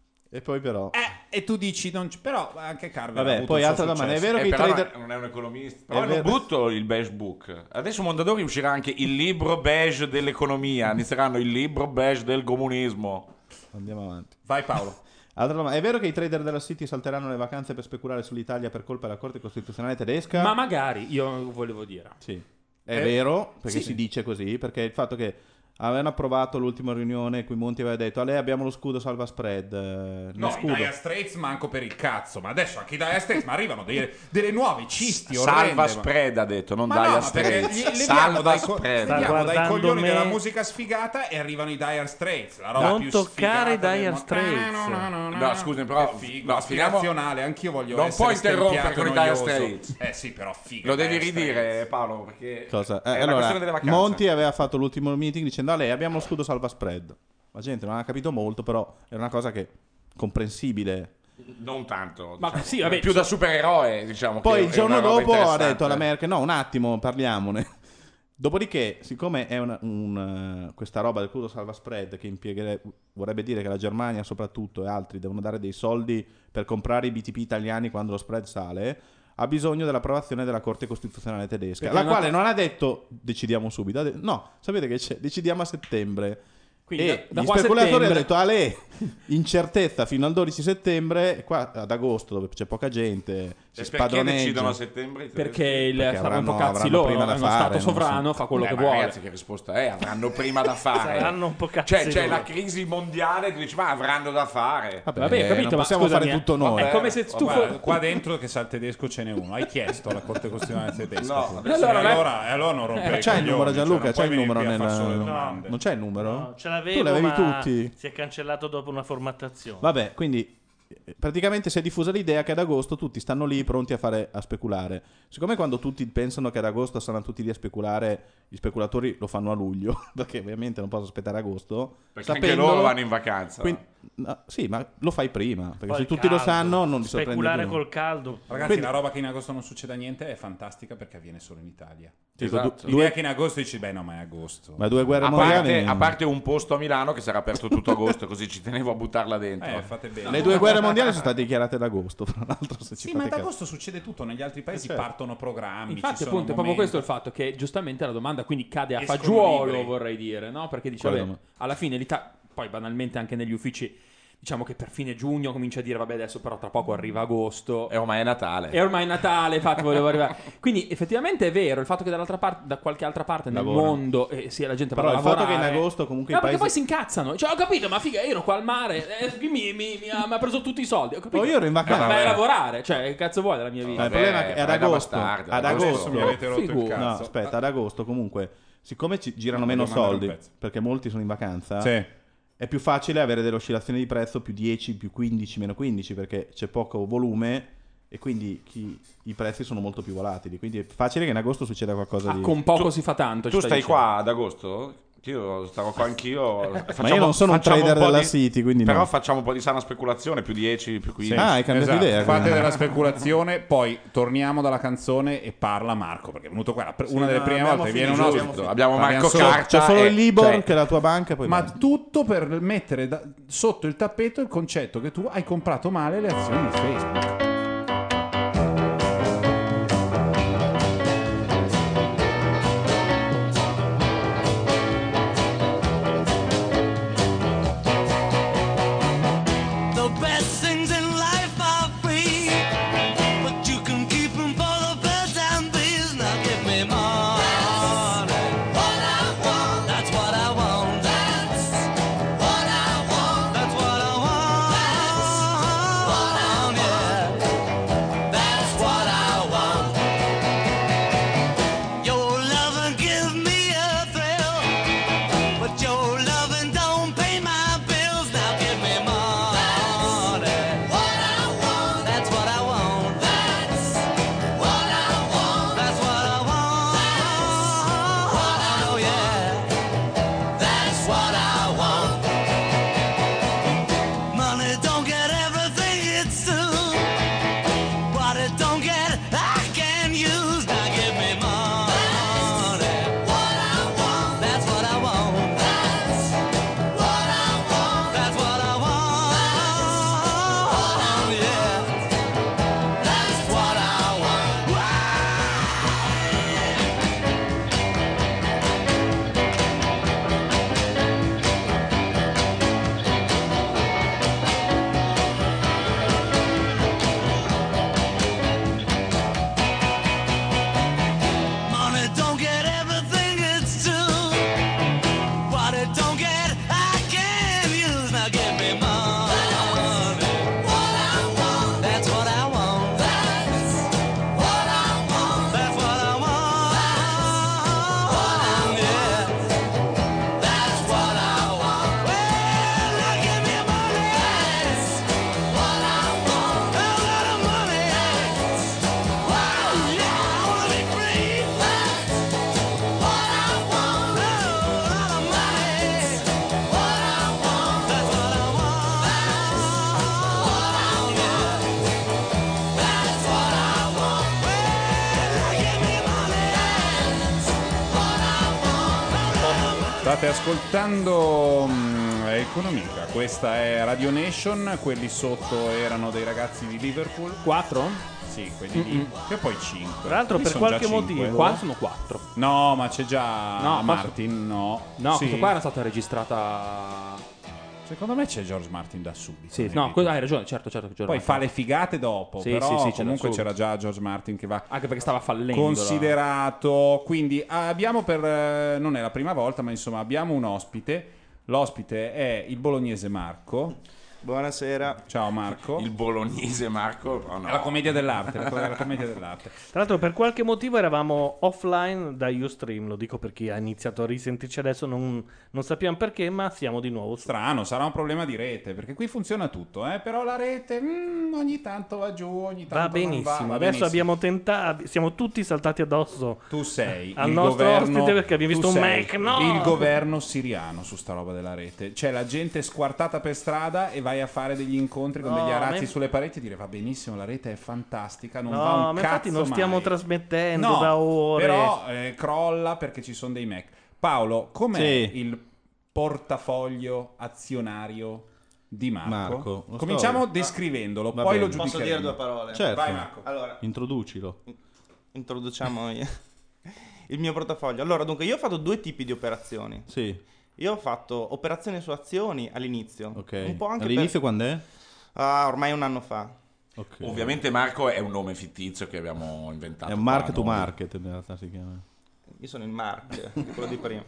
E poi però... Eh, e tu dici, non c- però anche Carver Vabbè, ha avuto poi il suo altra domanda, è successo. vero Eh, che i però trader... non è un economista. È Però non vero. butto il beige book. Adesso Mondadori uscirà anche il libro beige dell'economia. Inizieranno il libro beige del comunismo. Andiamo avanti. Vai Paolo. Altra domanda, è vero che i trader della City salteranno le vacanze per speculare sull'Italia per colpa della Corte Costituzionale tedesca? Ma magari, io volevo dire. Sì. È Eh, vero, perché sì. si dice così, perché il fatto che avevano approvato l'ultima riunione in cui Monti aveva detto a lei abbiamo lo scudo salva spread, eh, No, lo i scudo. Dire Straits manco per il cazzo. Ma adesso anche i Dire Straits, ma arrivano delle, delle nuove cisti orrende. Salva ma- spread ha detto, non Ma Dire no, ma perché Straits. gli- leviamo Salva dai, co- spread. Sta leviamo dai guardando coglioni me. della musica sfigata e arrivano i Dire Straits. La roba Non più toccare sfigata i Dire del mo- Straits. No, no, no, no, No, scusami, però- È figo, no, finiamo- aspirazionale, anch'io voglio Non essere puoi interrompere stempiato con i e Dire noioso. Straits. Eh sì, però figo. Lo i devi Dire ridire Straits. Paolo, perché Cosa? Eh, è la allora, questione delle vacanze. Monti aveva fatto l'ultimo meeting dicendo a lei abbiamo lo scudo salva spread. La gente non ha capito molto, però era una cosa che comprensibile. Non tanto. Ma diciamo. sì, vabbè, più da supereroe, diciamo. Poi che il è giorno una roba dopo ha interessante. detto alla Merkel no, un attimo, parliamone. Dopodiché, siccome è una, un, eh, questa roba del scudo salva spread che impieghere- vorrebbe dire che la Germania soprattutto e altri devono dare dei soldi per comprare i B T P italiani quando lo spread sale, ha bisogno dell'approvazione della Corte Costituzionale tedesca, Perché la è una quale co- non ha detto decidiamo subito, ha detto, no, sapete che c'è, decidiamo a settembre. Quindi e da- da gli qua a speculatori hanno settembre- detto Ale, incertezza fino al dodici settembre, e qua ad agosto dove c'è poca gente si E perché spadroneggia. decidono a settembre? i tedeschi? Perché il Perché saranno un po' avranno- cazzi avranno loro, prima da è uno fare, stato non so. sovrano, fa quello Eh, che ma vuole. ragazzi, che risposta è? Avranno prima da fare. Saranno un po' cazzi Cioè, c'è loro. la crisi mondiale, tu dici, ma avranno da fare. Vabbè, Vabbè, capito, non ma possiamo scusami, fare eh. tutto noi. È come se tu Guarda, fo- qua dentro che sa il tedesco ce n'è uno. Hai chiesto alla Corte Costituzionale tedesca? No, tu? adesso- Sì, allora, allora, e allora non rompe Ma i c'hai il numero, coglioni, Gianluca? cioè, C'hai il non puoi numero venire qui a nel... far solo no. domande. Non c'è il numero? No, ce l'avevo, Tu l'avevi ma tutti? si è cancellato dopo una formattazione. Vabbè, quindi eh, praticamente si è diffusa l'idea che ad agosto tutti stanno lì pronti a fare a speculare. Siccome quando tutti pensano che ad agosto saranno tutti lì a speculare, gli speculatori lo fanno a luglio, perché ovviamente non posso aspettare agosto. Perché anche sapendolo- loro vanno in vacanza. Quindi- no, sì, ma lo fai prima, perché Poi se il tutti lo caldo, sanno non li sorprende speculare più. col caldo. Ragazzi, Quindi- la roba che in agosto non succeda niente è fantastica perché avviene solo in Italia. Sì, Esatto. due- L'idea che in agosto dici, beh no, ma è agosto. Ma due guerre A mondiali... parte, a parte un posto a Milano che sarà aperto tutto agosto, così ci tenevo a buttarla dentro. Eh, fate bene. Le due guerre mondiali sono state dichiarate ad agosto, fra l'altro, se ci Sì, ma fate ad caso. agosto succede tutto, negli altri paesi certo. partono programmi. Infatti, ci sono appunto, è proprio momenti. questo il fatto che giustamente la domanda quindi cade a Escono fagiolo, libri. vorrei dire, no? Perché dice, Quale vabbè, domanda? alla fine l'Italia, poi banalmente anche negli uffici, diciamo che per fine giugno comincia a dire, vabbè, adesso però tra poco arriva agosto. E ormai è Natale. E ormai è Natale, infatti volevo arrivare. Quindi effettivamente è vero il fatto che dall'altra parte, da qualche altra parte nel Lavorano. mondo, eh, sì, la gente va Però a il fatto lavorare. che in agosto comunque No, i perché paesi... poi si incazzano. Cioè, ho capito, ma figa, io ero qua al mare, eh, mi, mi- mi ha, mi ha preso tutti i soldi. Ho capito. Oh, io ero in Ma vacanza. vai a lavorare, cioè, che cazzo vuoi della mia Eh, vita? il problema è che ad Vabbè, agosto, bastardo, ad agosto agosto, mi avete rotto il Figura. cazzo. no, aspetta, ad agosto comunque, siccome ci girano No, meno voglio mandare un soldi, pezzo. perché molti sono in vacanza, Sì. è più facile avere delle oscillazioni di prezzo più dieci, più quindici, meno quindici, perché c'è poco volume e quindi chi- i prezzi sono molto più volatili. Quindi è facile che in agosto succeda qualcosa Ah, di... con poco si fa tanto. Tu ci stai dicendo. qua ad agosto? Io starò qua anch'io. Ma io non sono un facciamo trader po' della di- City, quindi Però no. facciamo un po' di sana speculazione, più dieci, più quindici. Ah, hai cambiato Esatto, idea. fate quindi. della speculazione, poi torniamo dalla canzone e parla Marco, perché è venuto qua la pr- una delle no, prime abbiamo volte, viene un finito, ospite. abbiamo Abbiamo Parliamo Marco solo- Carta. C'è solo e- il Libor cioè, che è la tua banca e poi Ma basta. tutto per mettere da- sotto il tappeto il concetto che tu hai comprato male le azioni di Facebook. The best things in life are free, but you can keep them for the birds and bees. Now give me more. That's what I want. That's what I want. That's what I want. That's what I want. That's what I want. Yeah. That's what I want. Your loving gives me a thrill, but your loving don't pay my bills. Now give me more. That's what I want. That's what I want. That's what I want. Oh yeah. That's what I want. Money don't get everything it's due. What it don't get, I can use. Now give me money. What I want. That's what I want. That's what I want. That's what I want. Oh yeah. That's what I want. Money don't get everything it's due. What it don't get, I can use. Now give me money. What I want. That's what I want. That's what I want. That's what I want. Yeah. That's what I want. Well, now give me money. That's what I want. A lot of money. Wow, yeah, I wanna be free. That's what I want. Oh, a lot of money. What I want. That's what I want. That's what I want. That's what I want. Well, give me money. That's what I want. State ascoltando mm, Economica, questa è Radio Nation, quelli sotto erano dei ragazzi di Liverpool. Quattro? Sì, Sì, quelli lì. Che poi cinque. Tra l'altro, per qualche motivo- Qua sono quattro. No, ma c'è già No, qua Martin, no. No, Sì. questa qua era stata registrata. Secondo me c'è George Martin da subito. Sì, nei no, video. que- hai ragione, certo, certo. che George Poi Martin. fa le figate dopo, Sì, però sì, sì, c'è comunque da c'era già George Martin che va Anche perché stava fallendo. considerato. Quindi abbiamo per eh, non è la prima volta, ma insomma abbiamo un ospite. L'ospite è il bolognese Marco. Buonasera. Ciao Marco. Il bolognese Marco. Oh, no. È la commedia dell'arte, la, la commedia dell'arte. Tra l'altro, per qualche motivo eravamo offline da Ustream. Lo dico per chi ha iniziato a risentirci adesso, non, non sappiamo perché, ma siamo di nuovo su. Strano, sarà un problema di rete, perché qui funziona tutto, eh? Però la rete mm, ogni tanto va giù, ogni tanto Va non benissimo. va, va Adesso benissimo. abbiamo tentato, siamo tutti saltati addosso. Tu sei al il nostro governo, ospite perché abbiamo tu visto un sei Mac. No! il governo siriano su sta roba della rete. C'è la gente squartata per strada e vai a fare degli incontri con No, degli arazzi ma- sulle pareti e dire va benissimo, la rete è fantastica, non No, va un ma infatti cazzo non stiamo mai. trasmettendo No, da ore. però eh, crolla perché ci sono dei Mac. Paolo, com'è Sì. il portafoglio azionario di Marco? Marco, lo Cominciamo sto- descrivendolo, Va poi bene. lo Posso giudicheremo. dire due parole? Certo. Vai Marco. Allora, Introducilo. introduciamo io- il mio portafoglio. Allora, dunque, io ho fatto due tipi di operazioni. Sì, Io ho fatto operazioni su azioni all'inizio. ok. Un po' anche All'inizio per... quando è? Ah, ormai un anno fa. Ok. Ovviamente Marco è un nome fittizio che abbiamo inventato. È un market qua to noi. market in realtà si chiama. Io sono il Mark, quello di prima.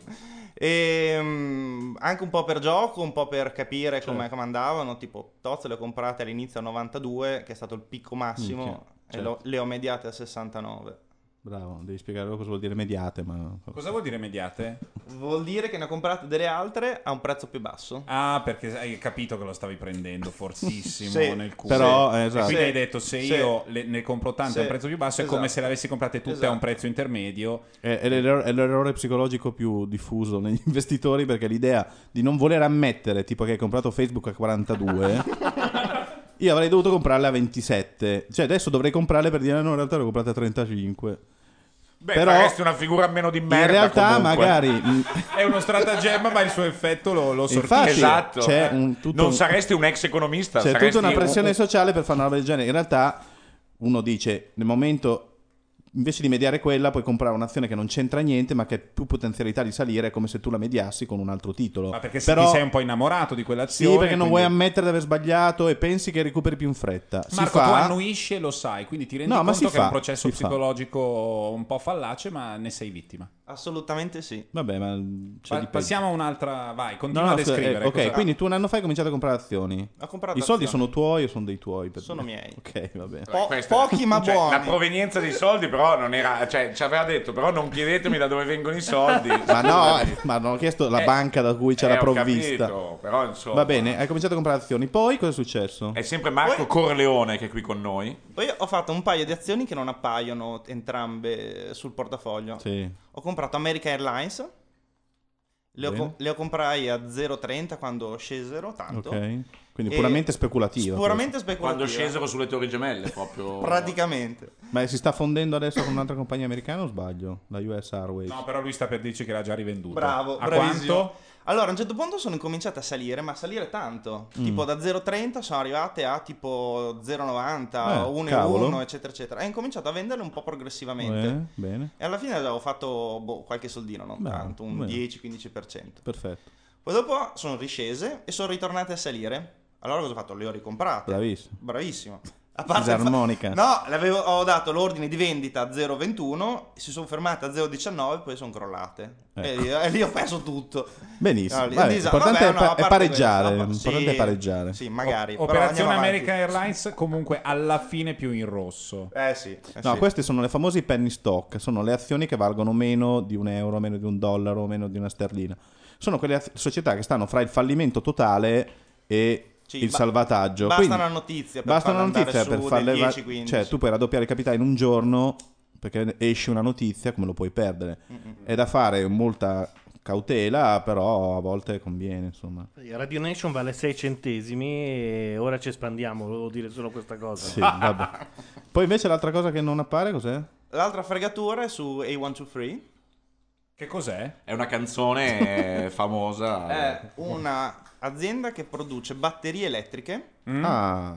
E mm, anche un po' per gioco, un po' per capire Certo. come come andavano. Tipo, Tozzo le ho comprate all'inizio a novantadue, che è stato il picco massimo, Minchia, e certo. lo- le ho mediate a sessantanove. Bravo, devi spiegare cosa vuol dire mediate, ma... Cosa vuol dire mediate? Vuol dire che ne ho comprate delle altre a un prezzo più basso. Ah, perché hai capito che lo stavi prendendo fortissimo Sì. nel culo. Però, E esatto. quindi Sì. hai detto se Sì. io le- ne compro tante Sì. a un prezzo più basso è come Esatto. se le avessi comprate tutte a un Esatto. prezzo intermedio. È, è l'errore, è l'errore psicologico più diffuso negli investitori, perché l'idea di non voler ammettere, tipo che hai comprato Facebook a quarantadue, io avrei dovuto comprarle a ventisette. Cioè adesso dovrei comprarle per dire no, in realtà le ho comprate a trentacinque. Beh, Però- faresti una figura meno di merda. In realtà comunque. magari... mh, È uno stratagemma, ma il suo effetto lo, lo sortisce. Infatti, Esatto. c'è Eh, un- tutto non un- saresti un ex economista. C'è saresti tutta una pressione un- sociale per fare una roba del genere. In realtà uno dice, nel momento, invece di mediare quella, puoi comprare un'azione che non c'entra niente, ma che ha più potenzialità di salire, è come se tu la mediassi con un altro titolo. Ma perché se Però, ti sei un po' innamorato di quell'azione. sì, perché non vuoi quindi- ammettere di aver sbagliato e pensi che recuperi più in fretta. Si Marco, fa... tu annuisci e lo sai, quindi ti rendi No, ma conto si che è un fa, processo si fa. psicologico un po' fallace, ma ne sei vittima. Assolutamente sì. Vabbè, ma c'è Pa- di peggio. passiamo a un'altra. Vai, No, continua no, a descrivere. eh, ok, cosa- quindi tu un anno fa hai cominciato a comprare azioni. Ho comprato I soldi azioni. sono tuoi o sono dei tuoi? Per Sono dire? miei. Ok, va bene. Po- Questa- pochi ma cioè, buoni. La provenienza dei soldi, però, non era. Cioè, ci aveva detto, però non chiedetemi da dove vengono i soldi. Ma no, eh, ma non ho chiesto la Eh, banca da cui c'è eh, la ho provvista. capito, però, insomma, Va bene, hai cominciato a comprare azioni. Poi cosa è successo? È sempre Marco Corleone che è qui con noi. Poi ho fatto un paio di azioni che non appaiono entrambe sul portafoglio. Sì. Ho comprato American Airlines. Le ho, Bene. co- le ho comprai a zero virgola trenta quando scesero tanto. Ok. Quindi E- puramente speculativa. Puramente Quando speculativa. scesero sulle Torri Gemelle, proprio. Praticamente. Ma si sta fondendo adesso con un'altra compagnia americana o sbaglio? La U S Airways. No, però lui sta per dirci che l'ha già rivenduto. Bravo, A bravissimo. quanto? Allora, a un certo punto sono incominciate a salire, ma a salire tanto. Mm. Tipo da zero virgola trenta sono arrivate a tipo zero virgola novanta, Eh, uno cavolo. virgola uno, eccetera, eccetera. E ho incominciato a venderle un po' progressivamente. Eh, bene, E alla fine avevo fatto boh, qualche soldino, non Bravo, tanto, un bene. dieci-quindici per cento. perfetto. Poi dopo sono riscese e sono ritornate a salire. Allora cosa ho fatto? Le ho ricomprate. Bravissimo. Bravissimo. A parte il fa- Fisarmonica. No, l'avevo- ho dato l'ordine di vendita a zero virgola ventuno, si sono fermate a zero virgola diciannove, poi sono crollate. Ecco. E, lì, e lì ho perso tutto. Benissimo. No, lì- Vabbè, lì- l'importante vabbè, è, no, a pa- è parte pareggiare. questo, L'importante sì, è pareggiare. Sì, magari. O- però Operazione andiamo avanti. American Airlines comunque alla fine più in rosso. Eh sì. eh No, sì. queste sono le famose penny stock, sono le azioni che valgono meno di un euro, meno di un dollaro, meno di una sterlina. Sono quelle az- società che stanno fra il fallimento totale e Sì, il ba- salvataggio. basta Quindi, una notizia per basta farle una andare notizia su per del farle va- dieci quindici. cioè tu puoi raddoppiare il capitale in un giorno perché esce una notizia, come lo puoi perdere. È da fare molta cautela, però a volte conviene, insomma. Radio Nation vale sei centesimi e ora ci espandiamo, volevo dire solo questa cosa. Sì, vabbè. Poi invece l'altra cosa che non appare cos'è? L'altra fregatura è su A centodue tre. Che cos'è? È una canzone famosa. È una azienda che produce batterie elettriche Ah,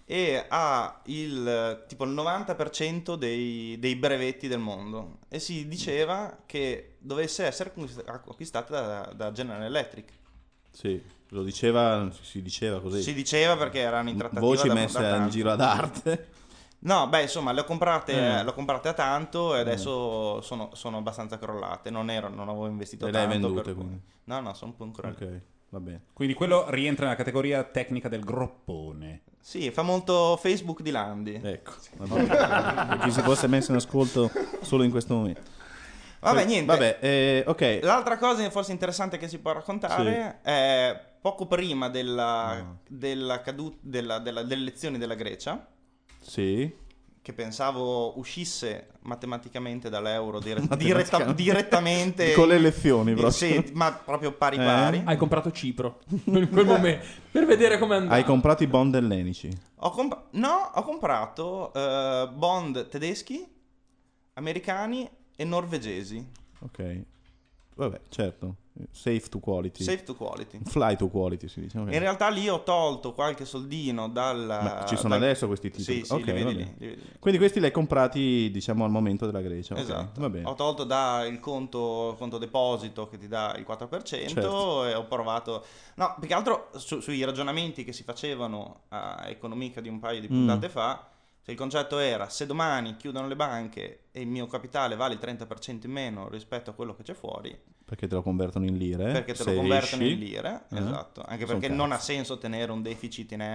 e ha il tipo il novanta per cento dei, dei brevetti del mondo e si diceva che dovesse essere conquist- acquistata da, da General Electric. Sì, lo diceva, si diceva così. Si diceva perché erano in trattativa Voci da- messe da in tanto. giro ad arte. No, beh, insomma, le ho comprate, Eh. le ho comprate a tanto e adesso sono, sono abbastanza crollate. Non, ero, non avevo investito E le hai tanto. vendute, per cui- quindi? No, no, sono un po' in crollate. Ok, va bene. Quindi quello rientra nella categoria tecnica del groppone. Sì, fa molto Facebook di Landi. Ecco, va bene. Per chi si fosse messo in ascolto solo in questo momento. Vabbè, Poi- niente. Vabbè, eh, ok. L'altra cosa forse interessante che si può raccontare è poco prima della, della cadu- della- della- delle elezioni della Grecia, Sì. che pensavo uscisse matematicamente dall'euro dire- Matematicamente. diretta- direttamente Con le elezioni, proprio. Sì, ma proprio pari Eh? pari. Hai comprato Cipro in quel momento per vedere come andava. Hai comprato i bond ellenici. Ho comp- no, ho comprato eh, bond tedeschi, americani e norvegesi. Ok. Vabbè, certo. Safe to quality. Safe to quality. Fly to quality, si dice. ok. In realtà lì ho tolto qualche soldino dalla... Ma ci sono dal- adesso questi titoli? Sì, sì, Ok, li vedi va lì, bene. li vedi lì. Quindi questi li hai comprati, diciamo, al momento della Grecia. ok, Esatto. Va bene. Ho tolto da il conto, conto deposito che ti dà il quattro per cento Certo. e ho provato... No, più che altro su- sui ragionamenti che si facevano a Economica di un paio di Mm. puntate fa, cioè il concetto era: se domani chiudono le banche e il mio capitale vale il trenta per cento in meno rispetto a quello che c'è fuori, Perché te lo convertono in lire. perché te se lo convertono esci. in lire, Eh? esatto, anche Son perché non ha cazzi. senso tenere un deficit in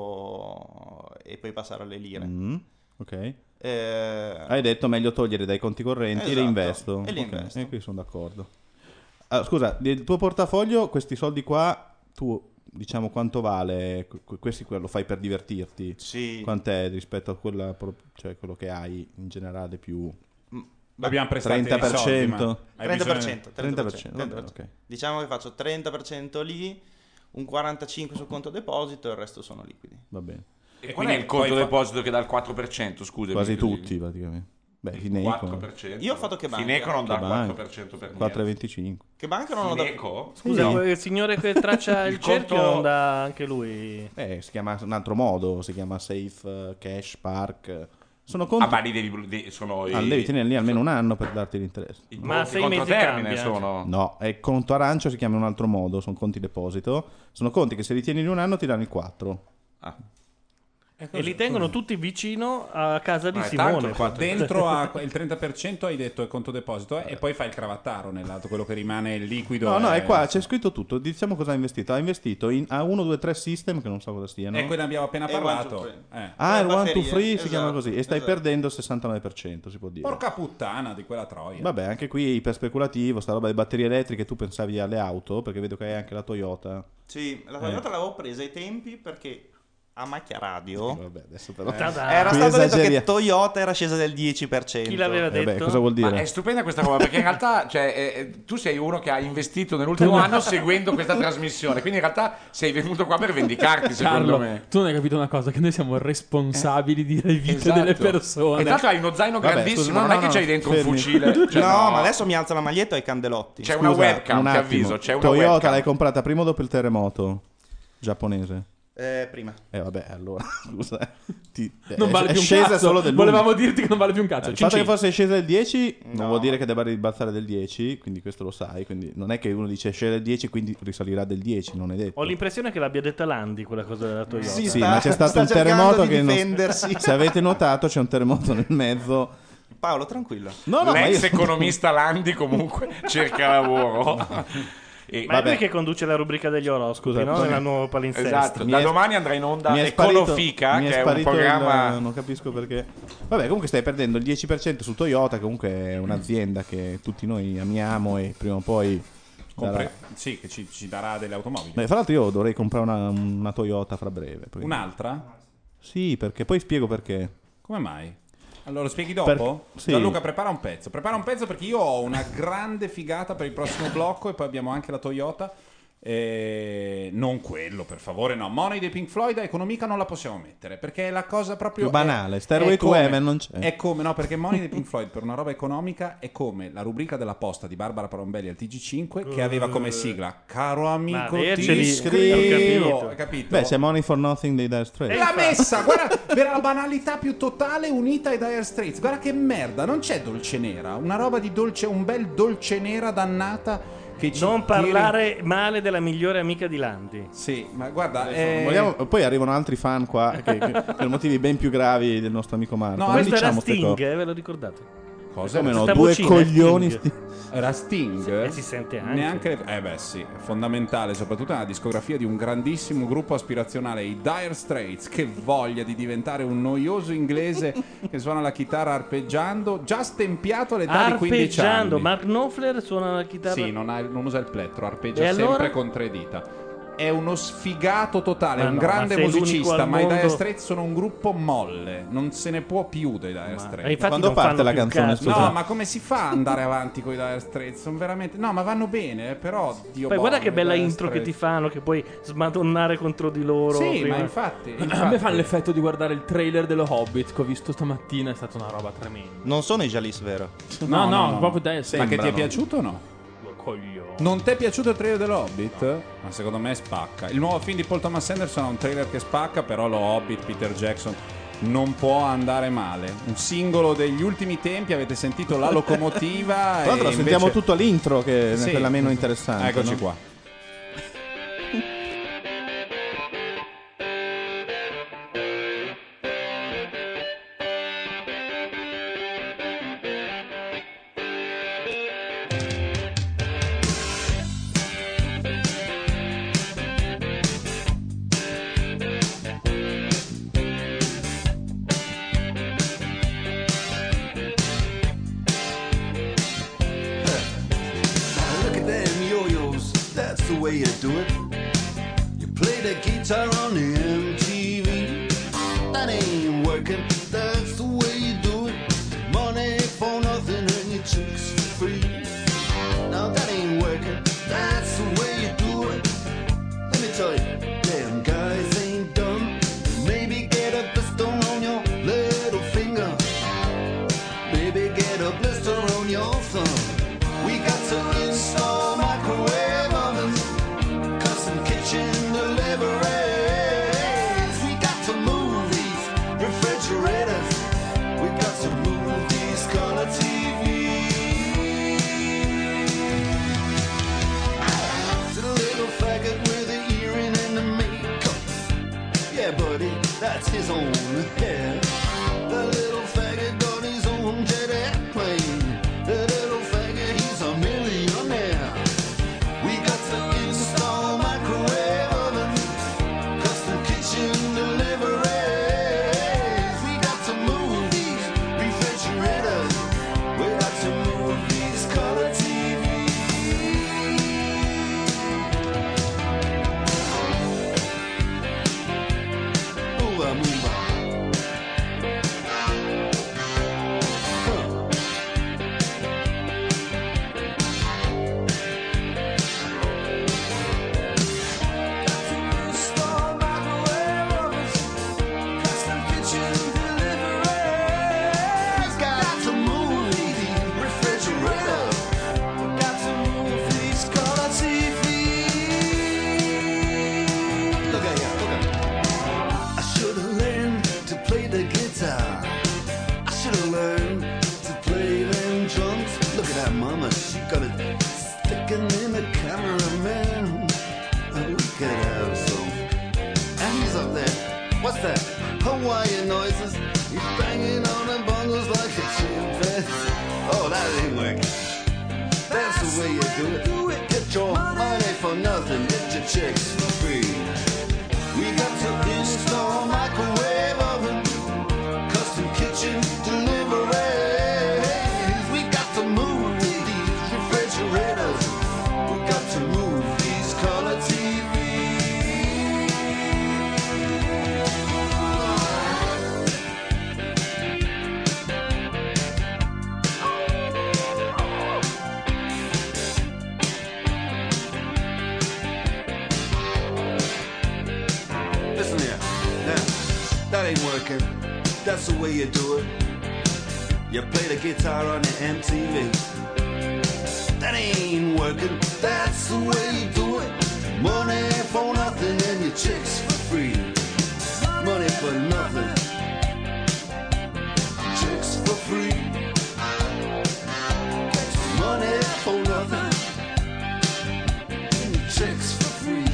euro e poi passare alle lire. Mm, ok. Eh, Hai detto meglio togliere dai conti correnti e Esatto, li investo. e li Ok, investo. E qui sono d'accordo. Ah, scusa, del tuo portafoglio, questi soldi qua, tu diciamo quanto vale? Qu- Questi lo fai per divertirti? Sì. Quant'è rispetto a quella, pro- cioè quello che hai in generale più? Abbiamo prestato trenta per cento. i soldi, ma hai trenta per bisogno- cento, trenta trenta per cento, trenta vabbè, per cento. ok. Diciamo che faccio trenta per cento lì, un quarantacinque sul conto deposito e il resto sono liquidi. Va bene. E qual quindi è il conto poi fa- deposito che dà il quattro per cento, scusa. Quasi tutti praticamente. Beh, Fineco. quattro per cento. Io ho fatto che banca? Fineco non dà Che il banca? quattro per cento per niente. quattro virgola venticinque. Che banca non ho da... Fineco? Scusa, Sì. quel signore che traccia il, Il cerchio conto- non dà anche lui. Eh, si chiama un altro modo, si chiama Safe eh, Cash Park. Sono conti. Ah, ma li devi, de- sono Ah, i, devi tenere lì almeno un anno per darti l'interesse. i Ma conti sei contro mesi termine cambia. sono. No, è conto arancio, si chiama in un altro modo, sono conti deposito. Sono conti che se li tieni in un anno ti danno il quattro. Ah. E li tengono tutti vicino a casa di Ma è tanto Simone. il quattro. Dentro a il trenta per cento hai detto è conto deposito eh, e poi fai il cravattaro nell'altro, quello che rimane il liquido. No, no, è è qua, c'è scritto tutto. Diciamo cosa ha investito. Ha investito in, a uno, due, tre system, che non so cosa siano. E quello ne abbiamo appena E one, parlato. two, three. Eh. Ah, il le one to batterie, free si esatto, chiama così. E stai esatto. perdendo il sessantanove per cento, si può dire. Porca puttana di quella troia. Vabbè, anche qui iper speculativo, sta roba di batterie elettriche, tu pensavi alle auto, perché vedo che hai anche la Toyota. Sì, la Toyota l'avevo presa ai tempi perché a Macchia Radio Vabbè, adesso però... Ta-da. era Qui stato detto esageri- che Toyota era scesa del dieci per cento. Chi l'aveva Eh beh, detto? cosa vuol Ma dire? è stupenda questa cosa perché in realtà cioè, eh, eh, tu sei uno che ha investito nell'ultimo anno seguendo questa trasmissione, quindi in realtà sei venuto qua per vendicarti, secondo Carlo, me. tu non hai capito una cosa, che noi siamo responsabili delle vite Esatto. delle E persone. tra l'altro hai uno zaino Vabbè, grandissimo, scusa, no, non è no, che no, c'hai dentro fermi. un fucile. Cioè, no, ma adesso mi alza la maglietta e i candelotti. c'è una Scusa, webcam, un ti attimo. avviso, c'è una Toyota webcam. l'hai comprata prima o dopo il terremoto giapponese? Eh, prima. Eh vabbè, allora, scusa. Ti, Non è- vale è più un scesa cazzo. solo del Volevamo dirti che non vale più un cazzo. Il Cin fatto che cin. fosse scesa del dieci non No. vuol dire che debba ribalzare del dieci, quindi questo lo sai, quindi non è che uno dice scesa del dieci quindi risalirà del dieci, non è detto. Ho l'impressione che l'abbia detta Landi quella cosa della Toyota. Sì, Sì, sta- ma c'è stato sta un cercando terremoto di che non- difendersi. Se avete notato c'è un terremoto nel mezzo. Paolo, tranquillo. No, no, ma L'ex io- economista Landi comunque cerca lavoro. E- Ma è lui che conduce la rubrica degli oroscopi, Scusa, no? poi- Nella nuova palinsesto. Esatto, Mi da è- domani andrà in onda mi è sparito- Econofica, mi è che è un sparito il- programma... non capisco perché. Vabbè, comunque stai perdendo il dieci per cento su Toyota, che comunque è un'azienda che tutti noi amiamo e prima o poi Compre- darà- Sì, che ci, ci darà delle automobili. Beh, fra l'altro io dovrei comprare una, una Toyota fra breve. poi- Un'altra? Sì, perché poi spiego perché. Come mai? Allora, lo spieghi dopo? Per- sì. Gianluca, prepara un pezzo. Prepara un pezzo perché io ho una grande figata per il prossimo blocco e poi abbiamo anche la Toyota. Eh, non quello, per favore, no. Money dei Pink Floyd a Economica non la possiamo mettere perché è la cosa proprio Più banale. è- Stairway è to come- Heaven non c'è. È come, no, perché Money dei Pink Floyd per una roba economica è come la rubrica della posta di Barbara Parombelli al T G cinque che aveva come sigla Caro amico, ti averceli- scrivo. ho capito. Hai capito? Beh, c'è Money for Nothing dei Dire Straits. L'ha messa, guarda, per la banalità più totale unita ai Dire Straits. Guarda che merda, non c'è dolce nera, una roba di dolce, un bel dolce nera dannata che ci Non tiri- parlare male della migliore amica di Landi. Sì, ma guarda, Adesso, eh, vogliamo- poi arrivano altri fan qua che, che- per motivi ben più gravi del nostro amico Marco. No, Non Questo era diciamo ste Sting, cose. eh, ve lo ricordate? Cosa? Come no, Questa due vocina è coglioni. Sting. sti- Era Sting? E si sente anche. Neanche eh beh sì, è fondamentale, soprattutto nella discografia di un grandissimo gruppo aspirazionale, i Dire Straits. Che voglia di diventare un noioso inglese che suona la chitarra arpeggiando, già stempiato all'età di quindici anni. Arpeggiando, Mark Knopfler suona la chitarra. Sì, non, ha- non usa il plettro, arpeggia E sempre allora? con tre dita. È uno sfigato totale, Ma è un no, grande ma sei musicista, l'unico al ma i Dire mondo- Straits sono un gruppo molle, non se ne può più dei Dire e Straits. infatti Quando non parte fanno la più canzone, cazzo. scusa? No, ma come si fa ad andare avanti con i Dire Straits? Sono veramente... No, ma vanno bene, eh, però... Dio Poi guarda buono, che i bella Dire intro che ti Straits. fanno, che puoi smadonnare contro di loro. Sì, prima. ma infatti... A me infatti- fa l'effetto di guardare il trailer dello Hobbit che ho visto stamattina, è stata una roba tremenda. Non sono i Jalis, vero? No, no, proprio adesso. Ma che ti è Sembrano. piaciuto o no? Coglione. Non ti è piaciuto il trailer dell'Hobbit? Ma secondo me spacca. Il nuovo film di Paul Thomas Anderson ha un trailer che spacca, però lo Hobbit, Peter Jackson non può andare male. Un singolo degli ultimi tempi, avete sentito La Locomotiva. Tra l'altro e lo invece- sentiamo tutto all'intro, che Sì. è quella meno interessante. Eccoci no? qua. Look at them yo-yos, that's the way you do it. You play the guitar on the M T V. That ain't working, that's the way you do it. Money for nothing and your chicks for free. Now that ain't working, that's the way you do it. Let me tell you, them guys ain't dumb. Maybe get a blister on your little finger. Maybe get a blister on your thumb. We got to install microwave ovens, custom kitchen deliveries. We got to move these refrigerators. We got to move these color T Vs. To the little faggot with the earring and the makeup. Yeah, buddy, that's his own hair. The little faggot got his own jet airplane. The little faggot, he's a millionaire. We got to install microwave ovens, custom kitchen deliveries. We got to move these refrigerators. We got to move these color T Vs. Move on, move on. Mama, she got it sticking in the cameraman. Oh, we could have some. And he's up there. What's that? Hawaiian noises. He's banging on the bongos like a chimpanzee. Oh, that ain't working. That's the way you do it. Get your money for nothing. Get your chicks for free. We got to install microwave oven, custom kitchen deliveries. We got to move these refrigerators. We got to move these color T that ain't working. That's the way you do it. You play the guitar on the M T V. That ain't working. That's the way you do it. Money for nothing and your chicks for free. Money for nothing. Chicks for free. Money for nothing. Chicks for free.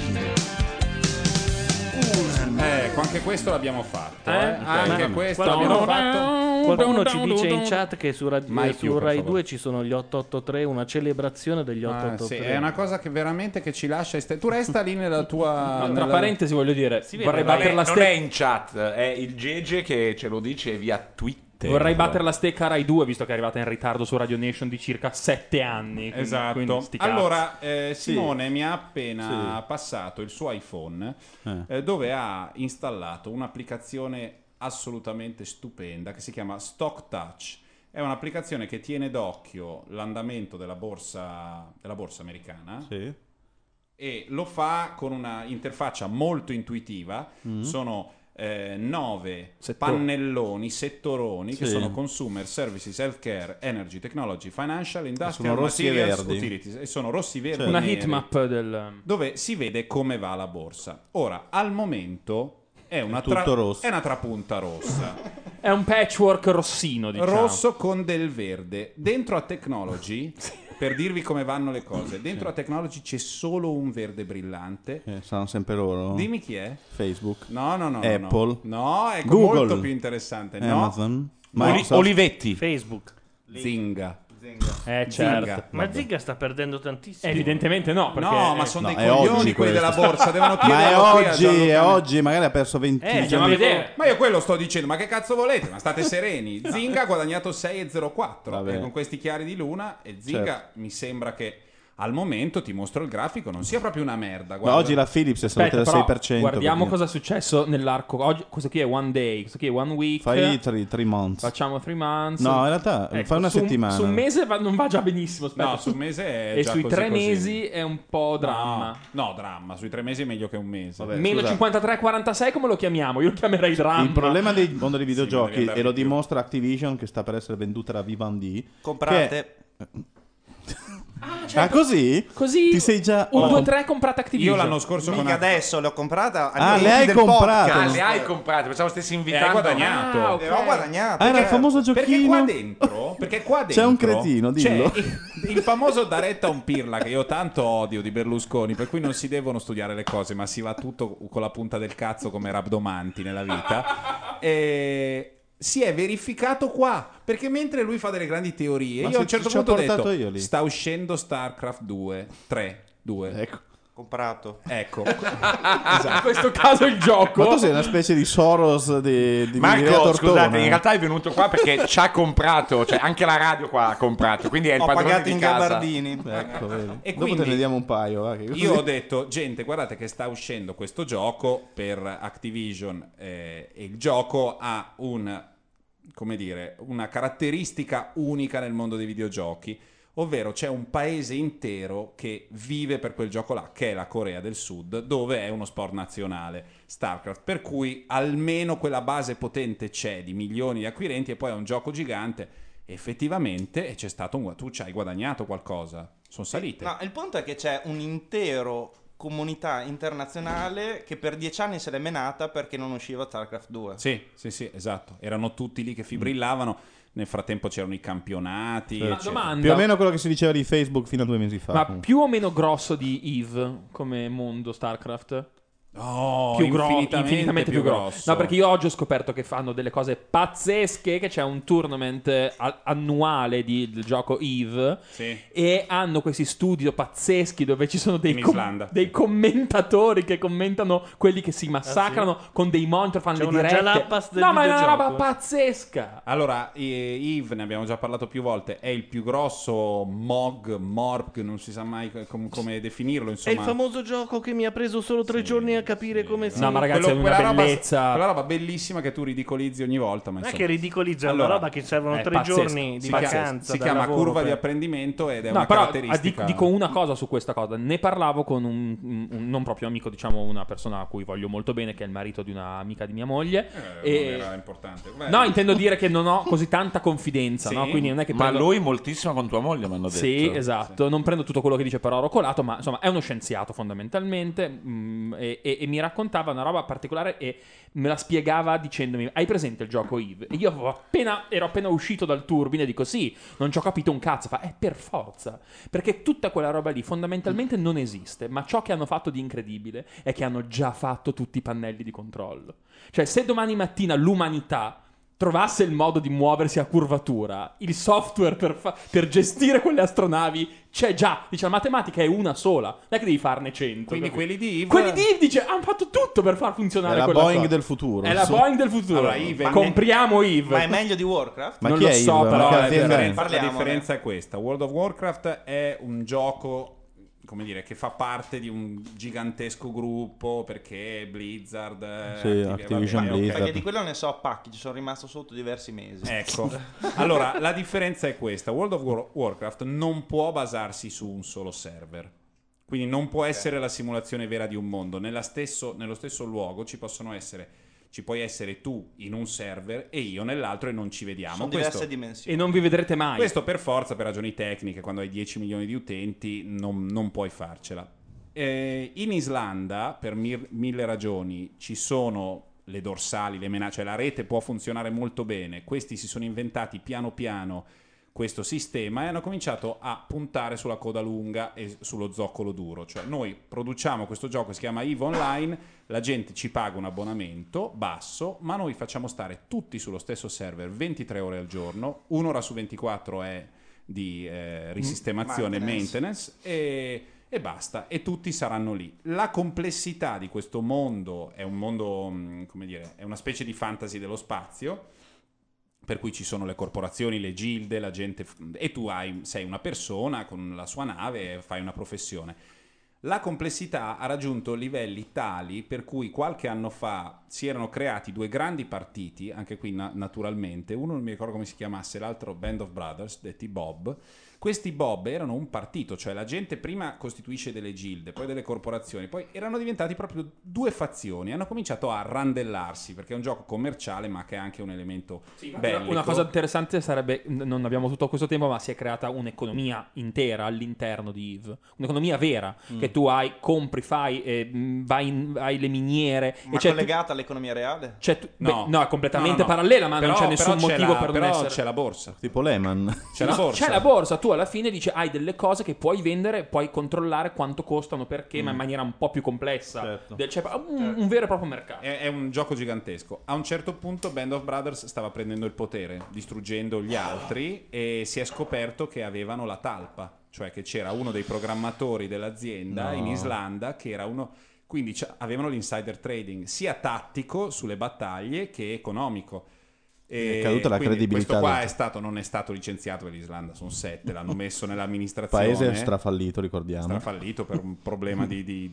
Ecco, anche questo l'abbiamo fatto. Eh? Eh? Anche Ma- questo qualcuno- l'abbiamo fatto. Qualcuno ci dice in chat che su, Rad- Mai su più, per Rai favore. due ci sono gli otto otto tre, una celebrazione degli Ah, otto otto tre. sì, è una cosa che veramente che ci lascia. est- Tu resta lì nella tua. No, tra nella- parentesi voglio dire, vede, vorrei non è- battere la non è stecca. in chat, è il Gege che ce lo dice via Twitter. Vorrei battere la stecca a Rai due, visto che è arrivata in ritardo su Radio Nation di circa sette anni. quindi- Esatto. quindi sti cazzi. Allora, eh, Simone mi ha appena passato il suo iPhone eh, dove ha installato un'applicazione assolutamente stupenda che si chiama Stock Touch. È un'applicazione che tiene d'occhio l'andamento della borsa, della borsa americana Sì. e lo fa con una interfaccia molto intuitiva. Mm. Sono eh, nove Settor- pannelloni, settoroni che Sì. sono consumer, services, healthcare, energy, technology, financial, industrial, sono rossi e materials, verdi. utilities, e sono rossi, verdi, Certo. Una neri, heatmap del... dove si vede come va la borsa. Ora, al momento è una, tutto tra- rosso. è una trapunta rossa. È un patchwork rossino, diciamo. Rosso con del verde. Dentro a Technology, per dirvi come vanno le cose, dentro a Technology c'è solo un verde brillante. Eh, saranno sempre loro. Dimmi chi è? Facebook. No, no, no. no, Apple. No, no ecco, Google. molto più interessante. No, Amazon. Oli- Microsoft. Olivetti. Facebook. Zinga. Eh Zinga. certo. Ma Vabbè. Zinga sta perdendo tantissimo. Evidentemente no, perché... No, ma sono No, dei è coglioni oggi quelli della questo. borsa, devono Ma è chiederlo qui a oggi, Gianluca è Neri. oggi, magari ha perso venti Eh, andiamo a giorni. vedere. Ma io quello sto dicendo, ma che cazzo volete? Ma state sereni. Zinga ha guadagnato sei virgola zero quattro Vabbè. e con questi chiari di luna e Zinga Certo. mi sembra che al momento ti mostro il grafico, non sia proprio una merda. Ma Guarda. oggi la Philips è salita Aspetta, del però, sei per cento. guardiamo quindi cosa è successo nell'arco. Oggi, questo qui è one day, questo qui è one week. Fai tre, tre months. Facciamo three months. No, in realtà Ecco, fai una su, settimana. Su un mese va- non va già benissimo. Aspetta, No, sul mese è E già sui così tre così. mesi è un po' dramma. No, no, dramma. Sui tre mesi è meglio che un mese. Vabbè. Meno scusa. cinquantatré virgola quarantasei come lo chiamiamo? Io lo chiamerei dramma. Il problema del mondo dei devi videogiochi, andare e lo di più. dimostra Activision, che sta per essere venduta da Vivendi. Comprate. certo. Ah, così? Così Ti sei già... un Oh. due tre comprata Activision. Io l'anno scorso con Mica adesso l'ho comprata. agli Ah, le inizi hai del comprate. podcast. Ah, le hai comprate, pensavo stessi e invitando. hai guadagnato. Ah, ok. Le ho guadagnate. Ah, era il famoso Perché giochino. qua dentro, perché qua dentro C'è un cretino, dillo. c'è il, il famoso da retta a un pirla che io tanto odio di Berlusconi, per cui non si devono studiare le cose, ma si va tutto con la punta del cazzo come Rabdomanti nella vita. E si è verificato qua, perché mentre lui fa delle grandi teorie, Ma io a se un certo ci ho punto ho portato detto io lì. sta uscendo StarCraft due, tre, due. Ecco. Comprato. Ecco. In questo caso il gioco. Ma tu sei una specie di Soros di, di Marco, Milena Tortona. scusate, in realtà è venuto qua perché ci ha comprato, cioè anche la radio qua ha comprato, quindi è il Ho padrone pagato di in casa. gabardini. Ecco, vedi. E Dopo quindi te ne diamo un paio. va, che così- Io ho detto, gente, guardate che sta uscendo questo gioco per Activision eh, e il gioco ha un, come dire, una caratteristica unica nel mondo dei videogiochi, ovvero c'è un paese intero che vive per quel gioco là, che è la Corea del Sud, dove è uno sport nazionale, StarCraft, per cui almeno quella base potente c'è di milioni di acquirenti e poi è un gioco gigante. Effettivamente e c'è stato un... tu ci hai guadagnato qualcosa, sono salite. No, il punto è che c'è un intero comunità internazionale che per dieci anni se l'è menata perché non usciva StarCraft due. Sì, sì, sì, esatto. Erano tutti lì che fibrillavano. Nel frattempo c'erano i campionati. Una eccetera. domanda. Più o meno quello che si diceva di Facebook fino a due mesi fa. Ma comunque. più o meno grosso di Eve come mondo StarCraft? Oh, più gro- infinitamente, infinitamente più, grosso. No, perché io oggi ho scoperto che fanno delle cose pazzesche, che c'è un tournament a- annuale di, del gioco Eve Sì. e hanno questi studio pazzeschi dove ci sono dei, In com- Islanda. dei commentatori che commentano quelli che si massacrano con dei monitor, fanno C'è le una dirette. Jalapas del No, ma è una videogioco. roba pazzesca. Allora, eh, Eve, ne abbiamo già parlato più volte, è il più grosso M O G, M O R P G, non si sa mai com- come definirlo, È insomma. il famoso gioco che mi ha preso solo tre giorni a capire come si... No, ma ragazzi, Quello- è una quella roba- bellezza. quella roba bellissima che tu ridicolizzi ogni volta. Ma Non è insomma. che ridicolizza Allora, una roba che servono è tre pazzesco. giorni di Si chiama- vacanza. si dal chiama lavoro curva di per- apprendimento ed è No, una però ah, caratteristica. dic- dico una cosa su questa cosa. Ne parlavo con un, un- un non proprio amico, diciamo una persona a cui voglio molto bene, che è il marito di un'amica di mia moglie. Eh, e... non era importante. Beh, No, intendo dire che non ho così tanta confidenza, Sì. no? Quindi non è che Ma prendo- lui moltissimo con tua moglie, mi hanno detto. Sì, esatto. Non prendo tutto quello che dice per oro colato, ma insomma è uno scienziato fondamentalmente. mm, e, e- e mi raccontava una roba particolare e me la spiegava dicendomi: hai presente il gioco Eve? E io avevo appena, ero appena uscito dal turbine e dico: sì, non ci ho capito un cazzo. Fa, è per forza. Perché tutta quella roba lì fondamentalmente non esiste. Ma ciò che hanno fatto di incredibile è che hanno già fatto tutti i pannelli di controllo. Cioè, se domani mattina l'umanità trovasse il modo di muoversi a curvatura, il software per, fa- per gestire quelle astronavi c'è già. Dice, la matematica è una sola, non è che devi farne cento. Quindi capito? quelli di Eve- Quelli di Eve dice, hanno fatto tutto per far funzionare È la quella Boeing cosa. del futuro. È la Sì. Boeing del futuro. Allora, Eve è- Compriamo Eve. Ma è meglio di Warcraft? Ma non chi lo è so, Eve? però, Ma che la azienda è? differenza, la Parliamone. differenza è questa: World of Warcraft è un gioco, come dire, che fa parte di un gigantesco gruppo perché Blizzard, eh, Sì, Activ- Activision vabbè, ok. Blizzard. Perché di quello ne so a pacchi, ci sono rimasto sotto diversi mesi. Ecco, allora la differenza è questa: World of War- Warcraft non può basarsi su un solo server, quindi non può essere la simulazione vera di un mondo. Nella stesso- nello stesso luogo ci possono essere, ci puoi essere tu in un server e io nell'altro e non ci vediamo. Sono Questo- diverse dimensioni. E non vi vedrete mai. questo per forza, per ragioni tecniche, quando hai dieci milioni di utenti non, non puoi farcela. Eh, in Islanda, per mir- mille ragioni, ci sono le dorsali, le mena- cioè la rete può funzionare molto bene. Questi si sono inventati piano piano questo sistema e hanno cominciato a puntare sulla coda lunga e sullo zoccolo duro. Cioè noi produciamo questo gioco che si chiama EVE Online, la gente ci paga un abbonamento basso, ma noi facciamo stare tutti sullo stesso server ventitré ore al giorno, un'ora su ventiquattro è di eh, risistemazione, Maintenance. maintenance, e, e basta, e tutti saranno lì. La complessità di questo mondo è un mondo, mh, come dire, è una specie di fantasy dello spazio, per cui ci sono le corporazioni, le gilde, la gente, f- e tu hai, sei una persona con la sua nave e fai una professione. La complessità ha raggiunto livelli tali per cui qualche anno fa si erano creati due grandi partiti, anche qui na- naturalmente, uno non mi ricordo come si chiamasse, l'altro Band of Brothers, detti Bob. Questi Bob erano un partito, cioè la gente prima costituisce delle gilde, poi delle corporazioni, poi erano diventati proprio due fazioni, hanno cominciato a randellarsi, perché è un gioco commerciale ma che ha anche un elemento bellico. Una cosa interessante sarebbe, n- non abbiamo tutto questo tempo, ma si è creata un'economia intera all'interno di Eve. Un'economia vera, Mm. che tu hai, compri, fai, e, mh, vai in- hai le miniere. Ma e c'è collegata all'economia reale? C'è tu- No. beh, no, è completamente No, no, no. parallela, ma Però- non c'è nessun però c'è motivo la- per non però essere. c'è la borsa. Tipo Lehman. C'è la No, borsa. C'è la borsa, tu alla fine dici hai delle cose che puoi vendere, puoi controllare quanto costano, perché, ma in maniera un po' più complessa. Certo. Del- c'è un, un vero e proprio mercato. È, è un gioco gigantesco. A un certo punto Band of Brothers stava prendendo il potere, distruggendo gli altri, e si è scoperto che avevano la talpa, cioè che c'era uno dei programmatori dell'azienda No. in Islanda che era uno... Quindi c'ha- avevano l'insider trading sia tattico sulle battaglie che economico. E È caduta la quindi credibilità questo qua del- è stato, non è stato licenziato per l'Islanda, sono sette, l'hanno messo nell'amministrazione. Paese strafallito, ricordiamo. Strafallito per un problema di, di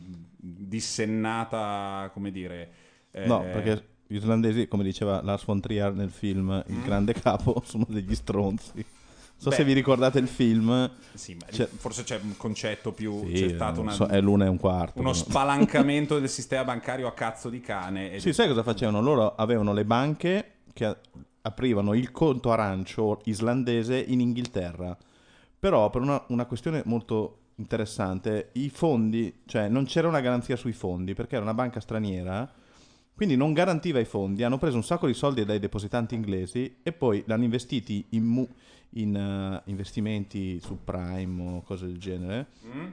dissennata, come dire... eh, No, perché gli islandesi, come diceva Lars von Trier nel film Il grande capo, sono degli stronzi. Non so Beh. se vi ricordate il film. Sì, ma C'è- forse c'è un concetto più... Sì, c'è stato non una- so, è l'una e un quarto. uno però. spalancamento del sistema bancario a cazzo di cane. e- Sì, sai cosa facevano? Loro avevano le banche che a- aprivano il conto arancio islandese in Inghilterra. Però per una, una questione molto interessante, i fondi, cioè non c'era una garanzia sui fondi perché era una banca straniera, quindi non garantiva i fondi. Hanno preso un sacco di soldi dai depositanti inglesi e poi l'hanno investiti in, mu- in eh, investimenti su Prime o cose del genere. Mm?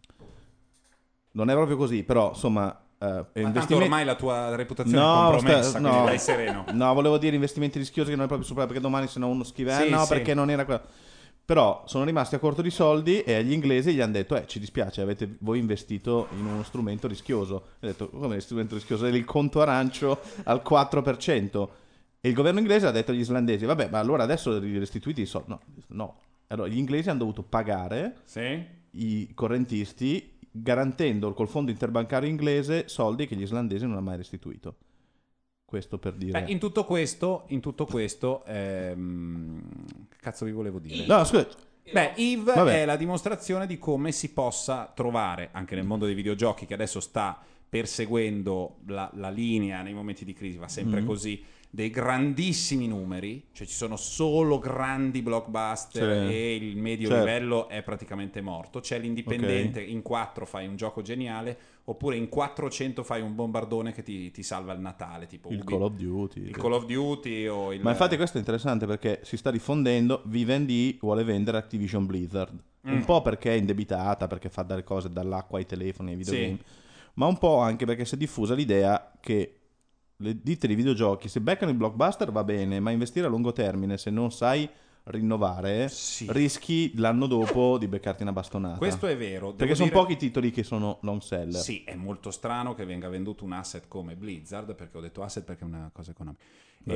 Non è proprio così, però insomma... eh, Ma tanto investimenti- ormai la tua reputazione No, è compromessa, sta- quindi no. dai sereno. No, volevo dire investimenti rischiosi che non è proprio sopra, perché domani se no uno scrive, eh Sì, no, sì. perché non era quello. Però sono rimasti a corto di soldi e agli inglesi gli hanno detto, eh, ci dispiace, avete voi investito in uno strumento rischioso. E ho detto, come strumento rischioso? Era il conto arancio al quattro per cento. E il governo inglese ha detto agli islandesi, vabbè, ma allora adesso restituiti i soldi. No, no. Allora gli inglesi hanno dovuto pagare Sì? i correntisti garantendo col fondo interbancario inglese soldi che gli islandesi non hanno mai restituito. Questo per dire... Beh, in tutto questo, in tutto questo ehm, che cazzo vi volevo dire? No, scusa. Beh, Eve Vabbè. è la dimostrazione di come si possa trovare, anche nel mondo dei videogiochi, che adesso sta perseguendo la, la linea nei momenti di crisi, va sempre Mhm. così, dei grandissimi numeri, cioè ci sono solo grandi blockbuster Sì. e il medio Certo. livello è praticamente morto. C'è l'indipendente, in quattro fai un gioco geniale, oppure in quattrocento fai un bombardone che ti, ti salva il Natale, tipo Il Ubi- Call of Duty. il Call of Duty o il... Ma infatti questo è interessante perché si sta diffondendo, Vivendi vuole vendere Activision Blizzard, un Mm. po' perché è indebitata, perché fa delle cose dall'acqua ai telefoni, ai videogame, Sì. ma un po' anche perché si è diffusa l'idea che le ditte di videogiochi, se beccano il blockbuster va bene, ma investire a lungo termine, se non sai rinnovare, rischi l'anno dopo di beccarti una bastonata. Questo è vero. Perché Devo sono dire- pochi titoli che sono long seller. Sì, è molto strano che venga venduto un asset come Blizzard, perché ho detto asset perché è una cosa economica.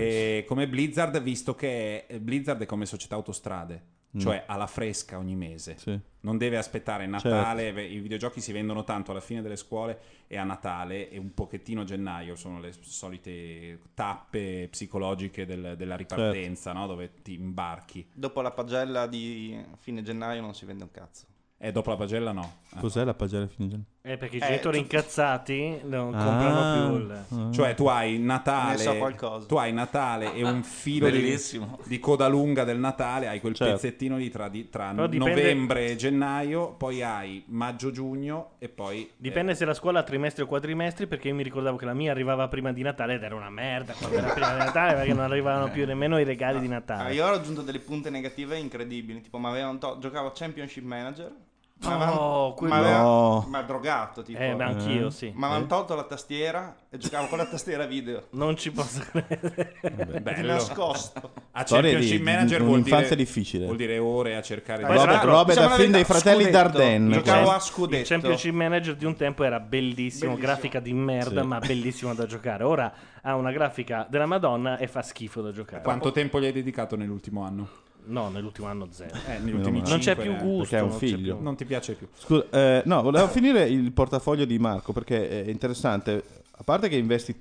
E come Blizzard, visto che Blizzard è come società autostrade, Mm. cioè alla fresca ogni mese. Sì. Non deve aspettare Natale, beh, i videogiochi si vendono tanto alla fine delle scuole e a Natale e un pochettino a gennaio, sono le solite tappe psicologiche del- della ripartenza, no? Dove ti imbarchi. Dopo la pagella di fine gennaio non si vende un cazzo. E dopo la pagella no. Cos'è la pagella fine gennaio? Eh, perché i Eh, genitori tu- incazzati non Ah. comprano più il... Cioè tu hai Natale, Ne so qualcosa. tu hai Natale e un filo di, Bellissimo. di coda lunga del Natale, hai quel Certo. pezzettino lì tra, di- tra Però dipende- novembre e gennaio, poi hai maggio-giugno e poi... Dipende se la scuola ha trimestri o quadrimestri, perché io mi ricordavo che la mia arrivava prima di Natale ed era una merda quando era prima di Natale, perché non arrivavano più nemmeno i regali di Ah, Natale. io ho raggiunto delle punte negative incredibili, tipo mi avevano to- giocavo a Championship Manager. Oh, mi avevano- quello- mi aveva- No. mi ha drogato, tipo. Eh, ma anch'io, sì. Mi avevano Eh? tolto la tastiera e giocavo con la tastiera video. Non ci posso credere. Di Bello. nascosto. A Storia Championship di- di Manager vuol un'infanzia dire, difficile. vuol dire ore a cercare Poi, di... tra Robe, l'altro, robe da diciamo la film dei verità, fratelli scudetto. Dardenne. Giocavo qua. a Il scudetto. Championship Manager di un tempo era bellissimo, Bellissimo. grafica di merda, Sì. ma bellissimo da giocare. Ora ha una grafica della Madonna e fa schifo da giocare. Quanto tempo gli hai dedicato nell'ultimo anno? No, nell'ultimo anno zero. Eh, negli ultimi male. Non c'è cinque, più eh. gusto. Perché è un non c'è figlio. più- Non ti piace più. Scusa, eh, no, volevo finire il portafoglio di Marco perché è interessante. A parte che investi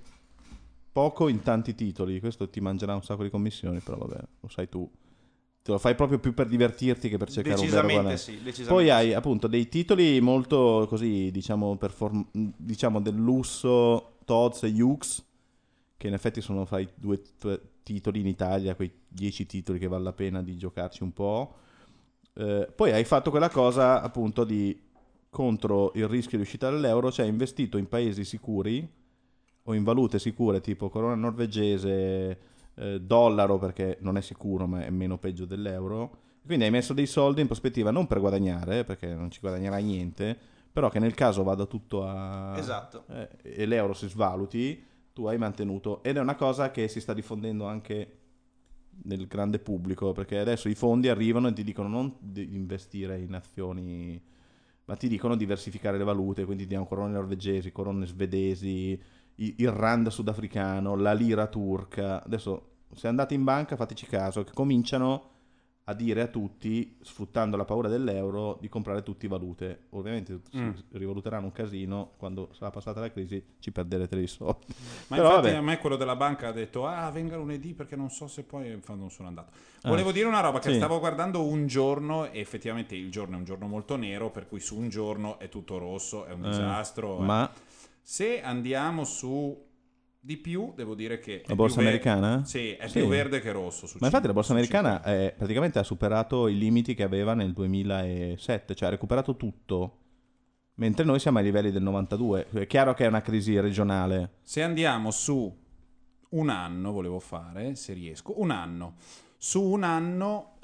poco in tanti titoli, questo ti mangerà un sacco di commissioni, però vabbè, lo sai tu. Te lo fai proprio più per divertirti che per cercare un vero Decisamente guadagno. sì, decisamente Poi hai sì. appunto dei titoli molto così, diciamo, perform- diciamo del lusso, Tods e Yux, che in effetti sono fra i due t- titoli in Italia, quei dieci titoli che vale la pena di giocarci un po'. Eh, poi hai fatto quella cosa appunto di contro il rischio di uscita dall'euro, cioè investito in paesi sicuri o in valute sicure tipo corona norvegese, eh, dollaro perché non è sicuro ma è meno peggio dell'euro. Quindi hai messo dei soldi in prospettiva non per guadagnare, perché non ci guadagnerai niente, però che nel caso vada tutto a... Esatto. eh, e l'euro si svaluti, tu hai mantenuto. Ed è una cosa che si sta diffondendo anche nel grande pubblico, perché adesso i fondi arrivano e ti dicono non di investire in azioni, ma ti dicono diversificare le valute, quindi ti diamo corone norvegesi, corone svedesi, i- il rand sudafricano, la lira turca. Adesso se andate in banca fateci caso che cominciano a dire a tutti, sfruttando la paura dell'euro, di comprare tutte valute. Ovviamente Mm. si rivaluteranno un casino, quando sarà passata la crisi ci perderete dei soldi. Ma Però infatti vabbè. a me quello della banca ha detto ah venga lunedì perché non so se poi infatti non sono andato. Ah. Volevo dire una roba che Sì. stavo guardando un giorno e effettivamente il giorno è un giorno molto nero, per cui su un giorno è tutto rosso, è un Eh, disastro. eh. ma Se andiamo su di più, devo dire che... è la borsa più ver- americana? Sì, è Sì. più verde che rosso. Su Ma infatti cinque- la borsa su americana cinque. è, praticamente ha superato i limiti che aveva nel duemilasette, cioè ha recuperato tutto, mentre noi siamo ai livelli del novantadue. È chiaro che è una crisi regionale. Se andiamo su un anno, volevo fare, se riesco, un anno. Su un anno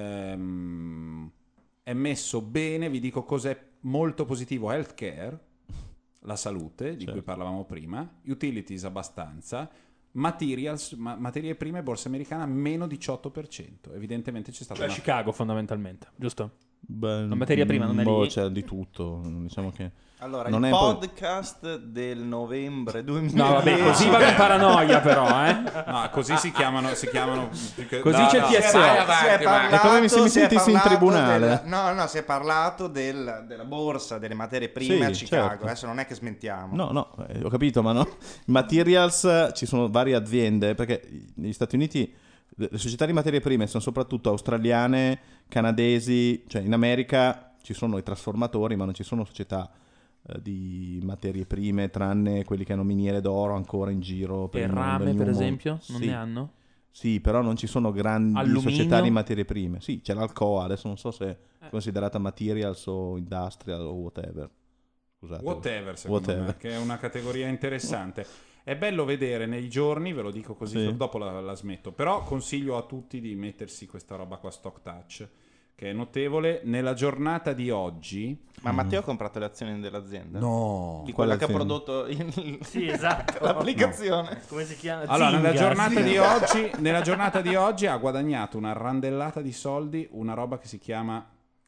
ehm, è messo bene, vi dico cos'è molto positivo, healthcare, la salute, di Certo. cui parlavamo prima, utilities abbastanza, materials, ma- materie prime, borsa americana, meno diciotto per cento. Evidentemente c'è stata Cioè una... Chicago fondamentalmente, giusto? Beh, La materia prima non è boh, lì? c'è di tutto, diciamo che Allora, non il è un po'- podcast del novembre duemila. No, vabbè, così va in paranoia però, eh. No, così si chiamano, si chiamano Così no, c'è no. il T S O. Si è parlato, È come se mi si è sentissi in parlato tribunale. del- no, no, si è parlato del- della borsa, delle materie prime Sì, a Chicago. certo. Adesso non è che smentiamo. No, no, eh, ho capito, ma no. Materials, eh, ci sono varie aziende, perché negli Stati Uniti le le società di materie prime sono soprattutto australiane, canadesi, cioè in America ci sono i trasformatori, ma non ci sono società eh, di materie prime, tranne quelli che hanno miniere d'oro ancora in giro. E il mondo, rame, il per New esempio? Mont- Non sì. ne hanno? Sì, però non ci sono grandi Alluminio? società di materie prime. Sì, c'è l'Alcoa, adesso non so se Eh. è considerata materials o industrial o whatever. Scusate. Whatever, secondo Whatever. me, che è una categoria interessante. È bello vedere nei giorni, ve lo dico così, Sì. dopo la, la smetto, però consiglio a tutti di mettersi questa roba qua Stock Touch, che è notevole. Nella giornata di oggi... Ma Matteo ha comprato le azioni dell'azienda? No. Di quella Quale che ha azienda? prodotto il- Sì, esatto. l'applicazione. Come si chiama? Allora, nella Zynga, giornata, di Zynga. oggi, nella giornata di oggi ha guadagnato una randellata di soldi, una roba che si chiama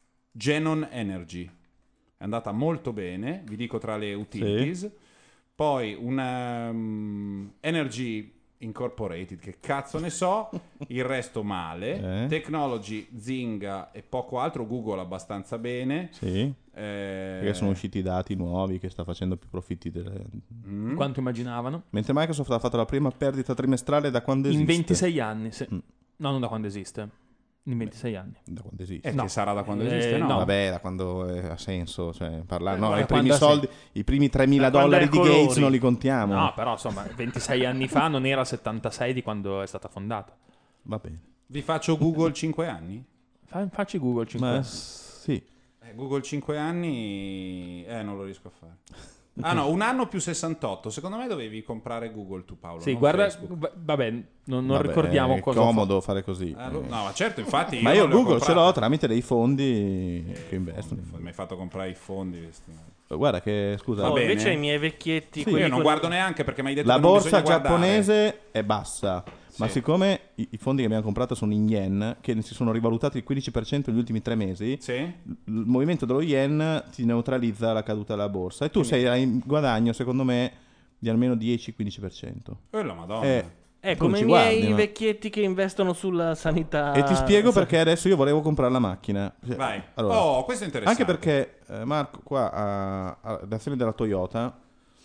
Genon Energy. È andata molto bene, vi dico tra le utilities. Poi una um, Energy Incorporated, che cazzo ne so, il resto male. Eh. Technology, Zynga e poco altro. Google abbastanza bene. Sì, Eh, perché sono usciti i dati nuovi che sta facendo più profitti delle... mm. Quanto immaginavano? Mentre Microsoft ha fatto la prima perdita trimestrale da quando In esiste. ventisei anni, sì. Mm. No, non da quando esiste. In ventisei anni. Da quando esiste. Eh, No. che sarà da quando Eh, esiste? No. no. Vabbè, da quando eh, ha senso, cioè, parlare, no, Eh, i primi quando ha soldi, i primi tremila Da quando dollari è di colori. Gates non li contiamo. No, però insomma, ventisei anni fa non era settantasei di quando è stata fondata. Va bene. Vi faccio Google cinque anni? Fa- facci Google cinque Ma anni. sì, Eh, Google cinque anni, eh, non lo riesco a fare. Ah no, un anno più sessantotto. Secondo me dovevi comprare Google tu, Paolo. Sì, non guarda, Facebook. va- vabbè, non, non vabbè, ricordiamo è cosa comodo fare così. Eh, lo- Eh. no, ma certo, infatti. Ma io non le ho Google ce comprate. l'ho tramite dei fondi che investono. Mi hai fatto comprare i fondi. questi. Guarda che, scusa, Oh, Va bene. invece i miei vecchietti... Sì. Io quelli non con- guardo neanche perché mi hai detto la che non borsa bisogna guardare. giapponese è bassa, ma Sì. siccome i, i fondi che abbiamo comprato sono in yen, che si sono rivalutati il quindici per cento negli ultimi tre mesi, Sì? il movimento dello yen ti neutralizza la caduta della borsa e tu sei in guadagno, secondo me, di almeno dieci quindici per cento. Oh, la madonna. Eh, È tu non come i ci miei guardi, ma- vecchietti che investono sulla sanità. E ti spiego sa- perché adesso io volevo comprare la macchina. Cioè, Vai. allora, Oh, questo è interessante. anche perché eh, Marco qua ha, ha l'azione della Toyota,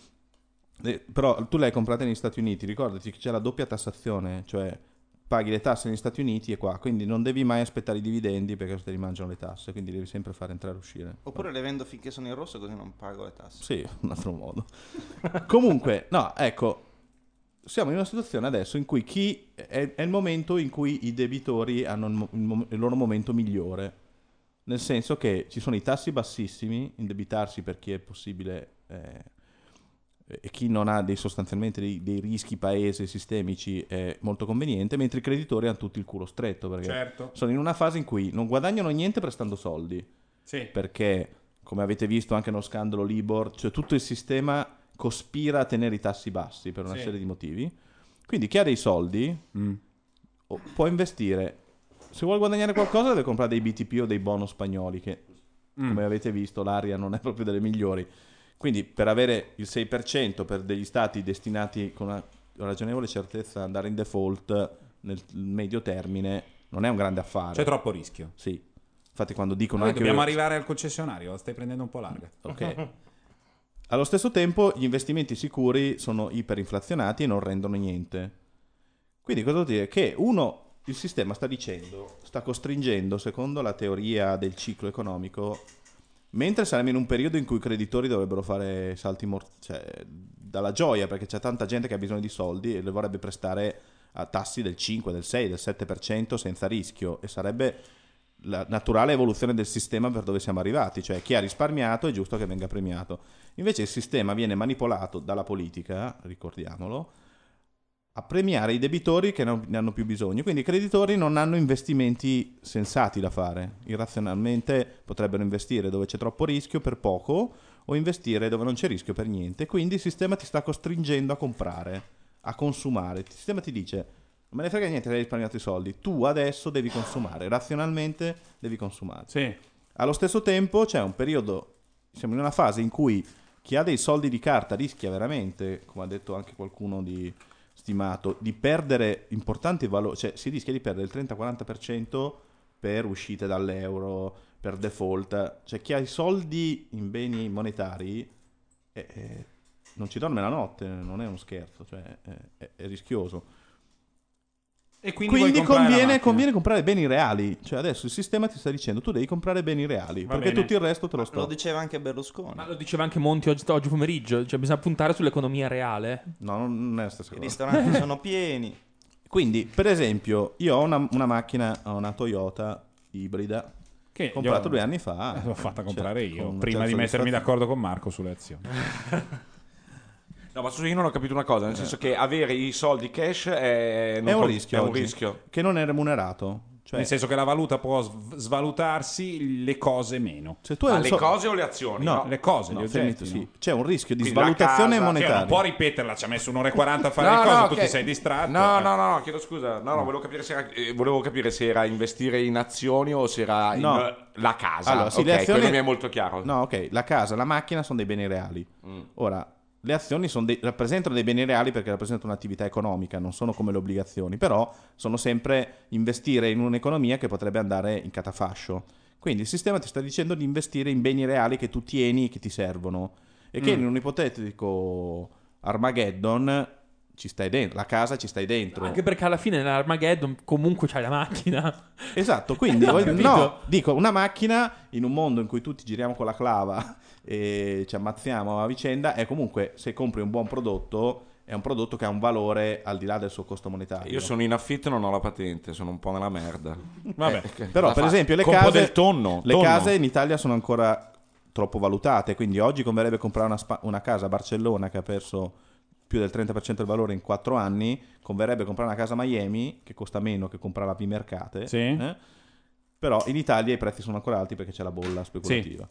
eh, però tu l'hai comprata negli Stati Uniti, ricordati che c'è la doppia tassazione, cioè paghi le tasse negli Stati Uniti e qua, quindi non devi mai aspettare i dividendi perché te li mangiano le tasse, quindi devi sempre fare entrare e uscire. Oppure le vendo finché sono in rosso così non pago le tasse. Sì, un altro modo. Comunque, no, ecco, siamo in una situazione adesso in cui chi è, è il momento in cui i debitori hanno il, mo- il mo- il loro momento migliore, nel senso che ci sono i tassi bassissimi, indebitarsi per chi è possibile eh, e chi non ha dei, sostanzialmente dei, dei rischi paese sistemici è molto conveniente, mentre i creditori hanno tutti il culo stretto perché Certo. sono in una fase in cui non guadagnano niente prestando soldi, Sì. perché come avete visto anche nello scandalo Libor, cioè tutto il sistema cospira a tenere i tassi bassi per una Sì. serie di motivi. Quindi chi ha dei soldi Mm. o- può investire. Se vuole guadagnare qualcosa deve comprare dei B T P o dei bonus spagnoli che, Mm. come avete visto, l'aria non è proprio delle migliori. Quindi per avere il sei per cento per degli stati destinati con una ragionevole certezza ad andare in default nel medio termine non è un grande affare. C'è troppo rischio. Sì. Infatti quando dicono Noi anche dobbiamo arrivare al concessionario, la stai prendendo un po' larga. Ok. Allo stesso tempo gli investimenti sicuri sono iperinflazionati e non rendono niente. Quindi cosa vuol dire? Che uno, il sistema sta dicendo, sta costringendo, secondo la teoria del ciclo economico, mentre saremo in un periodo in cui i creditori dovrebbero fare salti mor- cioè, dalla gioia, perché c'è tanta gente che ha bisogno di soldi e le vorrebbe prestare a tassi del cinque, del sei, del sette per cento senza rischio, e sarebbe la naturale evoluzione del sistema per dove siamo arrivati, cioè chi ha risparmiato è giusto che venga premiato. Invece il sistema viene manipolato dalla politica, ricordiamolo, a premiare i debitori che non ne hanno più bisogno. Quindi i creditori non hanno investimenti sensati da fare. Irrazionalmente potrebbero investire dove c'è troppo rischio per poco o investire dove non c'è rischio per niente. Quindi il sistema ti sta costringendo a comprare, a consumare. Il sistema ti dice: non me ne frega niente che hai risparmiato i soldi, tu adesso devi consumare, razionalmente devi consumare. Sì. Allo stesso tempo c'è un periodo, siamo in una fase in cui chi ha dei soldi di carta rischia veramente, come ha detto anche qualcuno di stimato, di perdere importanti valori, cioè si rischia di perdere il trenta-quaranta per cento per uscite dall'euro, per default. Cioè chi ha i soldi in beni monetari eh, eh, non ci dorme la notte, non è uno scherzo, cioè è, è, è rischioso. E quindi, Quindi vuoi comprare la conviene, macchina. conviene comprare beni reali. Cioè adesso il sistema ti sta dicendo tu devi comprare beni reali, Va perché bene. tutto il resto te lo sto. Lo diceva anche Berlusconi. Ma lo diceva anche Monti oggi, oggi pomeriggio, cioè bisogna puntare sull'economia reale. No, non è la stessa I cosa. ristoranti sono pieni. Quindi, per esempio, io ho una, una macchina, ho una Toyota ibrida Che comprata io- due anni fa. L'ho fatta Cioè, comprare io, con una prima certa di mettermi soddisfazione. d'accordo con Marco sulle azioni. No, ma scusa, io non ho capito una cosa, nel senso che avere i soldi cash è, non È un co- rischio è un oggi, rischio. che non è remunerato. Cioè, Nel senso che la valuta può sv- svalutarsi, le cose meno. se tu hai Ma un le so- cose o le azioni? No, No. Le cose, no, gli fermi oggetti, tu, no? sì. C'è un rischio di Quindi la svalutazione casa- Cioè, monetaria. non può ripeterla, ci ha messo un'ora e quaranta a fare No, le cose, no, tu ok. ti sei distratto. No, eh. no, no, no, chiedo scusa. No, no, volevo capire se era, eh, volevo capire se era investire in azioni o se era in No. eh, la casa. Allora, sì, ok, le azioni- quello mi è molto chiaro. No, ok, la casa, la macchina sono dei beni reali. Mm. Ora, le azioni sono dei- rappresentano dei beni reali perché rappresentano un'attività economica, non sono come le obbligazioni, però sono sempre investire in un'economia che potrebbe andare in catafascio. Quindi il sistema ti sta dicendo di investire in beni reali che tu tieni e che ti servono e che Mm. in un ipotetico Armageddon ci stai dentro, la casa ci stai dentro. Anche perché alla fine nell'Armageddon comunque c'hai la macchina. Esatto, quindi Ho voglio- capito. no, dico, una macchina in un mondo in cui tutti giriamo con la clava e ci ammazziamo a vicenda è comunque, se compri un buon prodotto, è un prodotto che ha un valore al di là del suo costo monetario. Io sono in affitto e non ho la patente, sono un po' nella merda. Vabbè. Eh, che- Però la per fa- esempio le compro case, del tonno. le tonno. case in Italia sono ancora troppo valutate, quindi oggi converrebbe comprare una, spa- una casa a Barcellona che ha perso più del trenta per cento del valore in quattro anni, converrebbe comprare una casa a Miami che costa meno che comprarla a Bimercate. Sì. eh? Però in Italia i prezzi sono ancora alti perché c'è la bolla speculativa.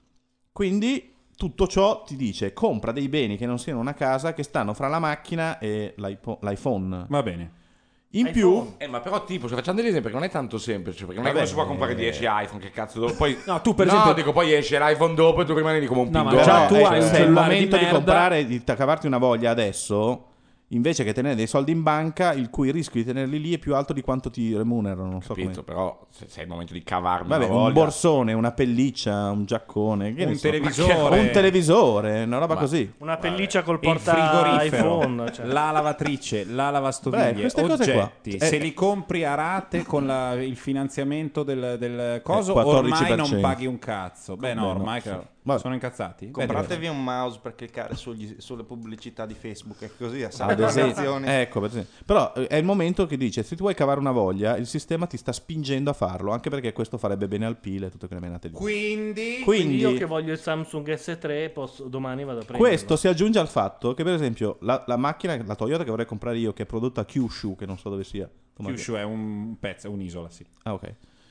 Quindi tutto ciò ti dice compra dei beni che non siano una casa, che stanno fra la macchina e l'iPo- l'iPhone. Va bene. In più, Eh, ma però tipo, se facciamo degli esempi, perché non è tanto semplice, perché non è Vabbè, come si può comprare eh. dieci iPhone, che cazzo dopo. Poi, No, tu per no, esempio- dico, poi esce l'iPhone dopo e tu rimani lì come un No, ma pingolo. già però, tu eh, hai un se è il cellulare di momento di, merda. comprare, di cavarti una voglia adesso, invece che tenere dei soldi in banca, il cui rischio di tenerli lì è più alto di quanto ti remunerano. Non so Capito, come. però se, se è il momento di cavarmi Vabbè, una un voglia. borsone, una pelliccia, un giaccone, che Un ne so. televisore. un televisore, una roba Ma- così. Una pelliccia col Il porta frigorifero, iPhone. Cioè. la lavatrice, la lavastoviglie, Beh, queste cose qua. oggetti. Eh, Se li compri a rate con la- il finanziamento del, del coso, Eh, quattordici ormai per non cento. paghi un cazzo. Beh, no, Beh, no, ormai sì. che- Vabbè. sono incazzati. Compratevi un mouse per cliccare sugli- sulle pubblicità di Facebook e così a Ad esempio. azioni. Ecco, per esempio. Però eh, è il momento che dice: se tu vuoi cavare una voglia, il sistema ti sta spingendo a farlo, anche perché questo farebbe bene al P I L e tutte quelle menate lì. Quindi, Quindi, Io che voglio il Samsung S tre, posso, domani vado a prendere. questo si aggiunge al fatto che, per esempio, la, la macchina, la Toyota che vorrei comprare io, che è prodotta a Kyushu, che non so dove sia. Kyushu è un pezzo, è un'isola, sì. Ah, ok.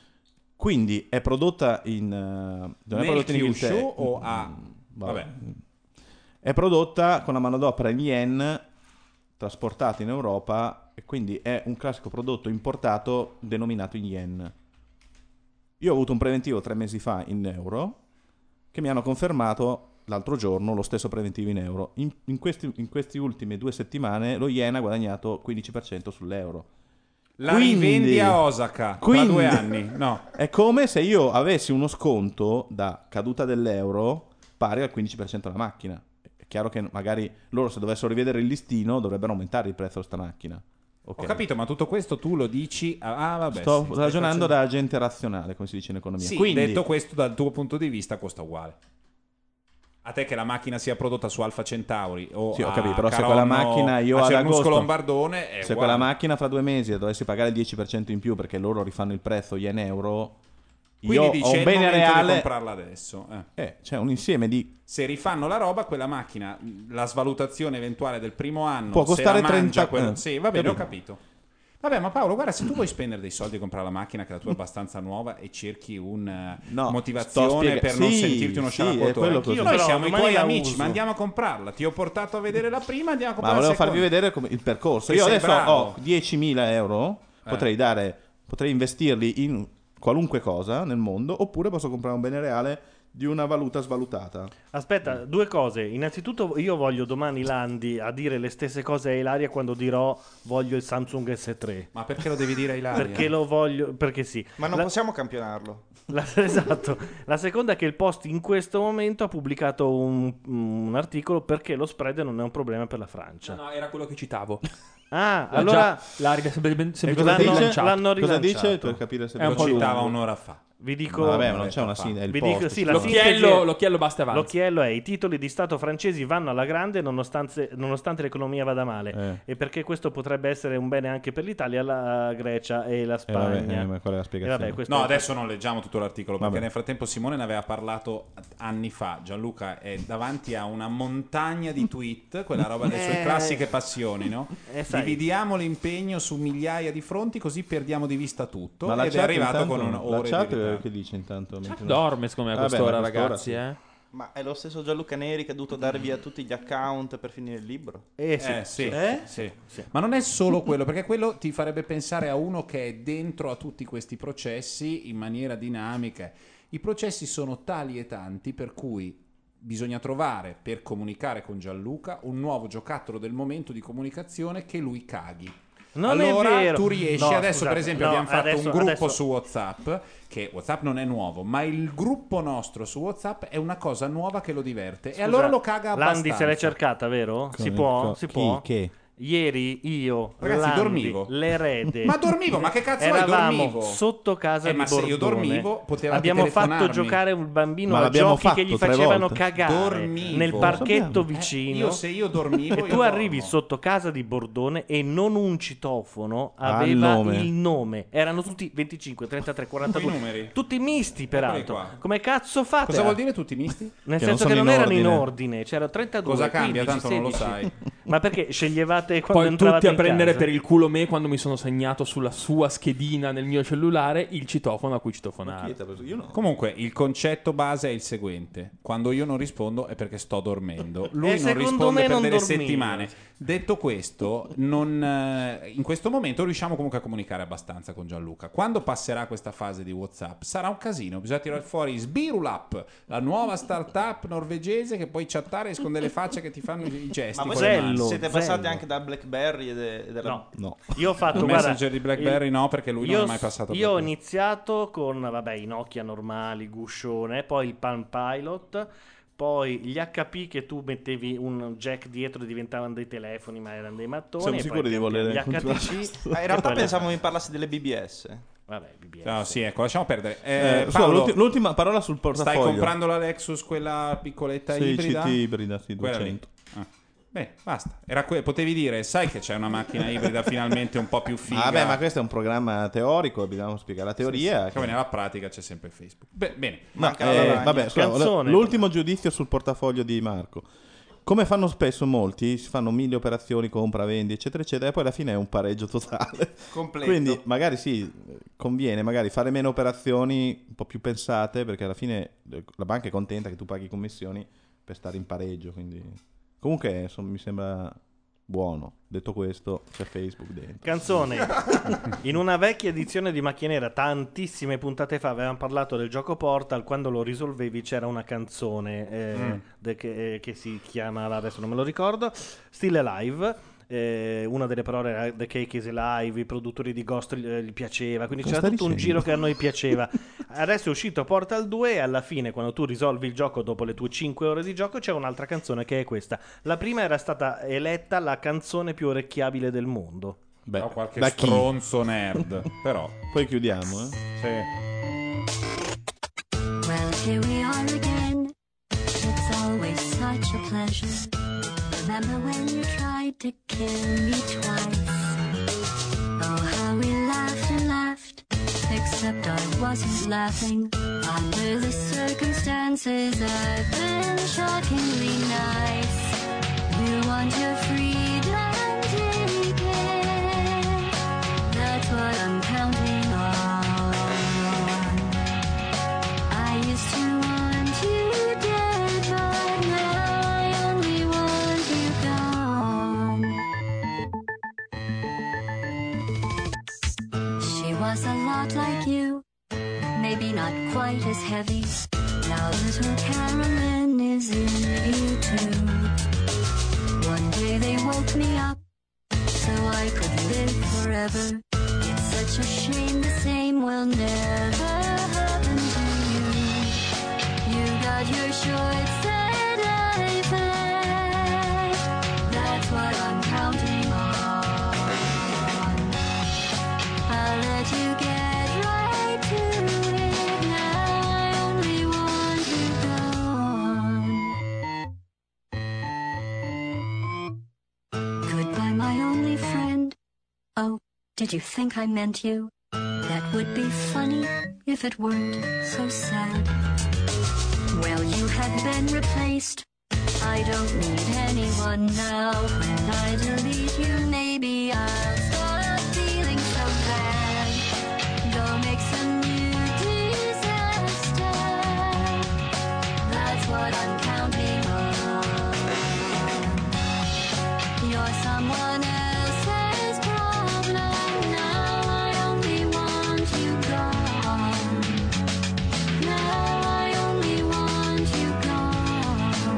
Quindi è prodotta in. eh, non è Nel prodotta in Kyushu Inghilterra. o a... Mm, Vabbè. È prodotta con la manodopera in yen, trasportata in Europa, e quindi è un classico prodotto importato denominato in yen. Io ho avuto un preventivo tre mesi fa in euro, che mi hanno confermato l'altro giorno lo stesso preventivo in euro. In, in questi, in queste ultime due settimane lo yen ha guadagnato quindici per cento sull'euro. La Quindi- rivendi a Osaka quindi- tra due anni. No. È come se io avessi uno sconto da caduta dell'euro pari al quindici per cento alla macchina. È chiaro che magari loro, se dovessero rivedere il listino, dovrebbero aumentare il prezzo di sta macchina. Ok. Ho capito, ma tutto questo tu lo dici... Ah, vabbè. Sto sì, stai ragionando facendo- da agente razionale, come si dice in economia. Sì, Quindi, detto questo, dal tuo punto di vista costa uguale. A te che la macchina sia prodotta su Alfa Centauri o sì, ho a capito, però se Caronno, quella macchina io a ad Cernusco agosto, Lombardone è se uguale. quella macchina fra due mesi dovessi pagare il dieci per cento in più perché loro rifanno il prezzo yen-euro, Quindi io dice ho è un il bene momento di reale. comprarla adesso. Eh. Eh, c'è un insieme di Se rifanno la roba, quella macchina, la svalutazione eventuale del primo anno Può costare se la mangia trenta quello- eh. Sì, va bene, ho Capito. capito. Vabbè, ma Paolo, guarda, se tu vuoi spendere dei soldi e comprare la macchina che la tua è abbastanza nuova e cerchi una No, sto motivazione spiega- per non sì, sentirti uno sì, è scialacquatore, quello così. noi Però siamo i domani tuoi la amici, uso. ma andiamo a comprarla. Ti ho portato a vedere la prima, andiamo a Ma comprare volevo la seconda. farvi vedere come- il percorso. Che Io sei adesso bravo. ho diecimila euro, Eh. potrei dare, potrei investirli in qualunque cosa nel mondo, oppure posso comprare un bene reale di una valuta svalutata. Aspetta, due cose. Innanzitutto io voglio domani Landi a dire le stesse cose a Ilaria quando dirò voglio il Samsung S tre. Ma perché lo devi dire a Ilaria? Perché lo voglio, perché sì. Ma non La- possiamo campionarlo. La, esatto. La seconda è che il Post in questo momento ha pubblicato un, un articolo perché lo spread non è un problema per la Francia. No, no, era quello che citavo. Ah, L'ha allora già- l'ha ri- sem- sem- E cosa l'hanno dice? rilanciato. L'hanno Cosa rilanciato. dice per capire se È un Lo po' lungo. citava un'ora fa. Vi dico, Ma vabbè, ma non c'è una sin- è il vi post, dico, sì, ci la sta. sintesi L'occhiello, è- l'occhiello basta e avanza. L'occhiello è: i titoli di Stato francesi vanno alla grande nonostante, nonostante l'economia vada male. Eh. E perché questo potrebbe essere un bene anche per l'Italia, la Grecia e la Eh, vabbè, Spagna. eh, ma qual è la E spiegazione? vabbè, questo No, è- adesso non leggiamo tutto l'articolo perché Vabbè. nel frattempo Simone ne aveva parlato anni fa. Gianluca è davanti a una montagna di tweet, quella roba delle sue Eh. classiche passioni, no? Eh, sai. Dividiamo l'impegno su migliaia di fronti così perdiamo di vista tutto. Ma la ed è chat arrivato intanto- con la un'ora chat di ritardo. che dice intanto? mentre- Dorme secondo me a Vabbè, quest'ora, ma a quest'ora ragazzi. sì. Eh? Ma è lo stesso Gianluca Neri che ha dovuto dare via tutti gli account per finire il libro? Eh sì. Eh, sì, Eh? sì. Ma non è solo quello, perché quello ti farebbe pensare a uno che è dentro a tutti questi processi in maniera dinamica. I processi sono tali e tanti per cui bisogna trovare, per comunicare con Gianluca, un nuovo giocattolo del momento di comunicazione che lui caghi. Non è allora vero. tu riesci, No, adesso scusate, per esempio no, abbiamo fatto adesso- un gruppo adesso- su WhatsApp, che WhatsApp non è nuovo, ma il gruppo nostro su WhatsApp è una cosa nuova che lo diverte. Scusa, e allora lo caga abbastanza. Landi se l'hai cercata, vero? Si Come- può? co- Si chi? può? Che? Ieri io, Ragazzi, Landi, dormivo. l'erede. Ma dormivo, ma che cazzo vuoi? Eravamo Dormivo. sotto casa Eh, di ma se io Bordone. dormivo, potevate Abbiamo fatto telefonarmi. giocare un bambino Ma a l'abbiamo giochi che fatto gli tre facevano volte. cagare Dormivo. nel parchetto Sappiamo. vicino. Eh, io se io dormivo, e io tu arrivi dormo. sotto casa di Bordone e non un citofono Ah, aveva il nome. il nome. Erano tutti venticinque, trentatré, quarantadue. Quei numeri. Tutti misti, peraltro. qua. Come cazzo fate? Cosa a- vuol dire tutti misti? Nel Che non senso sono che non in erano in ordine. ordine, c'erano trentadue. Cosa cambia? quindici, Tanto non lo sedici. sai. Ma perché sceglievate quando Poi entravate tutti a in prendere casa? per il culo me quando mi sono segnato sulla sua schedina nel mio cellulare il citofono a cui citofonare. Io no. Comunque, il concetto base è il seguente: quando io non rispondo è perché sto dormendo. Lui E non secondo risponde me per non delle dormiva. settimane. Detto questo, non, eh, in questo momento riusciamo comunque a comunicare abbastanza con Gianluca. Quando passerà questa fase di WhatsApp sarà un casino. Bisogna tirare fuori Sbirulap, la nuova startup norvegese che puoi chattare con delle facce che ti fanno i gesti. Ma con voi le Zello, mani. siete passati Zello. anche da BlackBerry ed e della... No. No. Io ho fatto Il guarda, Messenger di BlackBerry il- no, perché lui io, non è mai passato Io ho per questo. iniziato con vabbè, i Nokia normali, guscione, poi il Palm Pilot, poi gli H P che tu mettevi un jack dietro e diventavano dei telefoni, ma erano dei mattoni. Siamo e poi sicuri di pian piano voler gli continuare H T C. Ah, in e realtà poi le- pensavo mi parlassi delle B B S. Vabbè, B B S. No, sì, ecco, lasciamo perdere. Eh, Eh, scusa, Paolo, l'ulti- l'ultima parola sul stai portafoglio. comprando la Lexus, quella piccoletta Sì, ibrida? C T ibrida, sì, Quella lì. duecento. Ah. Beh, basta. Era que- potevi dire, sai che c'è una macchina ibrida finalmente un po' più figa. Ah, beh, ma questo è un programma teorico, dobbiamo spiegare la teoria. Poi nella pratica c'è sempre Facebook. Beh, bene. Ma, Manca la eh, lavagna. vabbè, scusa, Canzone. l'ultimo giudizio sul portafoglio di Marco. Come fanno spesso molti, si fanno mille operazioni, compra, vendi, eccetera, eccetera, e poi alla fine è un pareggio totale. Completo. Quindi magari sì, conviene magari fare meno operazioni un po' più pensate, perché alla fine eh, la banca è contenta che tu paghi commissioni per stare in pareggio. Quindi comunque insomma, mi sembra buono. Detto questo, c'è Facebook dentro. Canzone. In una vecchia edizione di Macchia Nera, tantissime puntate fa, avevamo parlato del gioco Portal. Quando lo risolvevi c'era una canzone eh, Mm. de- che, eh, che si chiamava, adesso non me lo ricordo, Still Alive. Eh, una delle parole era The Cake is Alive, i produttori di Ghost gli, gli piaceva, quindi Cosa c'era stai tutto un dicendo? giro che a noi piaceva. Adesso è uscito Portal due e alla fine, quando tu risolvi il gioco dopo le tue cinque ore di gioco, c'è un'altra canzone che è questa. La prima era stata eletta la canzone più orecchiabile del mondo. Beh, Ho qualche da chi? stronzo nerd, però. Poi chiudiamo, eh. Sì. Well, here we are again. It's always such a pleasure. Remember when you tried to kill me twice? Oh, how we laughed and laughed. Except I wasn't laughing. Under the circumstances, I've been shockingly nice. You want your freedom, take it. That's what I'm counting on. I used to want you dead, but now I only want you gone. She was a lot like you, maybe not quite as heavy. Now little Carolyn is in U two. One day they woke me up so I could live forever. It's such a shame the same will never happen to you. You got your shorts and I flash. That's what I'm counting on. I'll let you get right to it now. I only want you gone. Goodbye, my only friend. Oh, did you think I meant you? That would be funny if it weren't so sad. Well, you have been replaced. I don't need anyone now. When I delete you, maybe I'll stop feeling so bad. Go make some new disaster. That's what I'm counting on. You're someone else's problem now. I only want you gone. Now I only want you gone.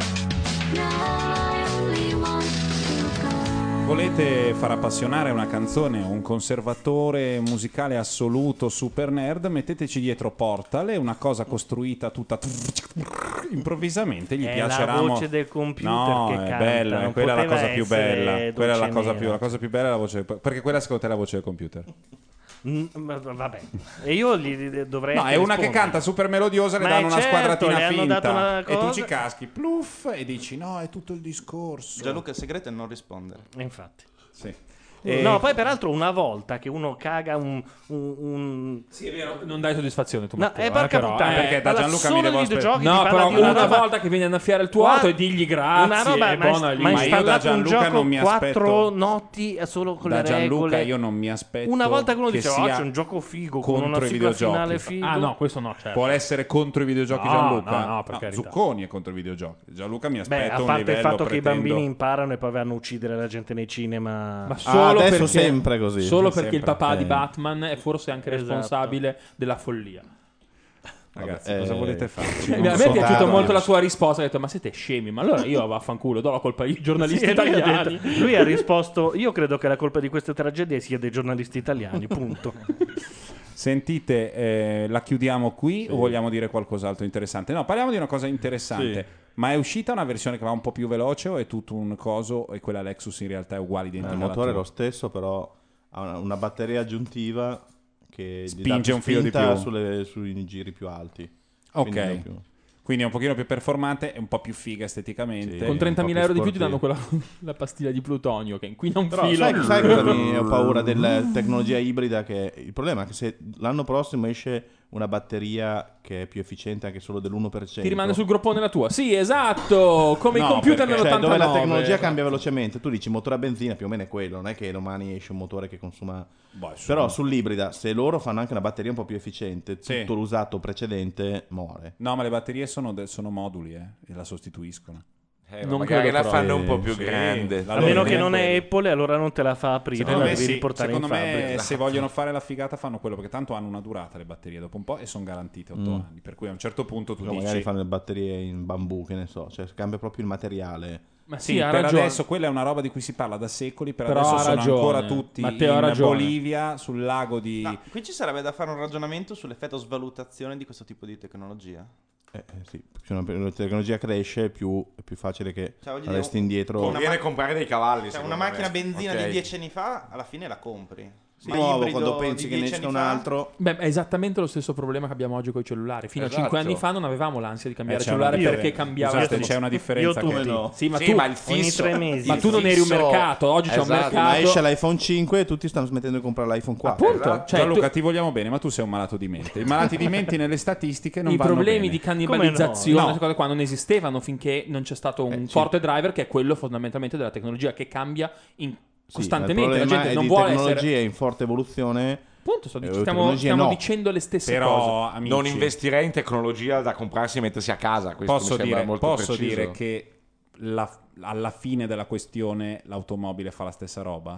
Now I only want you gone. Volete far appassionare una canzone a un conservatore musicale assoluto super nerd? Metteteci dietro Portal, è una cosa costruita tutta improvvisamente, gli È piacerà la mo- voce del computer no, che è canta, bella, non quella è la poteva cosa più essere bella, quella è la Dolce cosa Nera. più, la cosa più bella è la voce, perché quella secondo te è la voce del computer? Mm, ma- vabbè, e io gli dovrei No, anche è una che rispondere. canta super melodiosa, le Ma danno è una certo, squadratina le hanno finta dato una e tu cosa- ci caschi, pluff, e dici no, è tutto il discorso. Gianluca, il segreto è non rispondere. Infatti. Sì. E- No, poi peraltro una volta che uno caga un... un, un... Sì, è vero, non dai soddisfazione tu, No, Matteo, eh, porca però, puttana, eh. perché da Allora, Gianluca mi solo devo i aspettare. videogiochi No, ti parla però di una una roba- volta che viene a annaffiare il tuo Qua- auto e digli grazie Una roba, e ma, buona ma lì. hai Ma io da installato un Gianluca gioco non mi quattro aspetto- notti solo con Da le Gianluca regole. io non mi aspetto Una volta che uno che dice, oh, sia c'è un gioco figo con contro una i sigla videogiochi. finale figo. Ah no, questo no, certo. Può essere contro i videogiochi No, Gianluca? no, no, per carità. Zucconi è contro i videogiochi. Gianluca mi Beh, aspetta a un parte il livello, fatto che i pretendo- bambini imparano e poi vanno a uccidere la gente nei cinema. Ma solo adesso perché, sempre così. Solo Sempre. perché il papà di Eh. Batman è forse anche Esatto. responsabile della follia. Ragazzi, Vabbè, cosa eh, volete fare? A me è piaciuta molto la tua risposta. Ha detto: ma siete scemi? Ma allora io vaffanculo, do la colpa ai giornalisti Sì, lui, ha italiani. detto- lui ha risposto: io credo che la colpa di queste tragedie sia dei giornalisti italiani. Punto. Sentite, eh, la chiudiamo qui o vogliamo dire qualcos'altro interessante? No, parliamo di una cosa interessante. Sì. Ma è uscita una versione che va un po' più veloce o è tutto un coso e quella Lexus in realtà è uguale, identica Il alla motore è tua? lo stesso, però ha una, una batteria aggiuntiva che gli Spinge dà più un filo di spinta più. sulle- sui giri più alti. Ok. Quindi non più- Quindi è un pochino più performante e un po' più figa esteticamente. Sì. Con trentamila euro di più ti danno sportivo. quella, la pastiglia di plutonio che inquina un Però filo. sai, sai cosa mi ho paura della tecnologia ibrida? Che il problema è che se l'anno prossimo esce una batteria che è più efficiente anche solo dell'uno per cento, Ti rimane sul groppone la tua. Sì, esatto, come No, i computer perché- cioè, dove la nell'ottantanove. tecnologia cambia velocemente, tu dici motore a benzina, più o meno è quello, non è che domani esce un motore che consuma. Boh, su- Però sull'ibrida, se loro fanno anche una batteria un po' più efficiente, Sì. tutto l'usato precedente muore. No, ma le batterie sono, de- sono moduli eh, e la sostituiscono. Eh, ma Non magari credo la però. fanno un po' più Sì, grande. la A loro meno idea che è non è quella. Apple, allora non te la fa aprire, Secondo la me, devi sì. riportare Secondo in me fabbrica. se vogliono fare la figata fanno quello, perché tanto hanno una durata le batterie dopo un po' e sono garantite otto Mm. anni, per cui a un certo punto tu Però dici magari fanno le batterie in bambù, che ne so, cioè cambia proprio il materiale. Ma sì, sì, ha per ragione. adesso quella è una roba di cui si parla da secoli, per Però adesso ha sono ragione. ancora tutti Matteo ha in ragione. Bolivia sul lago di No, qui ci sarebbe da fare un ragionamento sull'effetto svalutazione di questo tipo di tecnologia. Eh, eh, sì, più una- la tecnologia cresce, più è più facile che Cioè, voglio resti dire, indietro. una Conviene ma- comprare dei cavalli. Cioè, secondo una macchina me. benzina Ok. di dieci anni fa, alla fine la compri. Sì, Ma nuovo, ibrido quando pensi di che ne dieci esca anni un fa- altro. Beh, è esattamente lo stesso problema che abbiamo oggi con i cellulari. Fino Esatto. a cinque anni fa non avevamo l'ansia di cambiare Eh, c'è cellulare una perché differenza. cambiava. Scusate, c'è una differenza Io tu che ti- no. Sì, ma Sì, tu ma il ogni fisso, tre mesi. ma il tu non eri un fisso- mercato. Oggi c'è un Esatto. mercato. Ma esce l'iPhone cinque e tutti stanno smettendo di comprare l'iPhone quattro. Appunto, Esatto. cioè, Gianluca, tu- ti vogliamo bene, ma tu sei un malato di mente. I malati di mente nelle statistiche non i vanno problemi bene. di cannibalizzazione, Come no? queste cose qua non esistevano finché non c'è stato un Eh, sì. forte driver che è quello fondamentalmente della tecnologia che cambia in- Sì, costantemente. ma La il problema gente è non di vuole tecnologie essere. in forte evoluzione. Appunto, sto dic- eh, stiamo, tecnologie stiamo no. dicendo le stesse Però, cose. amici, Non investirei in tecnologia da comprarsi e mettersi a casa. Questo posso, mi sembra dire, molto posso preciso. dire che la- alla fine della questione l'automobile fa la stessa roba?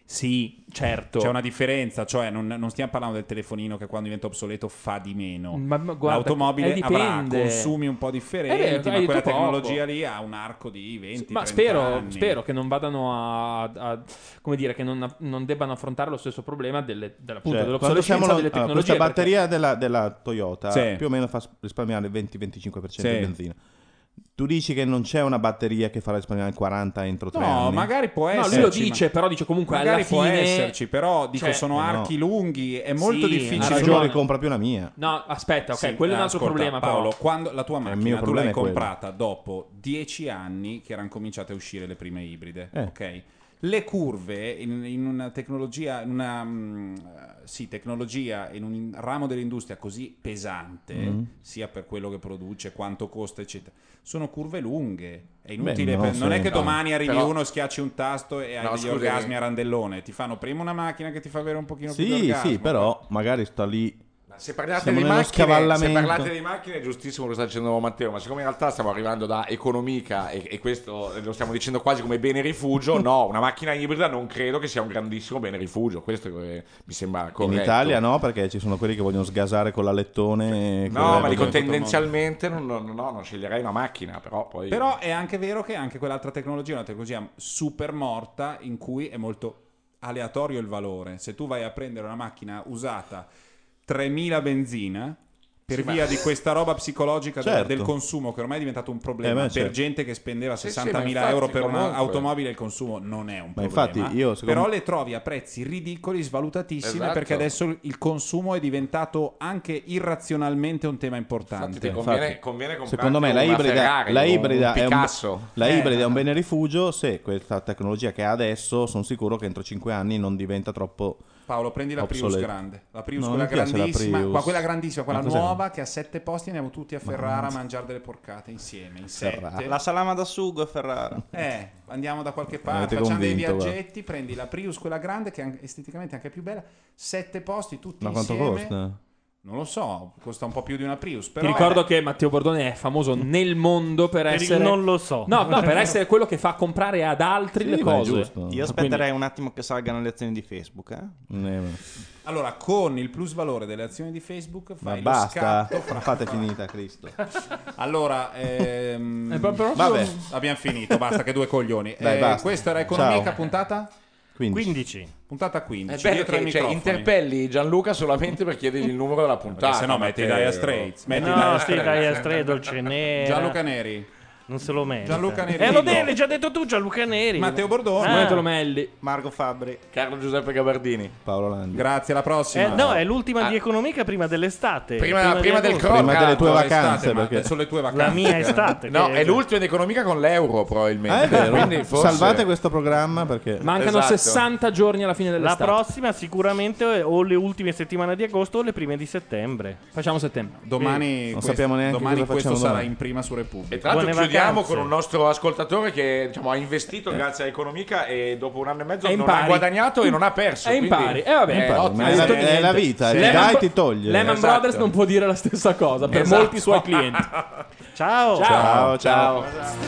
Sì, certo. C'è una differenza, cioè non, non stiamo parlando del telefonino che quando diventa obsoleto fa di meno. Ma- ma guarda, L'automobile eh, avrà dipende. consumi un po' differenti, Eh, beh, ma hai quella detto tecnologia poco. lì ha un arco di venti Ma trenta spero, anni. spero che non vadano a, a- come dire, che non, non debbano affrontare lo stesso problema delle, della, appunto, Cioè, quando dell'obsolescenza siamo- delle allora, tecnologie. questa perché- batteria della, della Toyota Sì. più o meno fa risparmiare il venti-venticinque per cento Sì. di benzina. Tu dici che non c'è una batteria che farà risparmiare il quaranta entro tre No, anni? magari può No, esserci. lui lo ma- dice, però dice comunque magari alla può fine... esserci, però dico Cioè, sono eh, no. archi lunghi, è molto Sì, ha difficile. ragione. Nessuno ne compra più la mia. No, aspetta, ok, Sì, quello è un eh, altro ascolta, problema, Paolo, però. quando la tua il macchina mio tu problema l'hai è quello. comprata dopo dieci anni che erano cominciate a uscire le prime ibride, Eh. ok? Le curve in, in una tecnologia, in una mm, sì, tecnologia, in un ramo dell'industria così pesante, Mm. sia per quello che produce, quanto costa, eccetera, sono curve lunghe. È inutile, Beh, no, per- non è che sempre. domani arrivi Però- uno, schiacci un tasto e hai No, degli scusami. orgasmi a randellone. Ti fanno prima una macchina che ti fa avere un pochino più di Sì, orgasmo. sì, però magari sta lì. Se parlate, Siamo di nello macchine, se scavallamento. parlate di macchine è giustissimo quello che sta dicendo Matteo, ma siccome in realtà stiamo arrivando da economica e, e questo lo stiamo dicendo quasi come bene rifugio, no, una macchina ibrida non credo che sia un grandissimo bene rifugio, questo è che mi sembra corretto. In Italia no, perché ci sono quelli che vogliono sgasare con la lettone. No, con ma dico con- tendenzialmente non, non- no, non sceglierei una macchina, però poi... Però è anche vero che anche quell'altra tecnologia è una tecnologia super morta in cui è molto aleatorio il valore. Se tu vai a prendere una macchina usata tremila benzina per Sì, ma- via di questa roba psicologica della- Certo. del consumo che ormai è diventato un problema Eh, beh, per certo. gente che spendeva Sì, sì, sessantamila ma infatti, euro per comunque. un'automobile, il consumo non è un Ma problema. infatti io, secondo- Però le trovi a prezzi ridicoli, svalutatissimi, Esatto. perché adesso il consumo è diventato anche irrazionalmente un tema importante. Infatti ti conviene, Infatti, conviene comprarti Secondo me la una ibrida, Ferrari, la un ibrida è un, Picasso. la Eh. ibrida è un bene rifugio se questa tecnologia che ha adesso, sono sicuro che entro cinque anni non diventa troppo Paolo, prendi la Prius obsoleto. grande, la Prius No, quella mi piace la grandissima, Prius. qua- quella grandissima, quella Ma cos'è? nuova che ha sette posti, andiamo tutti a Ferrara a mangiare delle porcate insieme, in Ferrara. sette. La salama da sugo a Ferrara. Eh, andiamo da qualche parte, avete facciamo dei convinto, viaggetti, prendi la Prius quella grande che è anche- esteticamente anche più bella, sette posti tutti Ma quanto insieme. costa? Non lo so, costa un po' più di una Prius, Ti però ricordo che Matteo Bordone è famoso nel mondo per, Per il essere... non lo so. No, no, per essere quello che fa comprare ad altri Sì, le ma è cose. giusto. Io aspetterei un attimo che salgano le azioni di Facebook. Eh? Eh, allora con il plus valore delle azioni di Facebook Ma fai lo basta, scatto fra- non fate finita, Cristo. Allora, ehm, Eh, però- Vabbè. abbiamo finito, basta che due coglioni. Dai, Eh, basta. Questa era Economica, Ciao. puntata? quindi quindici. Puntata È quindici. bello dietro ai che cioè, microfoni. interpelli Gianluca solamente per chiedergli il numero della puntata. Perché se no metti Matteo. Dire Straits. Metti No, Dire sì, Straits. dai, Astre, Dolce Nera. Gianluca Neri. Non se lo merita. Gianluca Neri. Eh, lo Dillo. devi, già detto tu, Gianluca Neri. Matteo Bordone. Ah. Monetelo Melli. Marco Fabbri. Carlo Giuseppe Gabardini. Paolo Landi. Grazie, alla prossima. Eh, no, è l'ultima Ah. di Economica prima dell'estate. Prima- prima di del agosto. crollo. Prima delle tue No, vacanze, estate, ma perché sono le tue vacanze. La mia estate. No, che- è l'ultima di economica con l'euro probabilmente. Ah, è vero. Quindi forse... Salvate questo programma perché Mancano Esatto. sessanta giorni alla fine La dell'estate. prossima sicuramente o le ultime settimane di agosto o le prime di settembre. Facciamo settembre. Domani, Non questo, sappiamo neanche domani cosa questo facciamo sarà domani. in prima su E Repubblica. tra l'altro Buone chiudiamo vacanze. con un nostro ascoltatore che diciamo, ha investito grazie a Economica e dopo un anno e mezzo E non impari. ha guadagnato e non ha perso. E quindi- impari. E vabbè, Eh, impari. ottimo. Ma è, detto la, è niente. la vita, Sì. il Lehman dai Bro- ti toglie. Lehman Esatto. Brothers non può dire la stessa cosa per Esatto. molti suoi clienti. Ciao. Ciao, ciao. Ciao.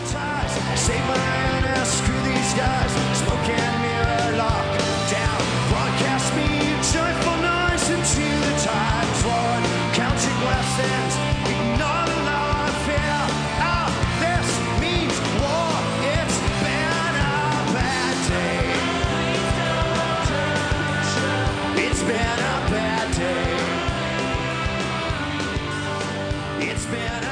Save my own ass, screw these guys. Smoke and mirror lock down. Broadcast me joyful noise into the tides. Lord, count your blessings. Ignore the law of fear. Ah, this means war. It's been a bad day. It's been a bad day. It's been